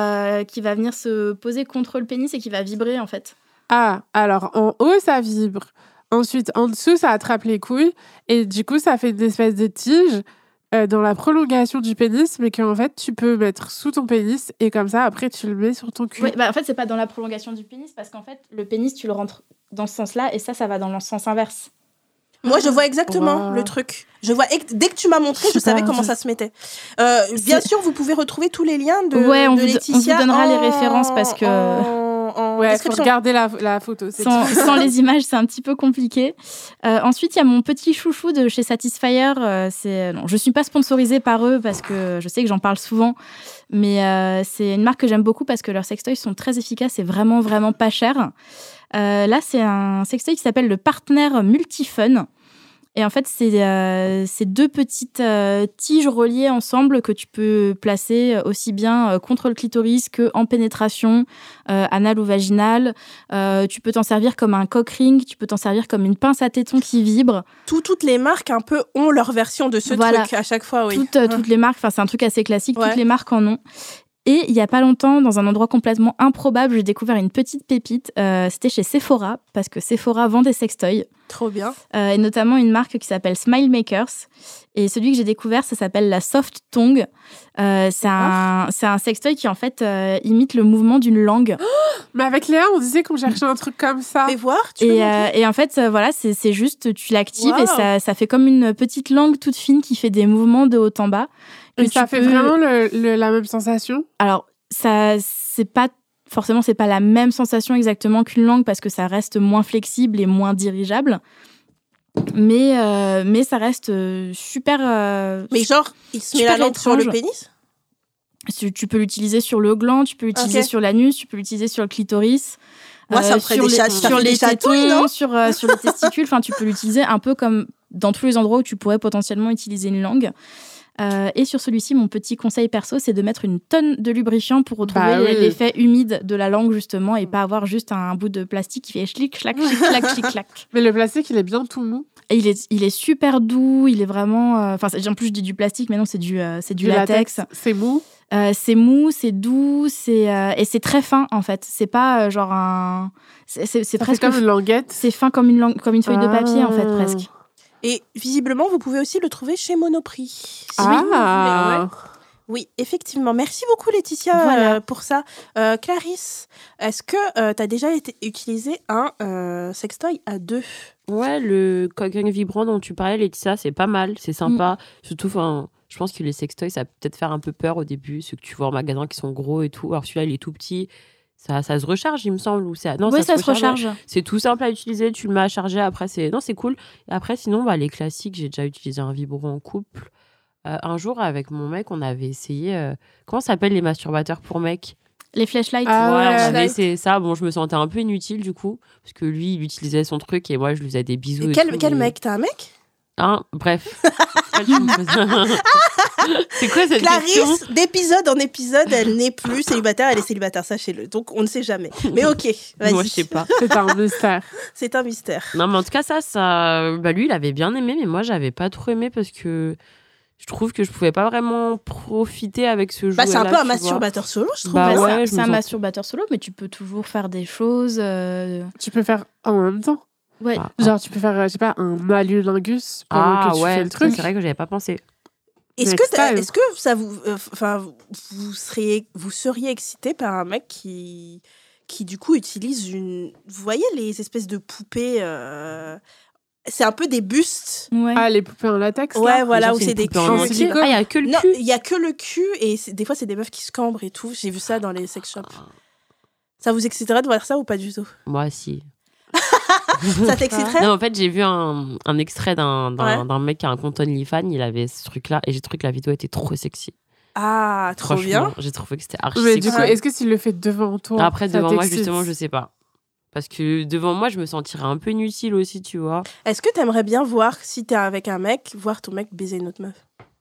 se poser contre le pénis et qui va vibrer en fait. Ah, alors en haut, ça vibre. Ensuite, en dessous, ça attrape les couilles. Et du coup, ça fait une espèce de tige dans la prolongation du pénis, mais qu'en fait, tu peux mettre sous ton pénis. Et comme ça, après, tu le mets sur ton cul. Oui, en fait, c'est pas dans la prolongation du pénis parce qu'en fait, le pénis, tu le rentres dans ce sens-là et ça va dans le sens inverse. Moi, je vois exactement Wow. le truc. Je vois dès que tu m'as montré, je savais comment ça se mettait. Bien sûr, vous pouvez retrouver tous les liens de on vous Laetitia donnera les en- références parce que en Ouais, faut description. regarder la photo. C'est sans les images, c'est un petit peu compliqué. Ensuite, il y a mon petit chouchou de chez Satisfyer. Non, je suis pas sponsorisée par eux parce que je sais que j'en parle souvent, mais c'est une marque que j'aime beaucoup parce que leurs sextoys sont très efficaces et vraiment, vraiment pas chers. Là, c'est un sextoy qui s'appelle le Partner Multifun. Et en fait, c'est 2 petites tiges reliées ensemble que tu peux placer aussi bien contre le clitoris qu'en pénétration, anale ou vaginale. Tu peux t'en servir comme un cock ring, tu peux t'en servir comme une pince à téton qui vibre. Toutes les marques un peu ont leur version de ce Voilà. truc à chaque fois, oui. Toutes les marques, c'est un truc assez classique, Ouais. toutes les marques en ont. Et il y a pas longtemps, dans un endroit complètement improbable, j'ai découvert une petite pépite. C'était chez Sephora, parce que Sephora vend des sextoys. Trop bien. Et notamment une marque qui s'appelle Smile Makers. Et celui que j'ai découvert, ça s'appelle la Soft Tongue. C'est un sextoy qui, en fait, imite le mouvement d'une langue. Mais avec Léa, on disait qu'on cherchait un truc comme ça. Fais voir, tu peux montrer Et en fait, voilà, c'est juste, tu l'actives Wow. et ça fait comme une petite langue toute fine qui fait des mouvements de haut en bas. Et que ça tu fait peux- vraiment la même sensation? Alors, c'est pas la même sensation exactement qu'une langue parce que ça reste moins flexible et moins dirigeable. Mais ça reste super. Mais genre, il se met Super la langue sur le étrange. pénis. Tu peux l'utiliser sur le gland, tu peux l'utiliser Ok. sur l'anus, tu peux l'utiliser sur le clitoris. Moi, ça me ferait sur des les, chats- ça sur fait les des chatouilles, tétons, non sur les testicules. Enfin, tu peux l'utiliser un peu comme dans tous les endroits où tu pourrais potentiellement utiliser une langue. Et sur celui-ci, mon petit conseil perso, c'est de mettre une tonne de lubrifiant pour retrouver Bah oui. l'effet humide de la langue, justement, et pas avoir juste un bout de plastique qui fait schlick, schlack, schlick, clac, schlick, clac. Mais le plastique, il est bien tout mou. Et il est super doux, il est vraiment... Enfin, en plus, je dis du plastique, mais non, c'est du latex. C'est mou. C'est mou, c'est doux, et c'est très fin, en fait. C'est pas genre un... C'est Ça presque... fait comme une languette. C'est fin comme une feuille de papier, en fait, Ah. presque. Et visiblement, vous pouvez aussi le trouver chez Monoprix. Si Ah. vous voulez, ouais. Oui, effectivement. Merci beaucoup, Laetitia, Voilà. pour ça. Clarisse, est-ce que tu as déjà utilisé un sextoy à 2? Ouais, le coquin vibrant dont tu parlais, Laetitia, c'est pas mal, c'est sympa. Surtout, je pense que les sextoys, ça peut peut-être faire un peu peur au début, ceux que tu vois en magasin qui sont gros et tout. Alors celui-là, il est tout petit. Ça se recharge, il me semble. Ou ça... Non, Oui, ça se ouais. recharge. C'est tout simple à utiliser, tu le mets à charger, après, c'est cool. Et après, sinon, les classiques, j'ai déjà utilisé un vibro en couple. Un jour, avec mon mec, on avait essayé... Comment ça s'appelle les masturbateurs pour mecs? Les flashlights. Ah Ouais, ouais, on avait essayé ça. Bon, je me sentais un peu inutile, du coup, parce que lui, il utilisait son truc et moi, je lui faisais des bisous. Et Quel tout, mec? T'as un mec? Bref. C'est quoi cette question? Clarisse, d'épisode en épisode, elle n'est plus célibataire, elle est célibataire, sachez-le. Donc, on ne sait jamais. Mais ok, vas-y. Moi, je sais pas. C'est un mystère. C'est un mystère. Non, mais en tout cas, lui, il avait bien aimé, mais moi, j'avais pas trop aimé parce que je trouve que je pouvais pas vraiment profiter avec ce jeu. C'est un peu un masturbateur solo, je trouve. Bah ouais, c'est un masturbateur solo, mais tu peux toujours faire des choses. Tu peux faire en même temps. Ouais. Genre, tu peux faire, je sais pas, un malulingus pendant que tu fais le truc. C'est vrai que j'avais pas pensé. Est-ce que ça vous seriez excité par un mec qui du coup utilise vous voyez les espèces de poupées c'est un peu des bustes. Ouais. Ah, les poupées en latex. Ouais, là. voilà, où c'est des culs. Ah, il y a que le Non, cul. il y a que le cul et des fois c'est des meufs qui se cambrent et tout. J'ai vu ça dans les sex shops. Ça vous exciterait de voir ça ou pas du tout? Moi, si. Ça t'exciterait? Non, en fait, j'ai vu un extrait d'un mec qui a un compte OnlyFans, il avait ce truc-là, et j'ai trouvé que la vidéo était trop sexy. Ah, trop bien. Franchement, j'ai trouvé que c'était archi Mais sexy. du coup, est-ce que s'il le fait devant toi? Après, ça devant moi, t'excite? justement, je sais pas. Parce que devant moi, je me sentirais un peu inutile aussi, tu vois. Est-ce que t'aimerais bien voir, si t'es avec un mec, voir ton mec baiser une autre meuf?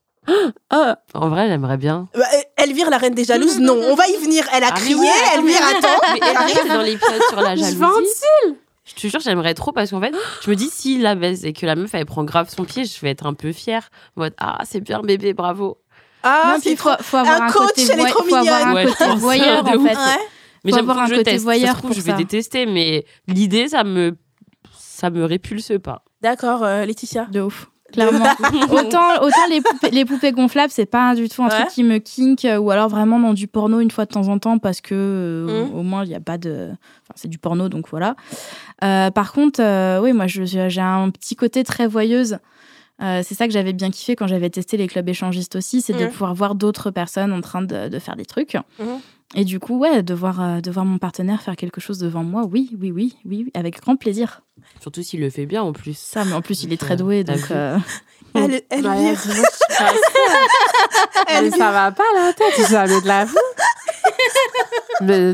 En vrai, j'aimerais bien. Elvire, la reine des jalouses, non. On va y venir. Elle a crié, Elvire, attends. Mais Elvire, c'est dans l'épisode sur la Je jalousie. ventile. Je te jure, j'aimerais trop parce qu'en fait, je me dis, s'il la baise et que la meuf, elle prend grave son pied, je vais être un peu fière. En mode, c'est bien, bébé, bravo. Ah, Non, puis c'est trop... faut avoir un coach, côté elle est trop faut avoir un mignonne. côté Ouais, je pense, voyeur, de en ouf. fait. Ouais. Mais Faut j'aime avoir que un je côté teste. voyeur Ça se trouve, pour je vais ça. détester, mais l'idée, ça me répulse pas. D'accord, Laetitia. De ouf. Clairement. autant les poupées gonflables, c'est pas du tout un truc qui me kink, ou alors vraiment dans du porno une fois de temps en temps parce que au moins il y a pas de. Enfin, c'est du porno donc voilà. Par contre, oui, moi j'ai un petit côté très voyeuse. C'est ça que j'avais bien kiffé quand j'avais testé les clubs échangistes aussi, c'est de pouvoir voir d'autres personnes en train de faire des trucs. Et du coup, ouais, de voir mon partenaire faire quelque chose devant moi, oui, avec grand plaisir. Surtout s'il le fait bien en plus. Ça, mais en plus, il est très doué, donc... Elvire. Mais ça va pas la tête, jamais de la vie. Mais...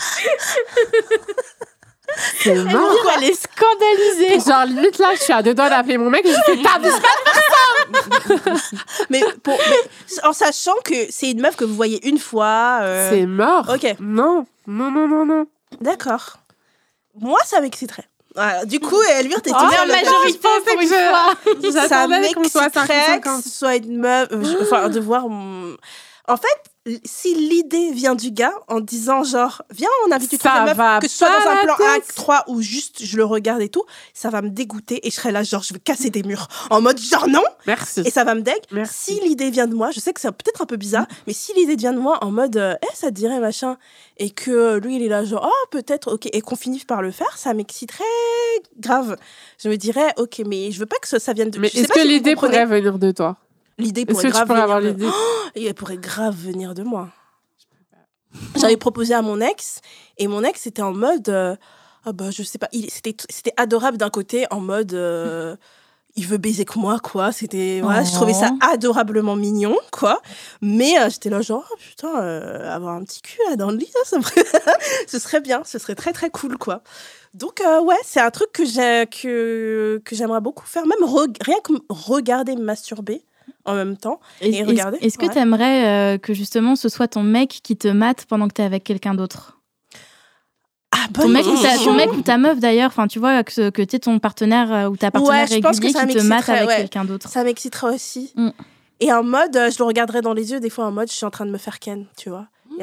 C'est mort. Elle est scandalisée. Genre, limite, là, je suis à deux doigts d'appeler mon mec et je fais t'abuses pas. mais en sachant que c'est une meuf que vous voyez une fois. C'est mort. Ok. Non. D'accord. Moi, ça m'exciterait. Voilà. Du coup, Elvire, t'es en majorité pour une fois. Ça J'attendais qu'on soit m'exciterait que 50-50. ce soit une meuf. Enfin, de voir. En fait, si l'idée vient du gars en disant genre, viens, on invite une Ça meuf, va que ce soit pas dans un la plan tête. 1, 3 ou juste je le regarde et tout, ça va me dégoûter et je serai là, genre, je vais casser des murs. En mode genre non. Merci. Et ça va me deg. Merci. Si l'idée vient de moi, je sais que c'est peut-être un peu bizarre, mais si l'idée vient de moi en mode ça te dirait machin, et que lui il est là genre peut-être ok, et qu'on finisse par le faire, ça m'exciterait grave. Je me dirais ok, mais je veux pas que ça vienne de. Mais je sais est-ce pas que si vous l'idée comprenez. pourrait venir de toi? L'idée Est-ce pourrait que tu grave pourrais avoir venir de- l'idée? Et elle pourrait grave venir de moi. J'avais proposé à mon ex et mon ex était en mode je sais pas, c'était adorable d'un côté en mode il veut baiser que moi quoi, c'était voilà, je trouvais ça adorablement mignon quoi, mais j'étais là genre putain avoir un petit cul là dans le lit ça ce serait bien, ce serait très très cool quoi. Donc ouais, c'est un truc que j'aimerais beaucoup faire, même rien que regarder me masturber en même temps et regarder. Est-ce que t'aimerais que justement ce soit ton mec qui te mate pendant que t'es avec quelqu'un d'autre? Ton mec ou ta meuf d'ailleurs, enfin tu vois que t'es ton partenaire ou ta partenaire je pense que régulier ça qui te mate m'exciterait, avec ouais. quelqu'un d'autre. Ça m'exciterait aussi. Et en mode, je le regarderais dans les yeux, des fois en mode, je suis en train de me faire ken, tu vois.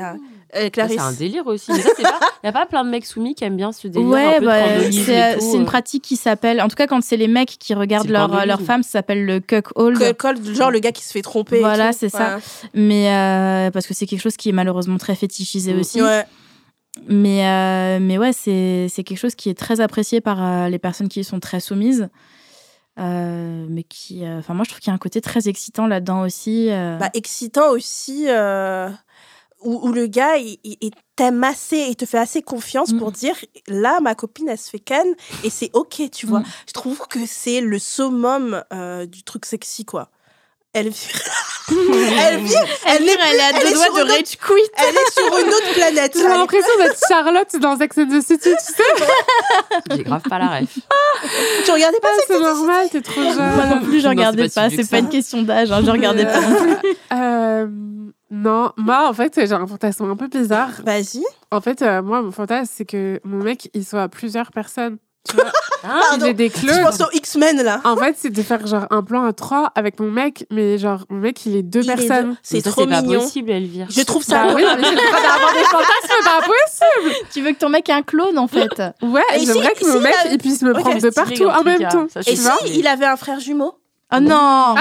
Clarisse. C'est un délire aussi. Mais ça, il n'y a pas plein de mecs soumis qui aiment bien ce délire Ouais, un peu bah, trandolise et tout. c'est une pratique qui s'appelle, en tout cas quand c'est les mecs qui regardent C'est le leur trandolise. femme, ça s'appelle le cuckold. Genre le gars qui se fait tromper. et Voilà, tout. c'est ça. Mais parce que c'est quelque chose qui est malheureusement très fétichisé aussi. Ouais. Mais ouais, c'est quelque chose qui est très apprécié par les personnes qui sont très soumises. Mais qui, moi, je trouve qu'il y a un côté très excitant là-dedans aussi. Bah, excitant aussi, où le gars, il t'aime assez et te fait assez confiance pour dire, là, ma copine, elle se fait ken et c'est OK, tu vois. Je trouve que c'est le summum du truc sexy, quoi. Elle est à deux doigts de rage quit. Elle est sur une autre planète. J'ai l'impression d'être Charlotte dans Sex and the City, tu sais. J'ai grave pas la ref. Tu regardais pas C'est normal, t'es trop jeune. Moi non plus, je Non, regardais c'est pas pas. si vieux C'est que pas ça. une question d'âge. Je regardais pas non plus. Non, moi, en fait, j'ai un fantasme un peu bizarre. Vas-y. En fait, moi, mon fantasme, c'est que mon mec, il soit plusieurs personnes. Tu vois, Pardon. il est des Je clones. pense aux X-Men, là. En fait, c'est de faire genre un plan à 3 avec mon mec, mais genre, mon mec, il est 2 Il est personnes. deux. C'est Ça, trop pas mignon. possible, Elvire. Je trouve ça Bah oui, mais j'ai le droit d'avoir des fantasmes, pas possible. Tu veux que ton mec ait un clone en fait. Ouais, Et j'aimerais si- que mon si mec, il a- il puisse me Ok, prendre de stylé partout comme en truc, même hein. temps. Ça, Et Tu si vois il avait un frère jumeau? Oh non.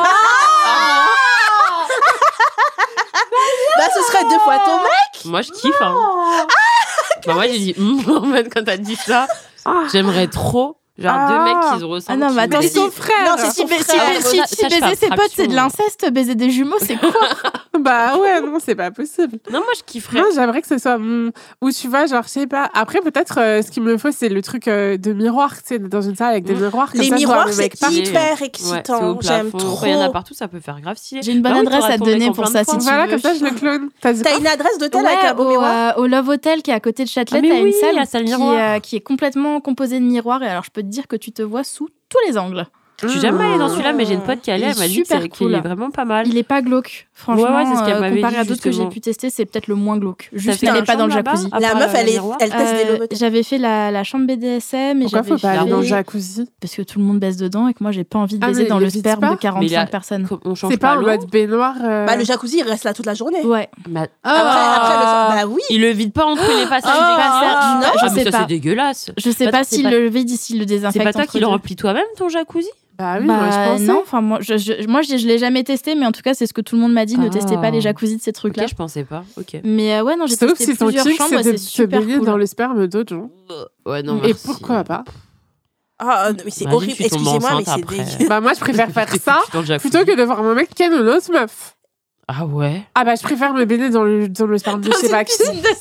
Bah, ce serait 2 fois ton mec. Moi, je kiffe. Hein. Bah, moi, j'ai dit, en fait, quand t'as dit ça, j'aimerais trop. Genre, 2 mecs qui se ressemblent. Ah non, mais attends, qui- c'est son frère. Non, c'est son frère. Si Ça, je fais baiser ses potes, abstraction. c'est de l'inceste, baiser des jumeaux, c'est quoi? Bah ouais, non, c'est pas possible. Non, moi, je kifferais. Moi, j'aimerais que ce soit mon... Ou tu vois, genre, je sais pas. Après, peut-être, ce qu'il me faut, c'est le truc de miroir, tu sais, dans une salle avec des miroirs. Comme Les ça, je vois miroirs, le c'est mec partout. hyper Ouais, excitant. c'est au J'aime plafond. trop. Quand il y en a partout, ça peut faire grave stylé. J'ai une bonne Bah oui, adresse t'auras à ton te donner mec en pour plein ça de si fois. tu Voilà, veux. comme ça, je le clone. T'as dit T'as quoi une adresse d'hôtel avec un beau miroir? Au Love Hotel qui est à côté de Châtelet, Ah, mais t'as une oui, salle, la salle miroir. qui est complètement composée de miroirs. Et alors, je peux te dire que tu te vois sous tous les angles. Je suis jamais allée dans celui-là, mais j'ai une pote qui allait, Il est elle m'a dit super qu'il cool. est vraiment pas mal. Il est pas glauque. Franchement, Ouais, c'est ce qu'elle m'avait comparé dit, à d'autres que j'ai justement. pu tester, c'est peut-être le moins glauque. Juste fait n'allez un pas dans le chambre jacuzzi. là-bas La meuf, elle miroir. teste des love hotels. J'avais fait la chambre BDSM. Et Pourquoi j'avais faut pas aller fait- dans le jacuzzi? Parce que tout le monde baisse dedans et que moi, j'ai pas envie de Ah, baiser mais dans il le évite sperme pas. de Mais 45 il a- personnes. On change C'est pas en l'eau. mode baignoire. Bah, le jacuzzi, il reste là toute la journée. Ouais. Mais- Après, bah oui. Il le vide pas entre les passages Oh, des personnes. non, je mais sais ça, pas. c'est dégueulasse. Je sais Attends, pas c'est s'il pas- le vide, s'il le désinfecte. C'est pas toi entre qui le deux. remplis toi-même, ton jacuzzi? Bah oui, moi, je Bah pensais. non, enfin moi je l'ai jamais testé, mais en tout cas c'est ce que tout le monde m'a dit. Ne Ah. testez pas les jacuzzis de ces trucs-là. Ok, je pensais pas. Ok. Mais ouais non, j'ai Sauf testé si ton plusieurs kick, chambres c'est et de c'est se super baigner cool. dans le sperme d'autres gens. Ouais, non, Et merci. pourquoi pas? Ah, mais c'est Imagine, horrible. tu tombes Excusez-moi, mais enceinte c'est après. dégueu. Bah moi, je préfère faire T'es ça foutu dans le jacuzzi. plutôt que de voir mon mec ken une autre meuf. Ah ouais. Ah bah je préfère me baigner dans le sperme de je sais pas qui.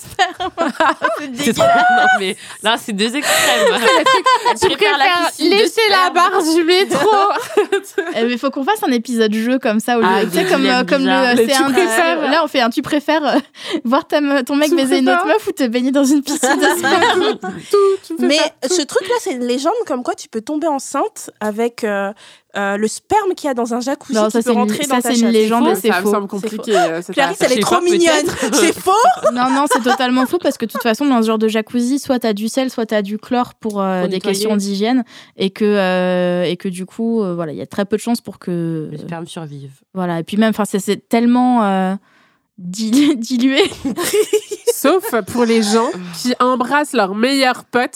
C'est trop... Non, mais là, c'est deux extrêmes. Tu préfères lécher la barre du métro. Mais faut qu'on fasse un épisode jeu comme ça, Ah, tu sais des comme dilemmes le bizarres. Les c'est tu un préfères. là on fait un tu préfères voir ton mec Tu baiser une autre préfères. meuf ou te baigner dans une piscine de sperme. Tout, tu me fais Mais ça. ce truc-là, c'est une légende comme quoi tu peux tomber enceinte avec le sperme qu'il y a dans un jacuzzi Non, qui ça, peut c'est une- rentrer ça, dans ta c'est une chatte. légende. Faux, c'est ça me faux. semble compliqué. cette Clarisse, affaire. elle est Je sais trop pas, mignonne. peut-être. C'est faux. Non, c'est totalement faux parce que de toute façon, dans ce genre de jacuzzi, soit t'as du sel, soit t'as du chlore pour des nettoyer. questions d'hygiène et que du coup, voilà, il y a très peu de chances pour que. Le sperme survive. Voilà, et puis même, enfin, c'est tellement dilué. Sauf pour les gens qui embrassent leur meilleur pote.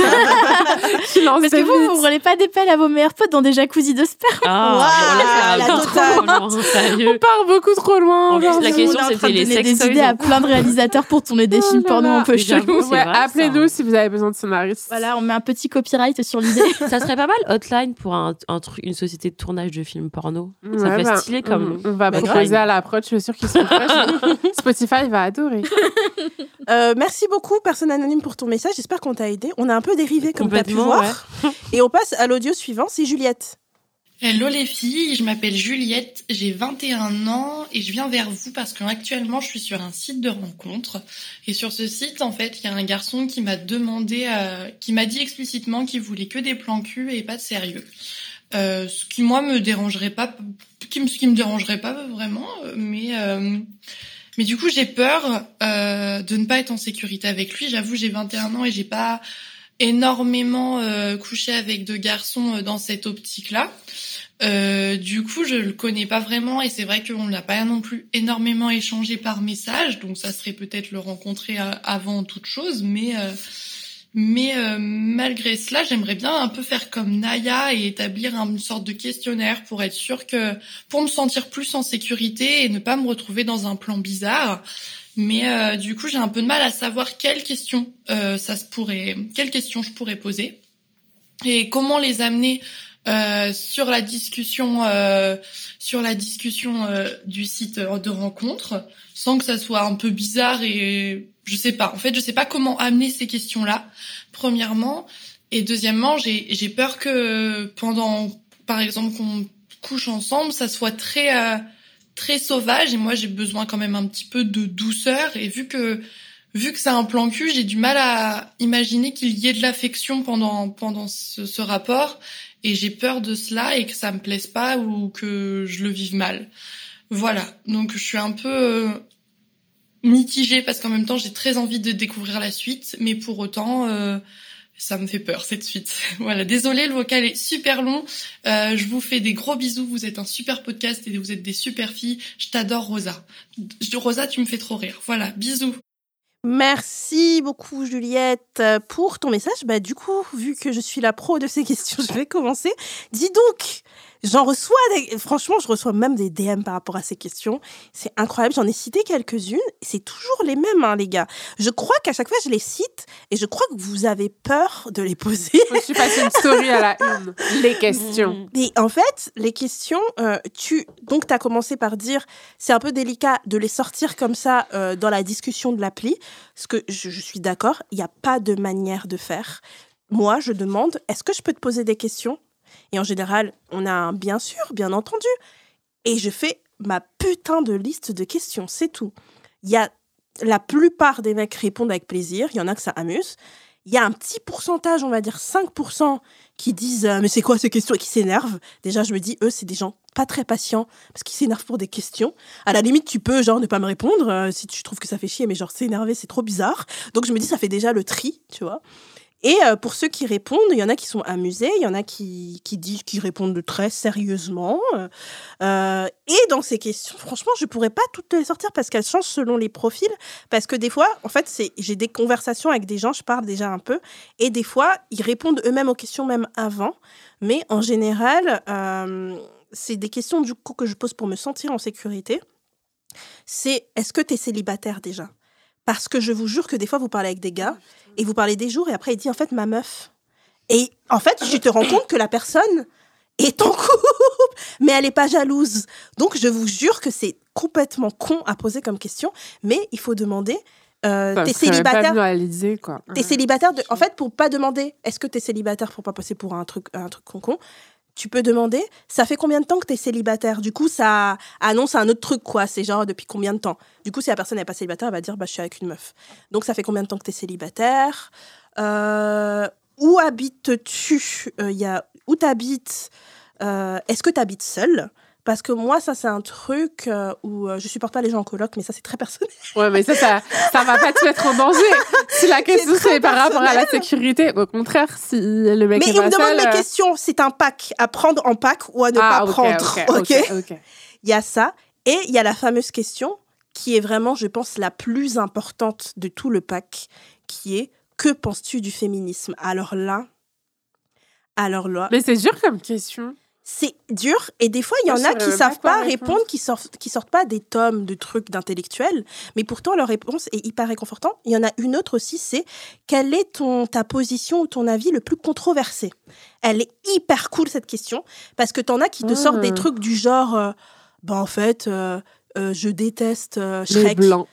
Qui lancent Parce que des vous mythes. roulez pas des pelles à vos meilleurs potes dans des jacuzzis de sperme. Ah, Waouh, la trop totale. loin, sérieux. On part beaucoup trop loin. En plus, aujourd'hui. la question, On est en train c'était de les donner des sextoys. idées à plein de réalisateurs pour tourner des films là porno là. un peu J'avoue, chelous. c'est Ouais, vrai, ça. appelez-nous si vous avez besoin de scénaristes. Voilà, on met un petit copyright sur l'idée. Ça serait pas mal, Hotline, pour un truc, une société de tournage de films porno. Ça Ouais, fait bah, stylé comme. on va Bah, proposer à l'approche, je suis sûre qu'ils sont fraîches. Spotify va adorer. Merci beaucoup, personne anonyme, pour ton message. J'espère qu'on t'a aidé. On a un peu dérivé, comme tu as pu Complètement, voir. Et on passe à l'audio suivant, c'est Juliette. Hello les filles, je m'appelle Juliette, j'ai 21 ans et je viens vers vous parce qu'actuellement je suis sur un site de rencontre et sur ce site en fait il y a un garçon qui m'a demandé, qui m'a dit explicitement qu'il voulait que des plans cul et pas de sérieux. Ce qui moi me dérangerait pas, qui me dérangerait pas vraiment, mais du coup j'ai peur de ne pas être en sécurité avec lui. J'avoue j'ai 21 ans et j'ai pas énormément couché avec de garçons dans cette optique-là. Du coup, je le connais pas vraiment et c'est vrai qu'on n'a pas non plus énormément échangé par message, donc ça serait peut-être le rencontrer avant toute chose, mais malgré cela, j'aimerais bien un peu faire comme Naya et établir une sorte de questionnaire pour être sûre pour me sentir plus en sécurité et ne pas me retrouver dans un plan bizarre. Mais du coup, j'ai un peu de mal à savoir quelles questions je pourrais poser et comment les amener sur la discussion du site de rencontre sans que ça soit un peu bizarre et je sais pas comment amener ces questions-là premièrement et deuxièmement j'ai peur que pendant par exemple qu'on couche ensemble ça soit très sauvage et moi j'ai besoin quand même un petit peu de douceur et vu que c'est un plan cul, j'ai du mal à imaginer qu'il y ait de l'affection pendant ce rapport et j'ai peur de cela et que ça me plaise pas ou que je le vive mal. Voilà, donc je suis un peu mitigée parce qu'en même temps j'ai très envie de découvrir la suite, mais pour autant ça me fait peur cette suite. Voilà, désolée, le vocal est super long. Je vous fais des gros bisous, vous êtes un super podcast et vous êtes des super filles. Je t'adore Rosa. Rosa, tu me fais trop rire. Voilà, bisous. Merci beaucoup Juliette pour ton message. Du coup, vu que je suis la pro de ces questions, je vais commencer. Dis donc, franchement, je reçois même des DM par rapport à ces questions. C'est incroyable, j'en ai cité quelques-unes. C'est toujours les mêmes, hein, les gars. Je crois qu'à chaque fois, je les cite et je crois que vous avez peur de les poser. Je suis passée une story à la une. Les questions. Et en fait, les questions, donc t'as commencé par dire, c'est un peu délicat de les sortir comme ça dans la discussion de l'appli. Parce que je suis d'accord, il n'y a pas de manière de faire. Moi, je demande, est-ce que je peux te poser des questions ? Et en général, on a un bien sûr, bien entendu. Et je fais ma putain de liste de questions, c'est tout. La plupart des mecs répondent avec plaisir, il y en a que ça amuse. Il y a un petit pourcentage, on va dire 5%, qui disent « mais c'est quoi ces questions ?» et qui s'énervent. Déjà, je me dis, eux, c'est des gens pas très patients parce qu'ils s'énervent pour des questions. À la limite, tu peux ne pas me répondre si tu trouves que ça fait chier, mais s'énerver, c'est trop bizarre. Donc, je me dis, ça fait déjà le tri, tu vois. Et pour ceux qui répondent, il y en a qui sont amusés, il y en a qui répondent très sérieusement. Et dans ces questions, franchement, je pourrais pas toutes les sortir parce qu'elles changent selon les profils. Parce que des fois, en fait, j'ai des conversations avec des gens, je parle déjà un peu, et des fois, ils répondent eux-mêmes aux questions même avant. Mais en général, c'est des questions du coup que je pose pour me sentir en sécurité. C'est, est-ce que tu es célibataire déjà ? Parce que je vous jure que des fois, vous parlez avec des gars et vous parlez des jours et après, il dit en fait, ma meuf. Et en fait, tu te rends compte que la personne est en couple, mais elle n'est pas jalouse. Donc, je vous jure que c'est complètement con à poser comme question, mais il faut demander t'es célibataire. Quoi. T'es célibataire. En fait, pour pas demander est-ce que t'es célibataire pour pas passer pour un truc con, tu peux demander, ça fait combien de temps que t'es célibataire ? Du coup, ça annonce un autre truc, quoi. C'est genre, depuis combien de temps ? Du coup, si la personne n'est pas célibataire, elle va dire, je suis avec une meuf. Donc, ça fait combien de temps que t'es célibataire ? Où habites-tu ? Où t'habites ? Est-ce que t'habites seule ? Parce que moi, ça, c'est un truc où je supporte pas les gens en coloc, mais ça, c'est très personnel. Ouais, mais ça va pas te mettre en danger. Si la question, c'est par rapport à la sécurité, au contraire, si le mec est pas seul... Mais il me demande mes questions. C'est un pack. À prendre en pack ou à ne pas prendre. OK. Il y a ça. Et il y a la fameuse question qui est vraiment, je pense, la plus importante de tout le pack, qui est « Que penses-tu du féminisme ?» Alors là... Mais c'est dur comme question. C'est dur et des fois, il y en a qui savent pas répondre, qui sortent pas des tomes de trucs d'intellectuels, mais pourtant leur réponse est hyper réconfortante. Il y en a une autre aussi, c'est quelle est ta position ou ton avis le plus controversé ? Elle est hyper cool cette question parce que t'en as qui te sortent des trucs du genre, en fait, je déteste Shrek. Les blancs.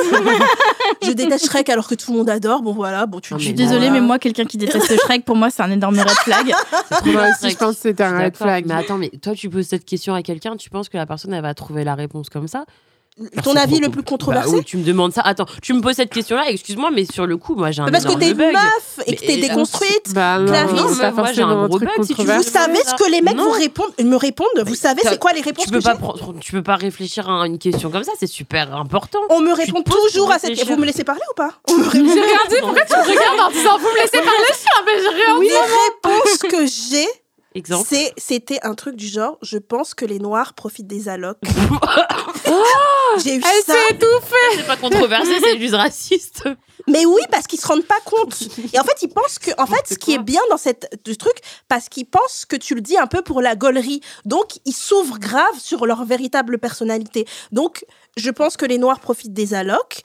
Je déteste Shrek alors que tout le monde adore. Bon voilà, je suis désolée, mais moi, quelqu'un qui déteste Shrek, pour moi, c'est un énorme red flag. Moi aussi, je pense que c'est un red flag. Mais attends, mais toi, tu poses cette question à quelqu'un, tu penses que la personne, elle va trouver la réponse comme ça ? Ton avis le plus controversé ? Oui, tu me demandes ça. Attends, tu me poses cette question-là, excuse-moi, mais sur le coup, moi, j'ai un énorme bug. Parce que t'es meuf et que t'es déconstruite. Clarisse, moi, j'ai un gros bug. Vous savez ce que les mecs me répondent ? Vous savez c'est quoi les réponses que j'ai ? Tu peux pas réfléchir à une question comme ça, c'est super important. On me répond toujours à cette question. Vous me laissez parler ou pas ? J'ai rien dit, pourquoi tu me regardes en disant vous me laissez parler ? Mais j'ai rien dit. Les réponses que j'ai, Exemple. C'était un truc du genre, je pense que les Noirs profitent des allocs. J'ai eu Elle ça. s'est étouffée. C'est pas controversé, c'est juste raciste. Mais oui, parce qu'ils se rendent pas compte. Et en fait, ils pensent que, en fait, ce qui est bien dans ce truc, parce qu'ils pensent que tu le dis un peu pour la gaulerie. Donc, ils s'ouvrent grave sur leur véritable personnalité. Donc, je pense que les Noirs profitent des allocs.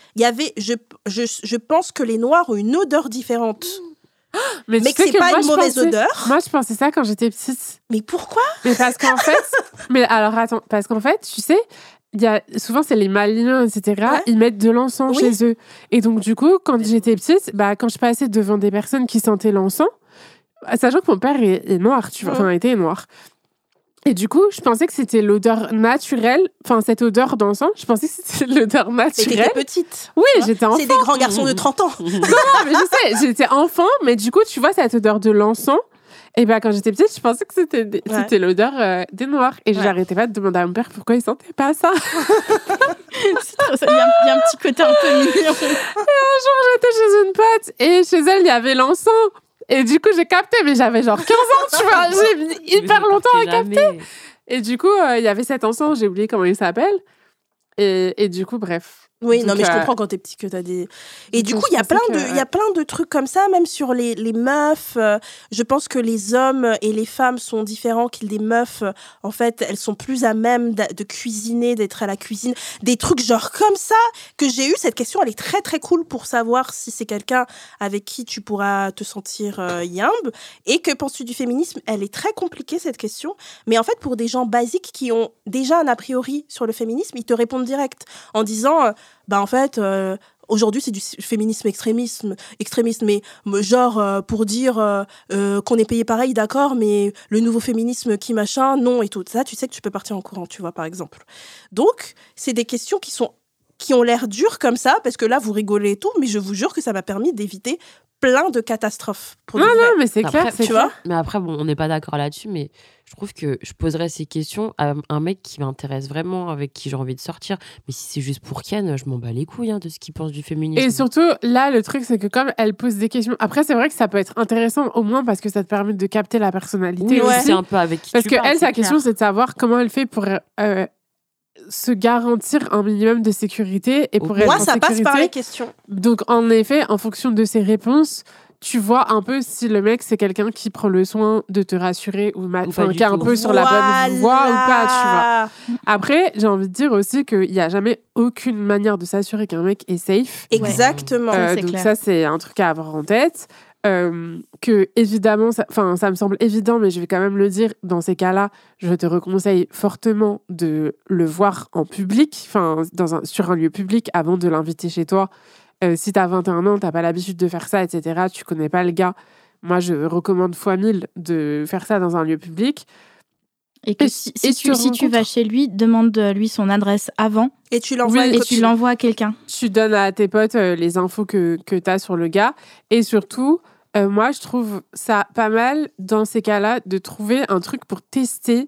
Je pense que les Noirs ont une odeur différente. Mais que c'est pas une mauvaise odeur. Moi, je pensais ça quand j'étais petite. Mais pourquoi? Mais parce qu'en fait... Mais alors, attends. Parce qu'en fait, tu sais... Souvent, c'est les Maliens, etc. Ouais. Ils mettent de l'encens chez eux. Et donc, du coup, quand j'étais petite, quand je passais devant des personnes qui sentaient l'encens, sachant que mon père est noir, tu vois, enfin, était noir. Et du coup, je pensais que c'était l'odeur naturelle, enfin, cette odeur d'encens, je pensais que c'était l'odeur naturelle. Mais t'étais petite. Oui, j'étais enfant. C'est des grands garçons de 30 ans. Non, mais je sais, j'étais enfant, mais du coup, tu vois, cette odeur de l'encens, et quand j'étais petite, je pensais que c'était l'odeur des Noirs. Et j'arrêtais pas de demander à mon père pourquoi il sentait pas ça. Il y a un petit côté un peu mignon. Et un jour, j'étais chez une pote, et chez elle, il y avait l'encens. Et du coup, j'ai capté, mais j'avais genre 15 ans, tu vois. J'ai mis hyper longtemps à capter. Et du coup, il y avait cet encens, j'ai oublié comment il s'appelle. Et du coup, bref. Oui, donc, non, mais je comprends quand t'es petit que t'as des... Et du coup, il y a plein de trucs comme ça, même sur les meufs. Je pense que les hommes et les femmes sont différents, que les meufs, en fait, elles sont plus à même de cuisiner, d'être à la cuisine. Des trucs genre comme ça que j'ai eu. Cette question, elle est très, très cool pour savoir si c'est quelqu'un avec qui tu pourras te sentir yimbe. Et que penses-tu du féminisme? Elle est très compliquée, cette question. Mais en fait, pour des gens basiques qui ont déjà un a priori sur le féminisme, ils te répondent direct en disant... en fait, aujourd'hui, c'est du féminisme extrémiste, mais genre, pour dire qu'on est payé pareil, d'accord, mais le nouveau féminisme qui machin, non, et tout ça, tu sais que tu peux partir en courant, tu vois, par exemple. Donc, c'est des questions qui ont l'air dures comme ça, parce que là, vous rigolez et tout, mais je vous jure que ça m'a permis d'éviter plein de catastrophes. Non, mais c'est clair, tu vois. Mais après, on n'est pas d'accord là-dessus, mais je trouve que je poserais ces questions à un mec qui m'intéresse vraiment, avec qui j'ai envie de sortir. Mais si c'est juste pour Ken, je m'en bats les couilles de ce qu'il pense du féminisme. Et surtout, là, le truc, c'est que comme elle pose des questions... Après, c'est vrai que ça peut être intéressant, au moins parce que ça te permet de capter la personnalité. Oui, c'est un peu avec qui parce tu que parles, elle, sa clair. question, c'est de savoir comment elle fait pour... se garantir un minimum de sécurité et pour être en ça sécurité. passe par les questions. Donc, en effet, en fonction de ses réponses, tu vois un peu si le mec, c'est quelqu'un qui prend le soin de te rassurer ou qui est un peu sur la bonne voie ou pas, tu vois. Après, j'ai envie de dire aussi qu'il n'y a jamais aucune manière de s'assurer qu'un mec est safe. Exactement. Donc clair. Ça, c'est un truc à avoir en tête. Que évidemment, ça me semble évident, mais je vais quand même le dire, dans ces cas-là, je te conseille fortement de le voir en public, sur un lieu public, avant de l'inviter chez toi. Si t'as 21 ans, t'as pas l'habitude de faire ça, etc., tu connais pas le gars, moi je recommande fois 1000 de faire ça dans un lieu public. Et que si tu vas chez lui, demande-lui son adresse avant. Et tu l'envoies à quelqu'un. Tu donnes à tes potes les infos que tu as sur le gars. Et surtout, moi, je trouve ça pas mal, dans ces cas-là, de trouver un truc pour tester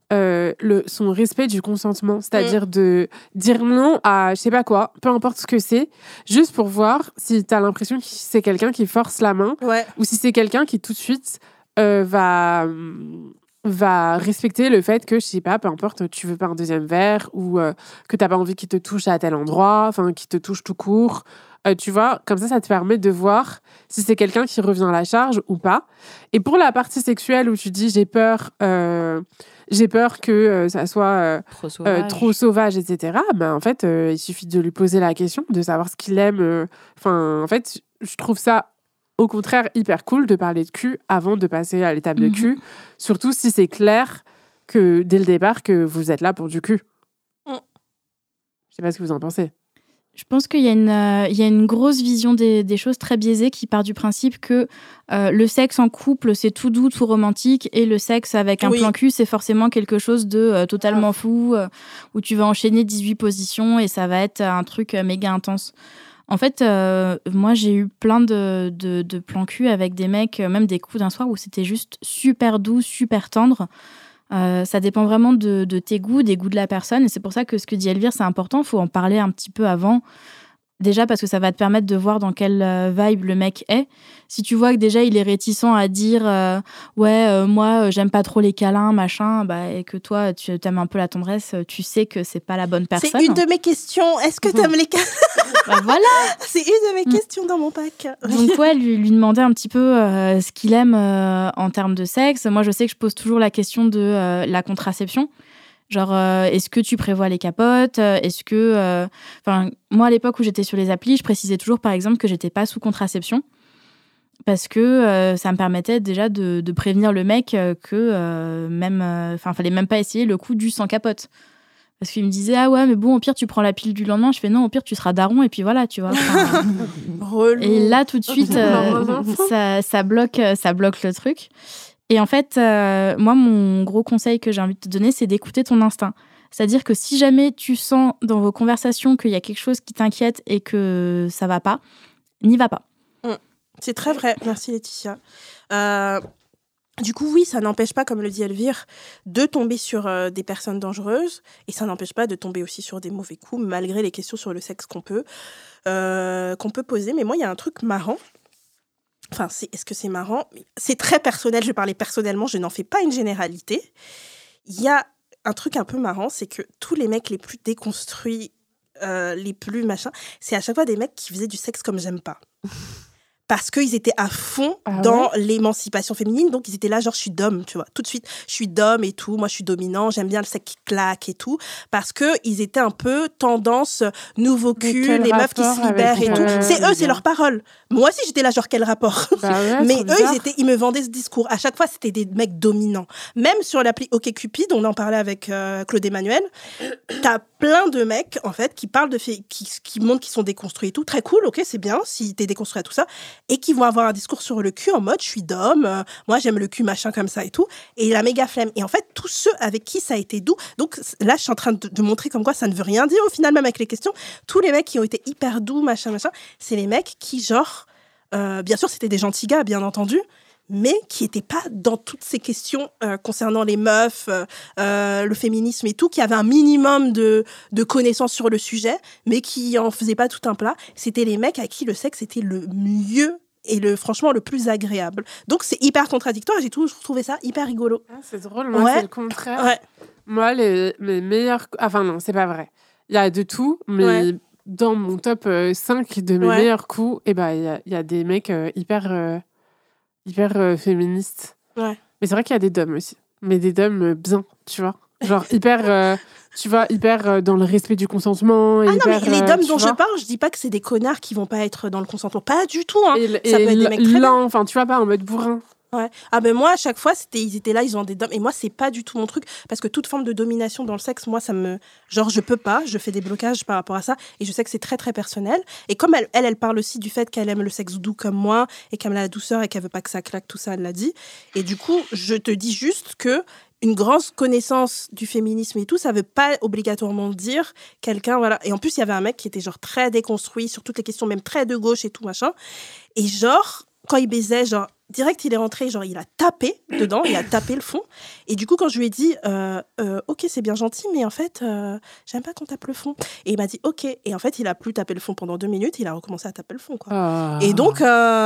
son respect du consentement. C'est-à-dire de dire non à je sais pas quoi, peu importe ce que c'est, juste pour voir si tu as l'impression que c'est quelqu'un qui force la main ou si c'est quelqu'un qui tout de suite va respecter le fait que, je sais pas, peu importe, tu veux pas un deuxième verre ou que t'as pas envie qu'il te touche à tel endroit, qu'il te touche tout court. Tu vois, comme ça te permet de voir si c'est quelqu'un qui revient à la charge ou pas. Et pour la partie sexuelle où tu dis j'ai peur que ça soit trop sauvage, etc., en fait, il suffit de lui poser la question, de savoir ce qu'il aime. En fait, je trouve ça au contraire hyper cool de parler de cul avant de passer à l'étape de cul, surtout si c'est clair que dès le départ que vous êtes là pour du cul. Je sais pas ce que vous en pensez. Je pense qu'il y a une grosse vision des choses très biaisée qui part du principe que le sexe en couple, c'est tout doux, tout romantique, et le sexe avec un plan cul, c'est forcément quelque chose de totalement fou, où tu vas enchaîner 18 positions et ça va être un truc méga intense. En fait, moi, j'ai eu plein de plans cul avec des mecs, même des coups d'un soir où c'était juste super doux, super tendre. Ça dépend vraiment de tes goûts, des goûts de la personne. Et c'est pour ça que ce que dit Elvire, c'est important. Il faut en parler un petit peu avant. Déjà parce que ça va te permettre de voir dans quelle vibe le mec est. Si tu vois que déjà il est réticent à dire moi j'aime pas trop les câlins machin, et que toi tu aimes un peu la tendresse, tu sais que c'est pas la bonne personne. C'est une de mes questions. Est-ce que t'aimes les câlins? Voilà. C'est une de mes questions dans mon pack. Donc lui demander un petit peu ce qu'il aime en termes de sexe. Moi je sais que je pose toujours la question de la contraception. Genre, est-ce que tu prévois les capotes? Est-ce que... moi, à l'époque où j'étais sur les applis, je précisais toujours, par exemple, que j'étais pas sous contraception. Parce que ça me permettait déjà de prévenir le mec que fallait même pas essayer le coup du sans capote. Parce qu'il me disait, ah ouais, mais bon, au pire, tu prends la pile du lendemain. Je fais, non, au pire, tu seras daron, et puis voilà, tu vois. Et là, tout de suite, ça bloque le truc. Et en fait, moi, mon gros conseil que j'ai envie de te donner, c'est d'écouter ton instinct. C'est-à-dire que si jamais tu sens dans vos conversations qu'il y a quelque chose qui t'inquiète et que ça va pas, n'y va pas. C'est très vrai. Merci Laetitia. Du coup, oui, ça n'empêche pas, comme le dit Elvire, de tomber sur des personnes dangereuses. Et ça n'empêche pas de tomber aussi sur des mauvais coups, malgré les questions sur le sexe qu'on peut poser. Mais moi, il y a un truc marrant. Enfin, est-ce que c'est marrant? C'est très personnel, je vais parler personnellement, je n'en fais pas une généralité. Il y a un truc un peu marrant, c'est que tous les mecs les plus déconstruits, les plus machin, c'est à chaque fois des mecs qui faisaient du sexe comme j'aime pas. Parce qu'ils étaient à fond dans l'émancipation féminine, donc ils étaient là genre je suis d'homme, tu vois, tout de suite je suis d'homme et tout, moi je suis dominant, j'aime bien le sexe qui claque et tout, parce que ils étaient un peu tendance nouveau cul, les meufs qui se libèrent et tout. C'est eux, c'est leur parole. Moi aussi j'étais là genre quel rapport. Mais eux ils me vendaient ce discours. À chaque fois c'était des mecs dominants. Même sur l'appli OkCupid, on en parlait avec Claude Emmanuel. T'as plein de mecs en fait qui parlent qui montrent qu'ils sont déconstruits et tout. Très cool, ok, c'est bien si t'es déconstruit à tout ça. Et qui vont avoir un discours sur le cul en mode je suis d'homme, moi j'aime le cul machin comme ça et tout, et la méga flemme. Et en fait tous ceux avec qui ça a été doux, donc là je suis en train de montrer comme quoi ça ne veut rien dire au final, même avec les questions, tous les mecs qui ont été hyper doux machin, c'est les mecs qui genre bien sûr c'était des gentils gars bien entendu, mais qui n'étaient pas dans toutes ces questions concernant les meufs, le féminisme et tout, qui avaient un minimum de connaissances sur le sujet, mais qui en faisaient pas tout un plat. C'était les mecs à qui le sexe était le mieux et franchement le plus agréable. Donc c'est hyper contradictoire, j'ai toujours trouvé ça hyper rigolo. Ah, c'est drôle, moi c'est le contraire. Ouais. Moi, les meilleurs... Enfin non, c'est pas vrai. Il y a de tout, mais dans mon top 5 de mes meilleurs coups, il y a des mecs hyper féministe. Ouais. Mais c'est vrai qu'il y a des dômes aussi. Mais des dômes bien, tu vois. Genre hyper, hyper dans le respect du consentement. Ah hyper, non, mais les dômes dont je parle, je dis pas que c'est des connards qui vont pas être dans le consentement. Pas du tout, hein. Ça peut être des mecs très lents, enfin, tu vois, pas en mode bourrin. Ouais. Ah ben moi, à chaque fois, ils étaient là, ils ont des dômes. Et moi, c'est pas du tout mon truc. Parce que toute forme de domination dans le sexe, moi, ça me... Genre, je peux pas. Je fais des blocages par rapport à ça. Et je sais que c'est très, très personnel. Et comme elle parle aussi du fait qu'elle aime le sexe doux comme moi, et qu'elle aime la douceur, et qu'elle veut pas que ça claque, tout ça, elle l'a dit. Et du coup, je te dis juste que une grande connaissance du féminisme et tout, ça veut pas obligatoirement dire quelqu'un, voilà. Et en plus, il y avait un mec qui était genre très déconstruit sur toutes les questions, même très de gauche et tout, machin. Et genre, quand il baisait, genre, direct, il est rentré, genre, il a tapé dedans, il a tapé le fond. Et du coup, quand je lui ai dit, ok, c'est bien gentil, mais en fait, j'aime pas qu'on tape le fond. Et il m'a dit, ok. Et en fait, il a plus tapé le fond pendant 2 minutes, il a recommencé à taper le fond, quoi. Et donc,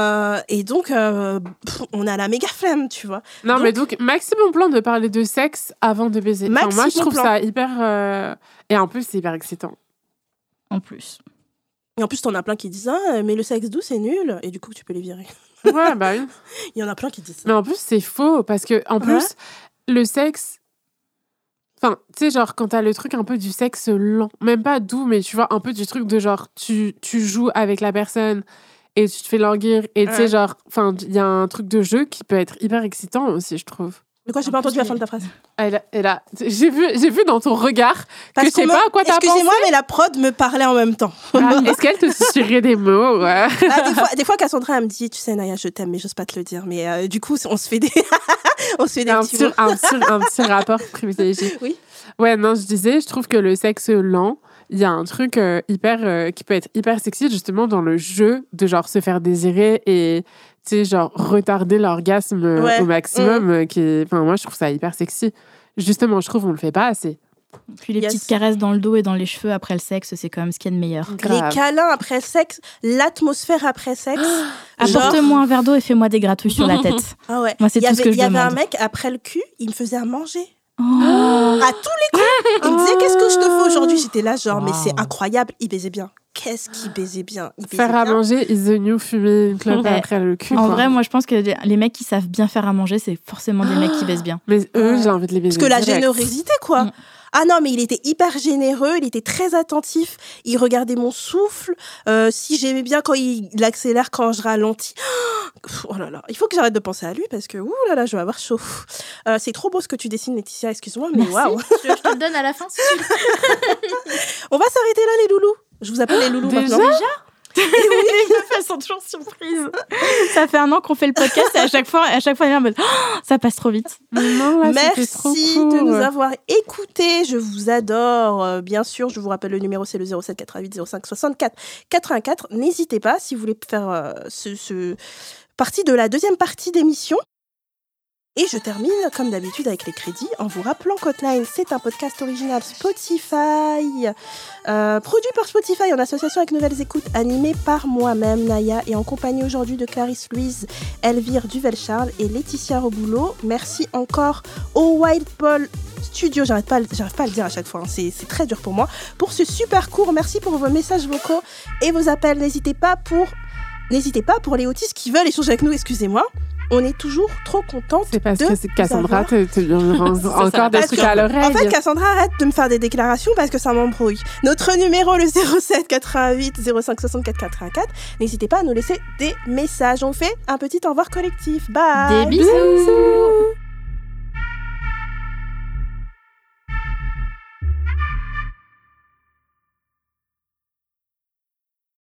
on a la méga flemme, tu vois. Non, mais donc, maximum plan de parler de sexe avant de baiser. Enfin, moi, je trouve ça hyper... Et en plus, c'est hyper excitant. En plus. Et en plus, t'en as plein qui disent, mais le sexe doux, c'est nul. Et du coup, tu peux les virer. Ouais, bah oui. Il y en a plein qui disent ça. Mais en plus, c'est faux, parce que en plus, le sexe... Enfin, tu sais, genre, quand t'as le truc un peu du sexe lent, même pas doux, mais tu vois, un peu du truc de genre, tu joues avec la personne et tu te fais languir, et tu sais, genre, enfin, il y a un truc de jeu qui peut être hyper excitant aussi, je trouve. Mais quoi, j'ai pas entendu la fin de ta phrase. J'ai vu dans ton regard que je sais pas à quoi t'as pensé. Excusez-moi, mais la prod me parlait en même temps. Est-ce qu'elle te susurrait des mots? Ouais. Des fois, Cassandra, elle me dit, tu sais, Naya, je t'aime, mais j'ose pas te le dire. Mais du coup, on se fait des petits mots. Un petit rapport privilégié. Oui. Ouais, non, je disais, je trouve que le sexe lent, il y a un truc qui peut être hyper sexy, justement, dans le jeu de genre se faire désirer et... tu sais, genre, retarder l'orgasme au maximum. Enfin, moi, je trouve ça hyper sexy. Justement, je trouve qu'on le fait pas assez. Puis les petites caresses dans le dos et dans les cheveux après le sexe, c'est quand même ce qu'il y a de meilleur. Les câlins après le sexe, l'atmosphère après le sexe. Apporte-moi un verre d'eau et fais-moi des gratouilles sur la tête. Ah ouais. Moi, c'est tout ce que je demande. Il y avait un mec, après le cul, il me faisait à manger. À tous les coups. Il me disait, qu'est-ce que je te fais aujourd'hui? J'étais là, genre, mais c'est incroyable. Il baisait bien. Qu'est-ce qu'il baisait bien? Faire à manger is the new fumer une clope après le cul. En vrai, moi, je pense que les mecs qui savent bien faire à manger, c'est forcément des mecs qui baisent bien. Mais eux, j'ai envie de les baiser. Parce que la générosité, quoi. Ah non, mais il était hyper généreux, il était très attentif, il regardait mon souffle, si j'aimais bien quand il accélère, quand je ralentis. Oh là là, il faut que j'arrête de penser à lui parce que, ouh là là, je vais avoir chaud. C'est trop beau ce que tu dessines, Laetitia, excuse-moi, mais waouh. Je te le donne à la fin. On va s'arrêter là, les loulous. Je vous appelle les loulous maintenant. Déjà et oui, les meufs, elles sont toujours surprises. Ça fait 1 an qu'on fait le podcast et à chaque fois, elle est en mode ça passe trop vite. Non, là, merci de nous avoir écoutés. Je vous adore. Bien sûr, je vous rappelle le numéro, c'est le 07 88 05 64 84. N'hésitez pas si vous voulez faire partie de la deuxième partie d'émission. Et je termine, comme d'habitude, avec les crédits en vous rappelant qu'Hotline, c'est un podcast original Spotify, produit par Spotify en association avec Nouvelles Écoutes, animé par moi-même, Naya, et en compagnie aujourd'hui de Clarisse Louise, Elvire Duvel-Charles et Laetitia Roboulot. Merci encore au Wild Ball Studio, j'arrive pas à le dire à chaque fois, hein. C'est très dur pour moi, pour ce super cours. Merci pour vos messages vocaux et vos appels. N'hésitez pas pour les autistes qui veulent échanger avec nous, excusez-moi. On est toujours trop contente. C'est parce que Cassandra te encore des trucs à l'oreille. En fait, Cassandra, arrête de me faire des déclarations parce que ça m'embrouille. Notre numéro, le 07 88 05 64 84. N'hésitez pas à nous laisser des messages. On fait un petit au revoir collectif. Bye. Des bisous.